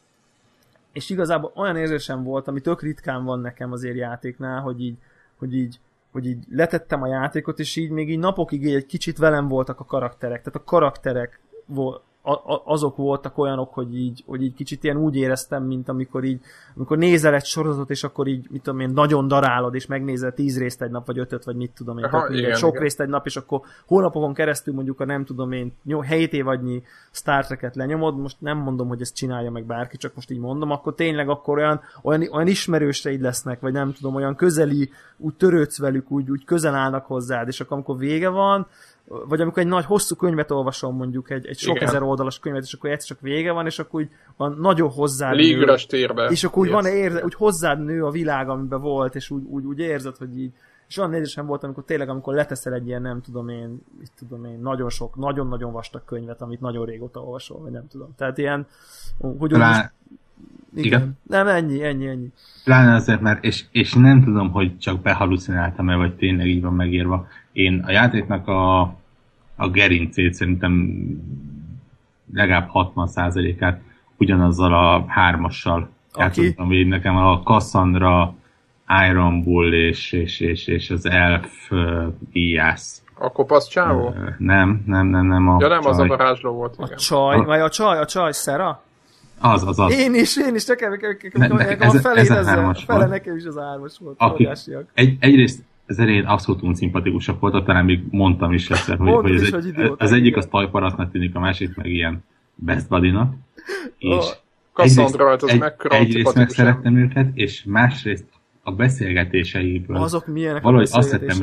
és igazából olyan érzésem volt, ami tök ritkán van nekem azért játéknál, hogy így, hogy így, hogy így letettem a játékot, és így még így napokig egy kicsit velem voltak a karakterek. Tehát a karakterek vo- a, a, azok voltak olyanok, hogy így, hogy így kicsit ilyen úgy éreztem, mint amikor így, amikor nézel egy sorozatot, és akkor így, mit tudom én, nagyon darálod, és megnézel tíz részt egy nap, vagy ötöt, vagy mit tudom én, Aha, igen, sok igen. részt egy nap, és akkor hónapokon keresztül mondjuk a nem tudom én, hét évadnyi Star Trek-et lenyomod, most nem mondom, hogy ezt csinálja meg bárki, csak most így mondom, akkor tényleg akkor olyan, olyan, olyan ismerőseid lesznek, vagy nem tudom, olyan közeli, úgy törődsz velük, úgy, úgy közel állnak hozzád, és akkor amikor vége van, vagy amikor egy nagy hosszú könyvet olvasom, mondjuk egy, egy sok Igen. ezer oldalas könyvet, és akkor egyszer csak vége van, és akkor úgy van nagyon hozzád nő. Térbe. És akkor úgy van érze, úgy hozzád nő a világ, amiben volt, és úgy, úgy, úgy érzed, hogy így, és olyan nézésem volt, amikor tényleg, amikor leteszel egy ilyen, nem tudom én, mit tudom én, nagyon sok, nagyon-nagyon vastag könyvet, amit nagyon régóta olvasol, vagy nem tudom. Tehát ilyen, hogy Lá... most... Igen. Igen. Nem, ennyi, ennyi, ennyi. Pláne azért, mert, és, és nem tudom, hogy csak behalucináltam-e, vagy tényleg így van megírva. Én a játéknak a, a gerincét szerintem legalább hatvan százalékát ugyanazzal a hármassal játszottam végig. Nekem a Cassandra, Iron Bull és, és, és, és az Elf uh, íjász. A kopasz csávó? Uh, nem, nem, nem, nem. A ja nem, csaj. az a varázsló volt. Igen. A csaj, vagy a csaj, a csaj, Szera? Az, az, az. Én is, én is, csak a fele nekem is az ármas volt. Aki, egy, egyrészt az elején abszolút unszimpatikusak voltak, talán még mondtam is egyszer, hogy, hogy, az, is, egy, hogy az egyik az tajparasznak tűnik, a másik meg ilyen best buddy-nak. És Cassandra, egyrészt, egy, egyrészt meg szerettem őket, és másrészt a beszélgetéseiből azok milyenek valahogy azt vettem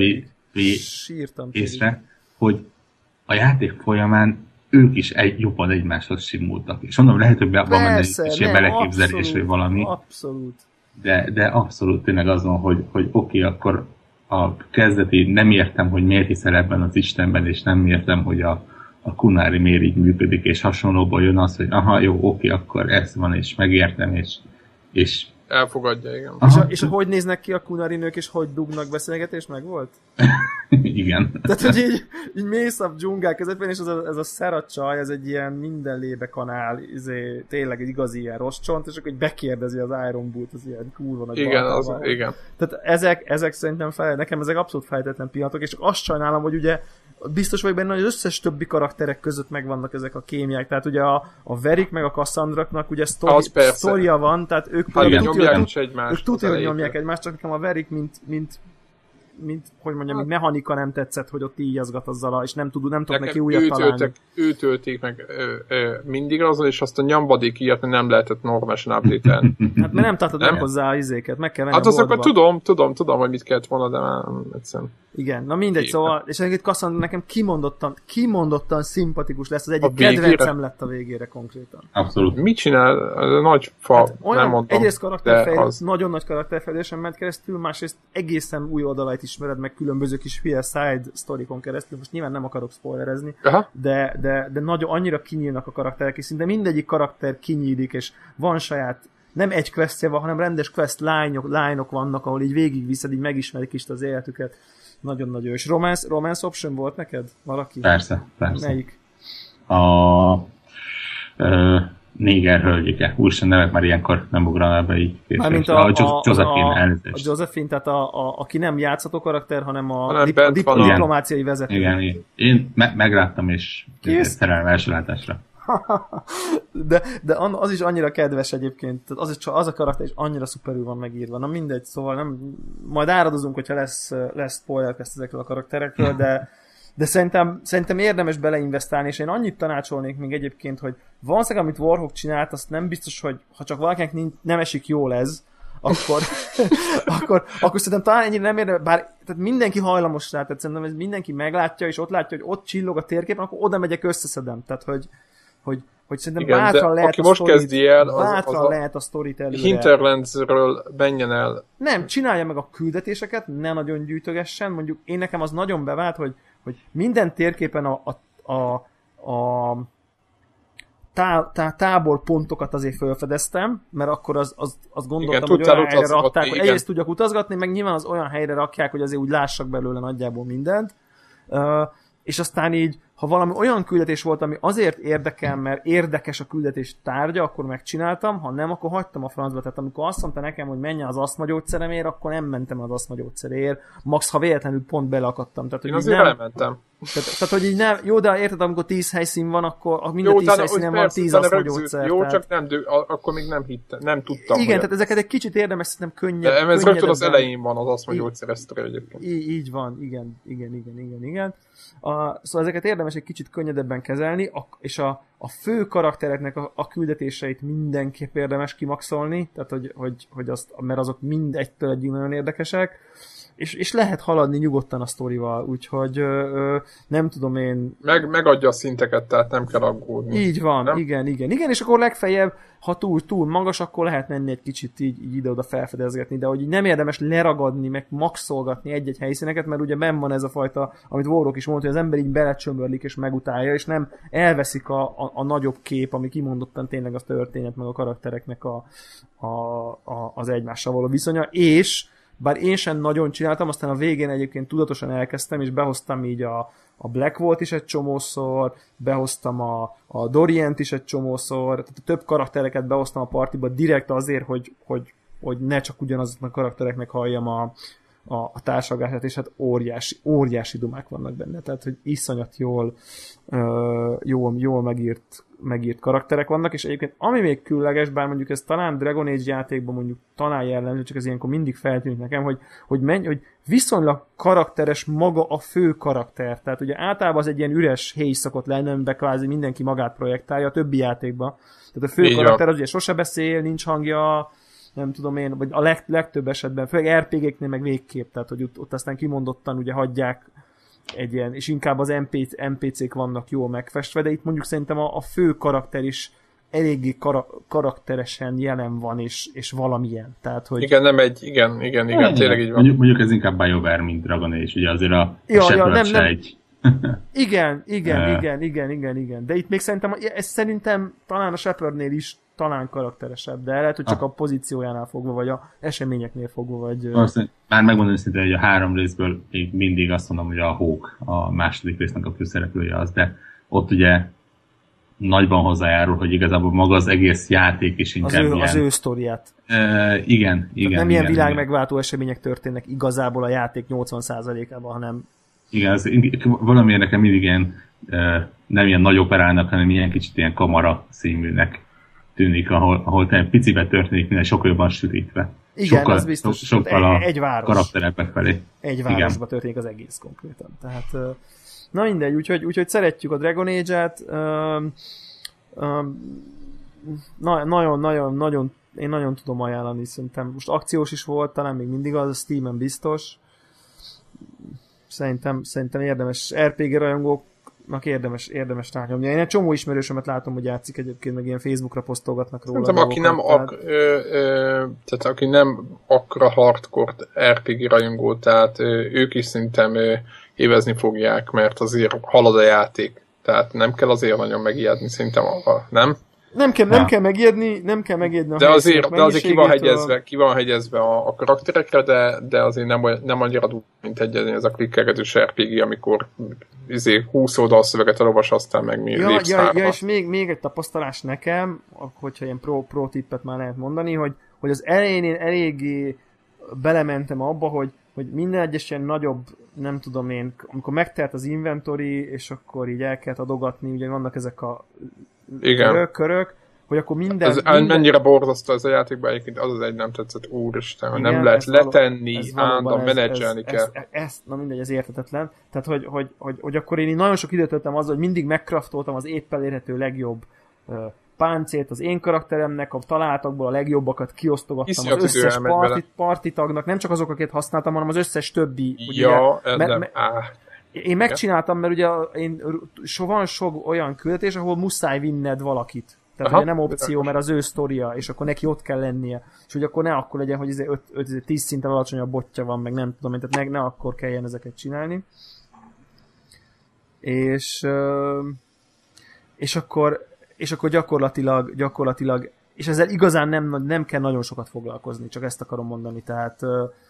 észre, hogy a játék folyamán ők is egy, jobban egymáshoz simultak. És mondom, lehet, hogy van benne egy ilyen beleképzelés, vagy valami. Abszolút. De, de abszolút tényleg azon, hogy, hogy oké, okay, akkor a kezdeti nem értem, hogy miért hiszel ebben az Istenben, és nem értem, hogy a, a Kunari miért így működik, és hasonlóból jön az, hogy aha, jó, oké, okay, akkor ez van, és megértem, és, és elfogadja, igen. És, a, és hogy néznek ki a Kunari nők, és hogy dugnak beszélgetés, meg volt? Igen. Tehát, hogy így, így mész a dzsungál közepén, és ez a, ez a Szera csaj, ez egy ilyen minden lébe kanál, izé, tényleg egy igazi ilyen rossz csont, és akkor bekérdezi az Iron Bull-t, az ilyen kurva nagy igen, az, igen. Tehát ezek, ezek szerintem fel, nekem ezek abszolút feltétlen pillanatok, és csak azt sajnálom, hogy ugye biztos vagyok benne, hogy az összes többi karakterek között megvannak ezek a kémiák, tehát ugye a, a Verik meg a Cassandraknak ugye sztoria van, tehát ők tudja, hogy nyomják egymást, csak nekem a Verik, mint, mint mint, hogy mondjam, mint mechanika nem tetszett, hogy ott íjazgat azzal, és nem tud, nem tudok neki újat találni. Őt ölték meg ö, ö, mindig azzal, és azt a nyambadék ilyet nem lehetett normálisan update-elni. Hát mert nem tartod meg hozzá a izéket, meg kell venni hát azokat tudom, tudom, tudom, hogy mit kellett volna, de már egyszerűen. Igen, na mindegy, igen. Szóval, és egyébként Cassandra nekem kimondottan, kimondottan szimpatikus lesz, az egyik kedvencem lett a végére konkrétan. Abszolút. Mit csinál? A nagy fa, hát olyan, nem mondom. Egyrészt karakterfejlődés, az... nagyon nagy karakterfejlődésen ment keresztül, másrészt egészen új oldalait ismered meg különböző kis hülye side sztorikon keresztül. Most nyilván nem akarok spoilerezni, de, de, de nagyon annyira kinyílnak a karakterek, és szinte mindegyik karakter kinyílik, és van saját, nem egy questje van, hanem rendes quest line-ok, line-ok vannak, ahol így végigviszed, így megismerik is az életüket. Nagyon nagy. És romance, romance option volt neked? Valaki? Persze, persze. Melyik? A... Ö... Néger hölgyike. Úristen nevek már ilyenkor nem ugraná be így. Mármint a, a, a, Josephine, a, a Josephine, tehát a, a, aki nem játszható karakter, hanem a hanem dip, a dip, diplomáciai vezető. Igen, igen. Én me- megláttam, és szerelem első látásra. de, de az is annyira kedves egyébként, az, az a karakter is annyira szuperül van megírva. Na mindegy, szóval nem, majd áradozunk, hogyha lesz, lesz spoilercast ezekről a karakterekről, de de szerintem, szerintem érdemes beleinvestálni, és én annyit tanácsolnék még egyébként, hogy valószínűleg, amit Warhawk csinált, azt nem biztos, hogy ha csak valakinek nem esik jól ez, akkor, akkor, akkor szerintem talán ennyire nem érdemes, bár tehát mindenki hajlamos rá, tehát szerintem ez mindenki meglátja, és ott látja, hogy ott csillog a térképen, akkor oda megyek, összeszedem. Tehát, hogy, hogy, hogy szerintem igen, bátran lehet aki a most sztorit, kezdi el, az, bátran az a lehet a sztorit előre. Hinterlandsről menjen el. Nem, csinálja meg a küldetéseket, ne nagyon gyűjtögessen, mondjuk én nekem az nagyon bevált, hogy hogy minden térképen a, a, a, a tá, tá, táborpontokat azért felfedeztem, mert akkor az, az, azt gondoltam, igen, hogy olyan helyre rakták, igen. Hogy egyrészt tudjak utazgatni, meg nyilván az olyan helyre rakják, hogy azért úgy lássak belőle nagyjából mindent. Uh, és aztán így, ha valami olyan küldetés volt, ami azért érdekel, mert érdekes a küldetés tárgya, akkor megcsináltam, ha nem, akkor hagytam a francba. Tehát amikor azt mondta nekem, hogy menjen az asztmagyógyszeremért, akkor nem mentem az asztmagyógyszerért. Max, ha véletlenül pont beleakadtam. Tehát, hogy én azért nem, elmentem. Tehát, tehát, hogy így nem, jó, de érted, amikor tíz helyszín van, akkor minden tíz helyszínen van tíz asztmagyógyszer. Jó, tehát... csak nem, de akkor még nem hittem, nem tudtam. Igen, tehát ezeket egy kicsit érdemes, szerintem könnyebb. De ez rögtön az elején van az asztmagyógyszer esztre egyébként. Így, így van, igen, igen, igen, igen, igen. A, szóval ezeket érdemes egy kicsit könnyedebben kezelni, a, és a, a fő karaktereknek a, a küldetéseit mindenképp érdemes kimaxolni, tehát hogy, hogy, hogy azt, mert azok mind egytől egyig nagyon érdekesek, és, és lehet haladni nyugodtan a sztorival, úgyhogy ö, ö, nem tudom én... Meg, megadja a szinteket, tehát nem kell aggódni. Így van, nem? igen, igen, igen, és akkor legfeljebb, ha túl, túl magas, akkor lehet menni egy kicsit így, így ide-oda felfedezgetni, de hogy így nem érdemes leragadni, meg maxolgatni egy-egy helyszíneket, mert ugye benn van ez a fajta, amit Warhawk is mondta, hogy az ember így belecsömörlik és megutálja, és nem elveszik a, a, a nagyobb kép, ami kimondottan tényleg a történet, meg a karaktereknek a, a, a, az egymással való viszonya, és bár én sem nagyon csináltam, aztán a végén egyébként tudatosan elkezdtem, és behoztam így a, a Black Vault is egy csomószor, behoztam a, a Dorient is egy csomószor, tehát a több karaktereket behoztam a partiba direkt azért, hogy, hogy, hogy ne csak ugyanazoknak a karaktereknek halljam a, a, a társalgását, és hát óriási, óriási dumák vannak benne, tehát hogy iszonyat jól, uh, jól, jól megírt, megírt karakterek vannak, és egyébként ami még különleges, bár mondjuk ez talán Dragon Age játékban mondjuk talán jellemző, csak ez ilyenkor mindig feltűnik nekem, hogy, hogy, menj, hogy viszonylag karakteres maga a fő karakter, tehát ugye általában az egy ilyen üres héj szokott lenni, amiben kvázi mindenki magát projektálja a többi játékban, tehát a fő Igen. karakter az ugye sose beszél, nincs hangja, nem tudom én, vagy a leg, legtöbb esetben, főleg er pé gé-knél meg végképp, tehát hogy ott, ott aztán kimondottan ugye hagyják egy ilyen, és inkább az en pé cé-k vannak jól megfestve, de itt mondjuk szerintem a, a fő karakter is eléggé kara, karakteresen jelen van, és, és valamilyen. Tehát, hogy... Igen, nem egy, igen, igen, igen, igen tényleg így van. Mondjuk, mondjuk ez inkább BioWare, mint Dragon Age, ugye azért a, a ja, ja, nem, se nem. egy. igen, igen, igen, igen, igen, igen. De itt még szerintem, ez szerintem talán a Shepardnél is talán karakteresebb, de lehet, hogy csak ah. a pozíciójánál fogva, vagy a eseményeknél fogva, vagy... Valószínűleg, már megmondom szinte, hogy a három részből még mindig azt mondom, hogy a Hawk a második résznek a főszereplője az, de ott ugye nagyban hozzájárul, hogy igazából maga az egész játék is inkább az ő, ilyen... Az ő sztoriát. E, igen, igen. Nem igen, ilyen világ igen. megváltó események történnek igazából a játék nyolcvan százalékában, hanem... Igen, az, valamiért nekem mindig ilyen, nem ilyen nagy operának, hanem ilyen kicsit ilyen kamara színműnek tűnik, ahol, ahol picibe történik, minden sokkal jobban sűrítve. Igen, sokkal, az biztos. So, sokkal egy, egy város. karakterekbe felé. Egy városba történik az egész konkrétan. Tehát, na mindegy, úgyhogy, úgyhogy szeretjük a Dragon Age-et. Nagyon-nagyon-nagyon én nagyon tudom ajánlani, szerintem. Most akciós is volt, talán még mindig az, a Steam-en biztos. Szerintem, szerintem érdemes, er pé gé rajongóknak érdemes, érdemes rányomni. Én egy csomó ismerősömet látom, hogy játszik egyébként, meg ilyen Facebookra posztolgatnak róla. Szerintem, aki nem, ak, tehát... Ö, ö, tehát aki nem akkora hardcore er pé gé rajongó, tehát ö, ők is szerintem ö, évezni fogják, mert azért halad a játék. Tehát nem kell azért nagyon megijedni, szerintem, nem? Nem kell, nem kell megijedni, nem kell megijedni a de azért, de azért ki van hegyezve, a... ki van hegyezve a, a karakterekre, de, de azért nem, nem annyira durva, mint egy ez a klikkelgetős er pé gé, amikor izé, húsz oldalszöveget elolvas, aztán meg mi ja, lépsz ja, ja, és még, még egy tapasztalás nekem, hogyha ilyen pro, pro tippet már lehet mondani, hogy, hogy az elején én eléggé belementem abba, hogy, hogy minden egyes ilyen nagyobb, nem tudom én, amikor megtelt az inventory, és akkor így el kellett adogatni, ugye vannak ezek a körök, körök, hogy akkor minden... Ez minden... mennyire borzasztó ez a játékban, egyébként az az egy nem tetszett, úristen, hogy nem lehet letenni, állandóan menedzselni kell. Ez, ez, ez, na mindegy, ez érthetetlen. Tehát, hogy, hogy, hogy, hogy akkor én így nagyon sok időt töltöttem azzal, hogy mindig megcraftoltam az épp elérhető legjobb uh, páncélt az én karakteremnek, a találtakból a legjobbakat kiosztogattam az összes parti, parti tagnak, nem csak azok, akiket használtam, hanem az összes többi. Ja, ugye, ez me, nem. Me, áh. Én megcsináltam, mert ugye én, so, van sok olyan küldetés, ahol muszáj vinned valakit. Tehát ugye nem opció, mert az ő sztoria, és akkor neki ott kell lennie. És hogy akkor ne akkor legyen, hogy öt tíz szinten alacsonyabb botja van, meg nem tudom, tehát ne, ne akkor kelljen ezeket csinálni. És, és akkor, és akkor gyakorlatilag, gyakorlatilag, és ezzel igazán nem, nem kell nagyon sokat foglalkozni, csak ezt akarom mondani. Tehát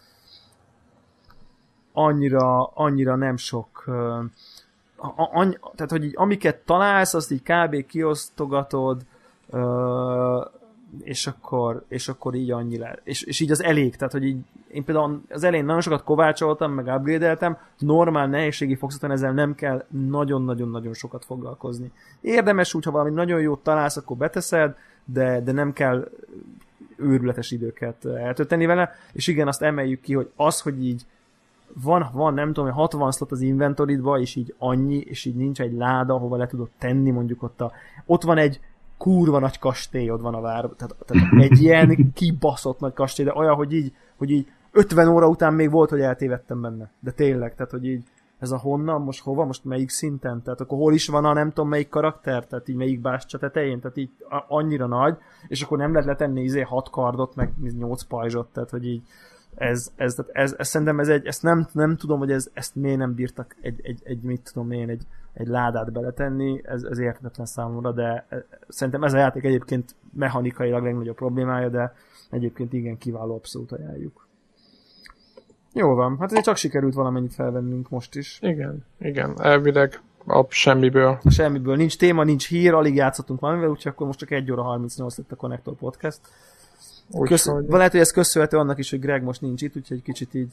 annyira, annyira nem sok... Annyi, tehát, hogy így, amiket találsz, azt így kb. Kiosztogatod, Uh, és akkor, és akkor így annyi le. És, és így az elég, tehát hogy így én például az elején nagyon sokat kovácsoltam, meg upgrade-eltem, normál nehézségi foxoton ezzel nem kell nagyon-nagyon-nagyon sokat foglalkozni. Érdemes úgy, ha valami nagyon jót találsz, akkor beteszed, de, de nem kell őrületes időket eltölteni vele, és igen, azt emeljük ki, hogy az, hogy így van, van nem tudom, hatvan slot az inventoridba, és így annyi, és így nincs egy láda, ahova le tudod tenni, mondjuk ott a, ott van egy kurva nagy kastélyod van a vár, tehát, tehát egy ilyen kibaszott nagy kastély, de olyan, hogy így, hogy így ötven óra után még volt, hogy eltévedtem benne. De tényleg, tehát hogy így ez a honnan, most hova, most melyik szinten, tehát akkor hol is van a nem tudom melyik karakter, tehát így melyik bástya tetején, tehát így annyira nagy, és akkor nem lehet letenni izé hat kardot, meg nyolc pajzsot, tehát hogy így ez, ez, ez, ez, ez szerintem ez egy, ezt nem, nem tudom, hogy ez, ezt miért nem bírtak egy, egy, egy mit tudom én, egy, egy ládát beletenni, ez, ez érthetetlen számomra, de szerintem ez a játék egyébként mechanikailag legnagyobb problémája, de egyébként igen, kiváló, abszolút ajánljuk. Jó van, hát azért csak sikerült valamennyit felvennünk most is. Igen, igen, elvileg a semmiből. A semmiből, nincs téma, nincs hír, alig játszottunk valamivel, úgyhogy akkor most csak egy óra harmincnyolc lett a Connector Podcast. Kösz... Lehet, hogy ez köszönhető annak is, hogy Greg most nincs itt, úgyhogy kicsit így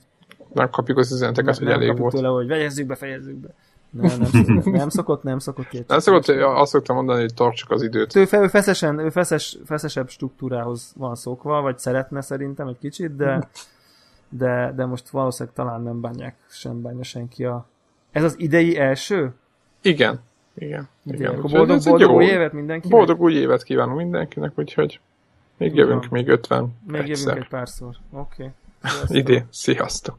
nem kapjuk az üzeneteket, hogy nem elég volt. tőle, hogy fejezzük be, fejezzük be. Nem, nem, szokott, nem szokott, nem szokott ilyet. Nem szokott, azt szoktam mondani, hogy tartsuk az időt. Ő, ő, feszesen, ő feszes, feszesebb struktúrához van szokva, vagy szeretne szerintem egy kicsit, de, de, de most valószínűleg talán nem bánják, sem bánja senki a... Ez az idei első? Igen. Igen. igen. Akkor boldog, boldog új évet mindenkinek? Boldog új évet kívánunk mindenkinek, úgyhogy még jövünk, még ötven Még egyszer. jövünk egy párszor. Oké. Okay. Idén. Sziasztok!